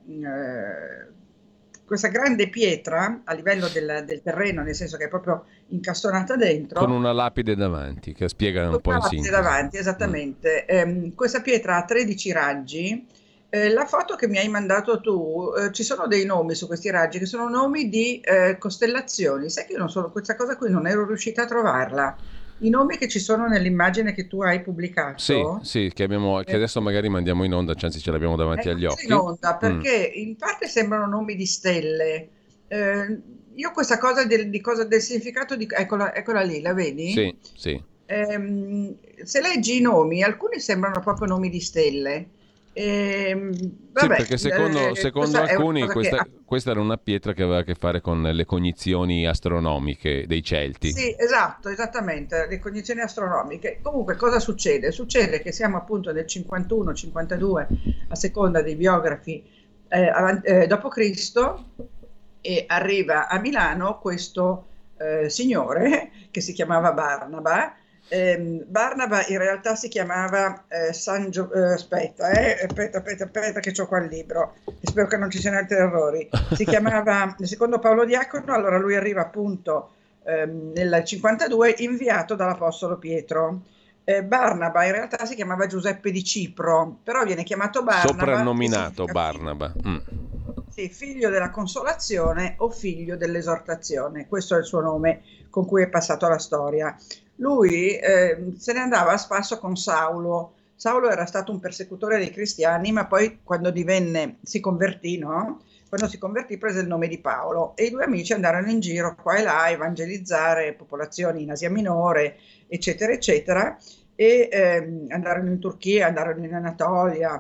eh, questa grande pietra a livello del, del terreno, nel senso che è proprio incastonata dentro. Con una lapide davanti, che spiega un po' in sintesi. davanti, esattamente. Mm. Eh, questa pietra ha tredici raggi. Eh, la foto che mi hai mandato tu, eh, ci sono dei nomi su questi raggi, che sono nomi di eh, costellazioni. Sai che io non sono, questa cosa qui non ero riuscita a trovarla. I nomi che ci sono nell'immagine che tu hai pubblicato. Sì, sì, che, abbiamo, che adesso magari mandiamo in onda, anzi ce l'abbiamo davanti eh, agli occhi. In onda, perché mm. in parte sembrano nomi di stelle. Eh, io questa cosa del, di cosa, del significato di... Eccola, eccola lì, la vedi? Sì, sì. Eh, se leggi i nomi, alcuni sembrano proprio nomi di stelle. Eh, vabbè, sì, perché secondo, eh, secondo alcuni questa, che... questa era una pietra che aveva a che fare con le cognizioni astronomiche dei Celti. Sì, esatto, esattamente, le cognizioni astronomiche. Comunque cosa succede? Succede che siamo appunto nel cinquantuno cinquantadue, a seconda dei biografi, eh, avanti, eh, dopo Cristo, e arriva a Milano questo eh, signore che si chiamava Barnaba. Eh, Barnaba in realtà si chiamava eh, San Gio- eh, aspetta, eh, aspetta, aspetta, aspetta che c'ho qua il libro e spero che non ci siano altri errori. Si chiamava, secondo Paolo Diacono, allora lui arriva appunto ehm, nel cinquantadue inviato dall'Apostolo Pietro. Eh, Barnaba in realtà si chiamava Giuseppe di Cipro, però viene chiamato Barnaba. Soprannominato Barnaba. Mm. Sì, figlio della consolazione o figlio dell'esortazione, questo è il suo nome con cui è passato alla storia. Lui eh, se ne andava a spasso con Saulo. Saulo era stato un persecutore dei cristiani, ma poi quando divenne, si convertì, no? Quando si convertì prese il nome di Paolo, e i due amici andarono in giro qua e là a evangelizzare popolazioni in Asia Minore, eccetera, eccetera, e ehm, andarono in Turchia, andarono in Anatolia,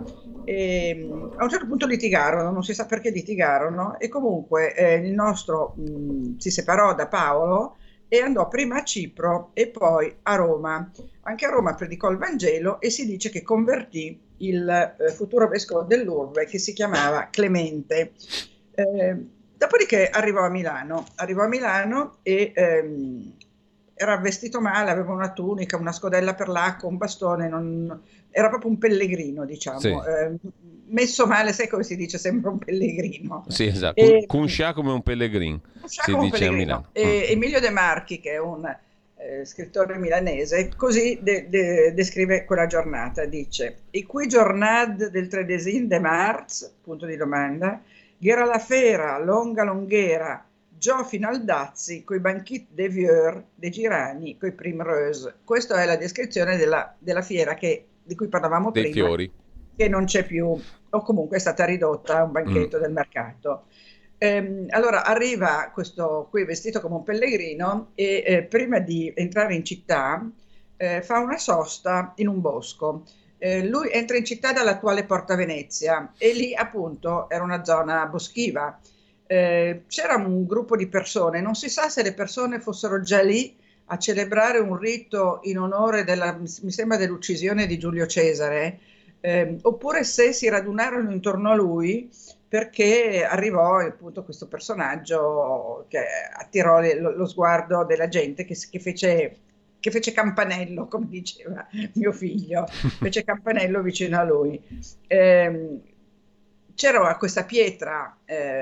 e a un certo punto litigarono, non si sa perché litigarono, e comunque eh, il nostro mh, si separò da Paolo e andò prima a Cipro e poi a Roma. Anche a Roma predicò il Vangelo e si dice che convertì il eh, futuro vescovo dell'Urbe, che si chiamava Clemente. Eh, dopodiché arrivò a Milano, arrivò a Milano e ehm, era vestito male, aveva una tunica, una scodella per l'acqua, un bastone, non, era proprio un pellegrino, diciamo. Sì. Eh, messo male, sai come si dice, sembra un pellegrino. Sì, esatto, E- Cuncià come un pellegrino, Uscià si come un dice a pellegrino. Milano. E Emilio De Marchi, che è un eh, scrittore milanese, così de- de- descrive quella giornata, dice: «I cui giornad del tredesin de marz, punto di domanda, gh'era la fera, longa longhera, giò fino al Dazzi, coi banchit de vieux, de Girani, coi primrose». Questa è la descrizione della, della fiera che, di cui parlavamo Dei prima, fiori. che non c'è più, o comunque è stata ridotta a un banchetto Mm. del mercato. Ehm, allora arriva questo qui vestito come un pellegrino e eh, prima di entrare in città eh, fa una sosta in un bosco. Eh, lui entra in città dall'attuale Porta Venezia e lì appunto era una zona boschiva. Eh, c'era un gruppo di persone, non si sa se le persone fossero già lì a celebrare un rito in onore della, mi sembra, dell'uccisione di Giulio Cesare, eh, oppure se si radunarono intorno a lui perché arrivò appunto questo personaggio che attirò le- lo, lo sguardo della gente, che, s- che fece, che fece campanello, come diceva mio figlio, fece campanello vicino a lui. Ehm, c'era questa pietra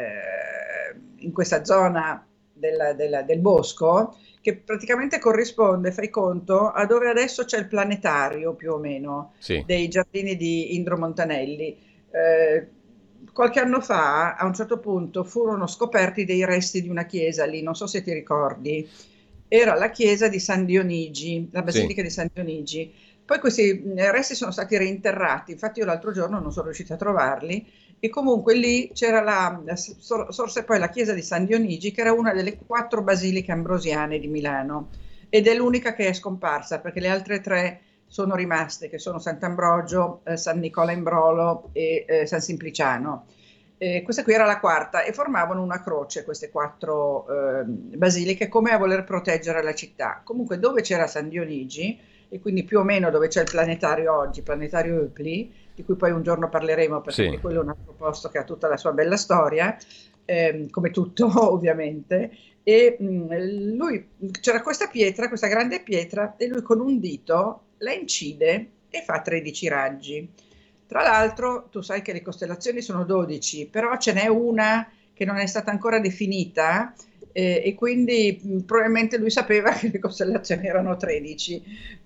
eh, in questa zona del, del- del bosco che praticamente corrisponde, fai conto, a dove adesso c'è il planetario più o meno Sì. dei giardini di Indro Montanelli. Eh, qualche anno fa, a un certo punto, furono scoperti dei resti di una chiesa lì, non so se ti ricordi, era la chiesa di San Dionigi, la basilica di San Dionigi. Poi questi mh, resti sono stati reinterrati, infatti io l'altro giorno non sono riuscita a trovarli, e comunque lì c'era la, sor- sorse poi la chiesa di San Dionigi, che era una delle quattro basiliche ambrosiane di Milano, ed è l'unica che è scomparsa, perché le altre tre sono rimaste, che sono Sant'Ambrogio, eh, San Nicola in Brolo e eh, San Simpliciano. Eh, questa qui era la quarta e formavano una croce, queste quattro eh, basiliche, come a voler proteggere la città. Comunque dove c'era San Dionigi, e quindi più o meno dove c'è il planetario oggi, planetario Eupli, di cui poi un giorno parleremo, perché Sì. anche quello è un altro posto che ha tutta la sua bella storia, ehm, come tutto ovviamente. E mh, lui, c'era questa pietra, questa grande pietra, e lui con un dito la incide e fa tredici raggi. Tra l'altro, tu sai che le costellazioni sono dodici, però ce n'è una che non è stata ancora definita, eh, e quindi mh, probabilmente lui sapeva che le costellazioni erano tredici.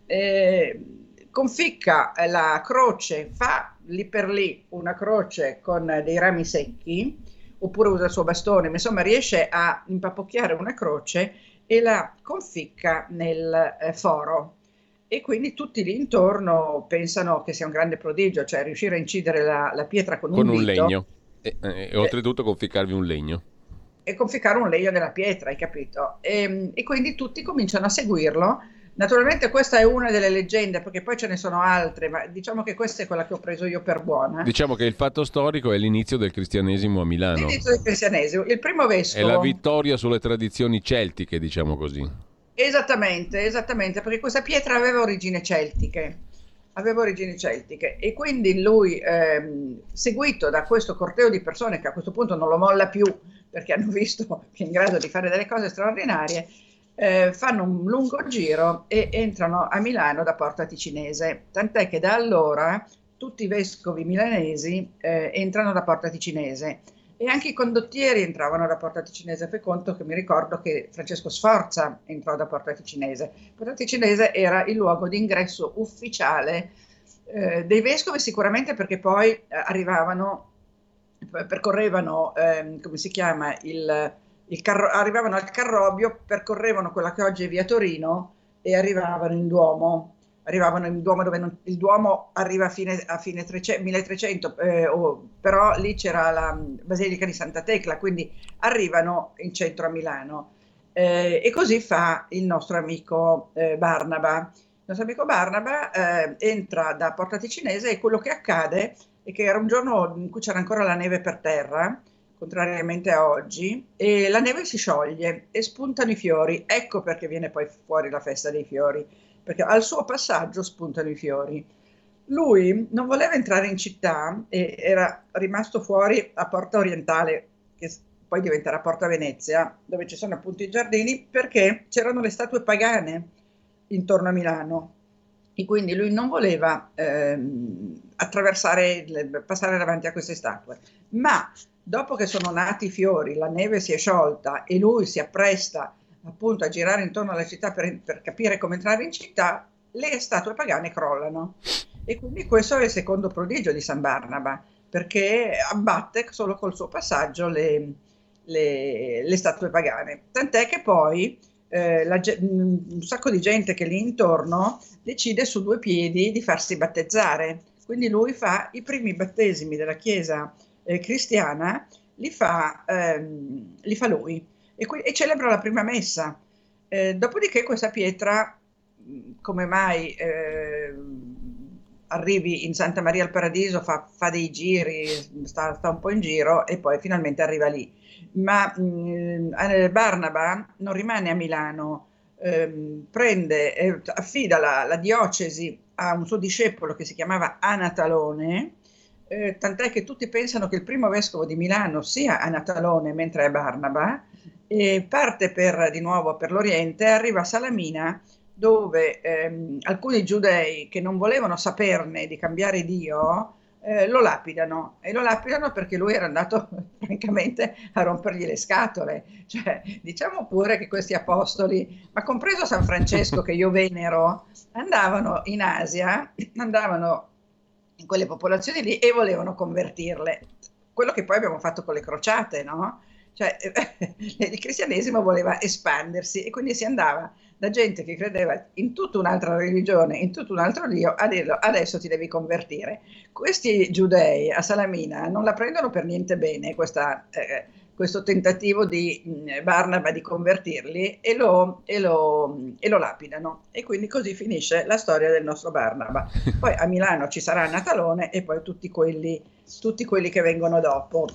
Eh, conficca eh, la croce, fa lì per lì una croce con eh, dei rami secchi, oppure usa il suo bastone, ma insomma riesce a impapocchiare una croce e la conficca nel eh, foro. E quindi tutti lì intorno pensano che sia un grande prodigio, cioè riuscire a incidere la, la pietra con, Con un un dito legno. E, e- e oltretutto conficcarvi un legno. e conficcare un legno nella pietra, hai capito? E, e quindi tutti cominciano a seguirlo. Naturalmente questa è una delle leggende, perché poi ce ne sono altre, ma diciamo che questa è quella che ho preso io per buona. Diciamo che il fatto storico è l'inizio del cristianesimo a Milano. L'inizio del cristianesimo, il primo È vescovo. la vittoria sulle tradizioni celtiche, diciamo così. Esattamente, esattamente, perché questa pietra aveva origini celtiche, aveva origini celtiche e quindi lui, ehm, seguito da questo corteo di persone che a questo punto non lo molla più perché hanno visto che è in grado di fare delle cose straordinarie, eh, fanno un lungo giro e entrano a Milano da Porta Ticinese, tant'è che da allora tutti i vescovi milanesi eh, entrano da Porta Ticinese. E anche i condottieri entravano da Porta Ticinese. Fai conto che mi ricordo che Francesco Sforza entrò da Porta Ticinese. Porta Ticinese era il luogo di ingresso ufficiale eh, dei vescovi, sicuramente perché poi eh, arrivavano, percorrevano, ehm, come si chiama, il, il carro, arrivavano al Carrobio, percorrevano quella che oggi è via Torino e arrivavano in Duomo. Arrivavano in Duomo, dove non, il Duomo arriva a fine, a fine trecento, milletrecento, eh, oh, però lì c'era la Basilica di Santa Tecla, quindi arrivano in centro a Milano. Eh, e così fa il nostro amico eh, Barnaba. Il nostro amico Barnaba eh, entra da Porta Ticinese e quello che accade è che era un giorno in cui c'era ancora la neve per terra, contrariamente a oggi, e la neve si scioglie e spuntano i fiori. Ecco perché viene poi fuori la festa dei fiori, perché al suo passaggio spuntano i fiori. lui non voleva entrare in città e era rimasto fuori a Porta Orientale, che poi diventerà Porta Venezia, dove ci sono appunto i giardini, perché c'erano le statue pagane intorno a Milano e quindi lui non voleva ehm, attraversare, passare davanti a queste statue. Ma dopo che sono nati i fiori, la neve si è sciolta e lui si appresta appunto a girare intorno alla città per, per capire come entrare in città, le statue pagane crollano. E quindi questo è il secondo prodigio di San Barnaba, perché abbatte solo col suo passaggio le, le, le statue pagane. Tant'è che poi eh, la, un sacco di gente che lì intorno decide su due piedi di farsi battezzare. Quindi lui fa i primi battesimi della Chiesa eh, cristiana, li fa, ehm, li fa lui e, qui, e celebra la prima messa. Eh, dopodiché questa pietra, come mai eh, arrivi in Santa Maria al Paradiso, fa, fa dei giri, sta, sta un po' in giro e poi finalmente arriva lì. Ma mh, Barnaba non rimane a Milano, ehm, prende, eh, affida la, la diocesi a un suo discepolo che si chiamava Anatalone, eh, tant'è che tutti pensano che il primo vescovo di Milano sia Anatalone mentre è Barnaba, e parte per, di nuovo per l'Oriente, arriva a Salamina, dove ehm, alcuni giudei che non volevano saperne di cambiare Dio eh, lo lapidano, e lo lapidano perché lui era andato francamente a rompergli le scatole. Cioè, diciamo pure che questi apostoli, ma compreso San Francesco che io venero, andavano in Asia, andavano in quelle popolazioni lì e volevano convertirle. Quello che poi abbiamo fatto con le crociate, no? Cioè, il cristianesimo voleva espandersi e quindi si andava da gente che credeva in tutta un'altra religione, in tutto un altro Dio, a dirlo adesso ti devi convertire. Questi giudei a Salamina non la prendono per niente bene questa, eh, questo tentativo di mh, Barnaba di convertirli e lo, e, lo, e lo lapidano. E quindi così finisce la storia del nostro Barnaba. Poi a Milano ci sarà Natalone e poi tutti quelli, tutti quelli che vengono dopo.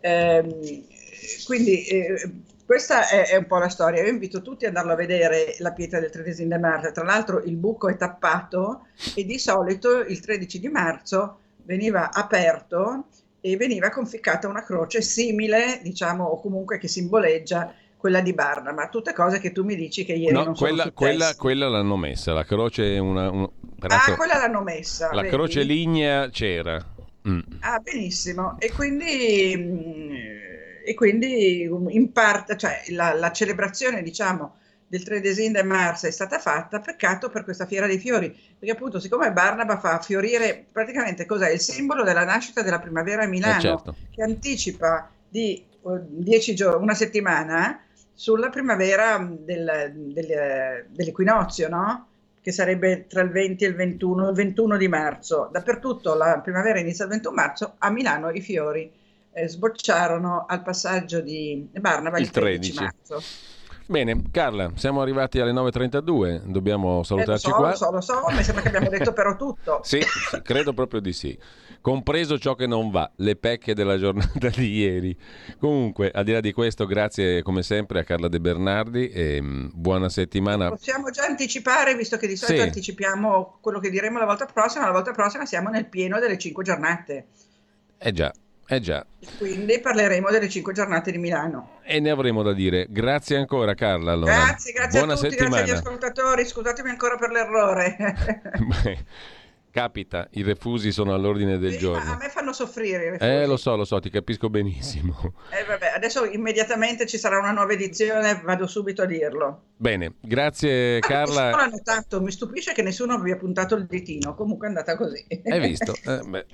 Ehm, Quindi eh, questa è, è un po' la storia. Io invito tutti ad andarlo a vedere, la pietra del tredici di marzo. Tra l'altro il buco è tappato e di solito il tredici di marzo veniva aperto e veniva conficcata una croce simile, diciamo, o comunque che simboleggia quella di Barnaba. Tutte cose che tu mi dici che ieri no, non quella, sono quella, quella l'hanno messa, la croce è una... una ah, quella l'hanno messa. La vedi? croce lignea c'era. Mm. Ah, benissimo. E quindi... Mh, E quindi in parte, cioè la, la celebrazione, diciamo, del tredici di marzo è stata fatta, peccato per questa fiera dei fiori, perché appunto siccome Barnaba fa fiorire praticamente cos'è? Il simbolo della nascita della primavera a Milano, eh certo. che anticipa di uh, dieci giorni, una settimana, sulla primavera del, del, dell'equinozio, no? Che sarebbe tra il venti e il ventuno, il ventuno di marzo. Dappertutto la primavera inizia il ventuno marzo, a Milano i fiori Eh, sbocciarono al passaggio di Barnaba il, il tredici marzo. Bene, Carla, siamo arrivati alle nove e trentadue, dobbiamo salutarci eh, lo so, qua. Lo so, lo so, mi sembra che abbiamo detto però tutto. Sì, sì, credo proprio di sì. Compreso ciò che non va, le pecche della giornata di ieri. Comunque, al di là di questo, grazie come sempre a Carla De Bernardi e mh, buona settimana. Possiamo già anticipare, visto che di solito sì. anticipiamo quello che diremo la volta prossima, la volta prossima siamo nel pieno delle cinque giornate. Eh già. Eh già. Quindi parleremo delle cinque giornate di Milano. E ne avremo da dire. Grazie ancora Carla. Allora. Grazie, grazie Buona a tutti, settimana. grazie agli ascoltatori, scusatemi ancora per l'errore. Beh, capita, i refusi sono all'ordine del sì, giorno. Ma a me fanno soffrire i refusi. Eh, lo so, lo so, ti capisco benissimo. Eh, vabbè, adesso immediatamente ci sarà una nuova edizione, vado subito a dirlo. Bene, grazie ah, Carla. Nessuno l'ha notato, mi stupisce che nessuno abbia puntato il ditino, comunque è andata così. Hai visto? Eh, beh.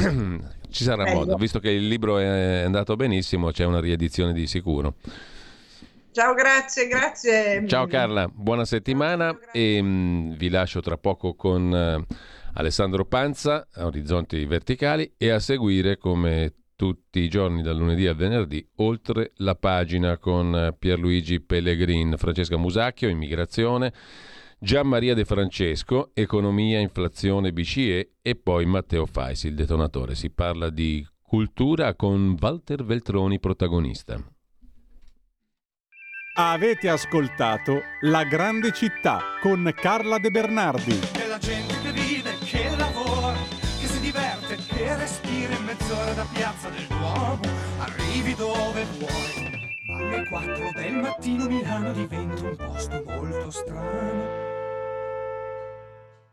Ci sarà Meglio. modo, visto che il libro è andato benissimo, c'è una riedizione di sicuro. Ciao, grazie, grazie. Ciao Carla, buona settimana. Ciao, e mh, vi lascio tra poco con uh, Alessandro Panza a Orizzonti Verticali e a seguire come tutti i giorni dal lunedì al venerdì Oltre la pagina con Pierluigi Pellegrin, Francesca Musacchio, immigrazione, Gian Maria De Francesco, economia, inflazione, B C E e poi Matteo Faisi, il detonatore. Si parla di cultura con Walter Veltroni protagonista. Avete ascoltato La grande città con Carla De Bernardi. E la gente che vive, che lavora e respiri in mezz'ora da Piazza del Duomo, arrivi dove vuoi. Ma alle quattro del mattino Milano diventa un posto molto strano.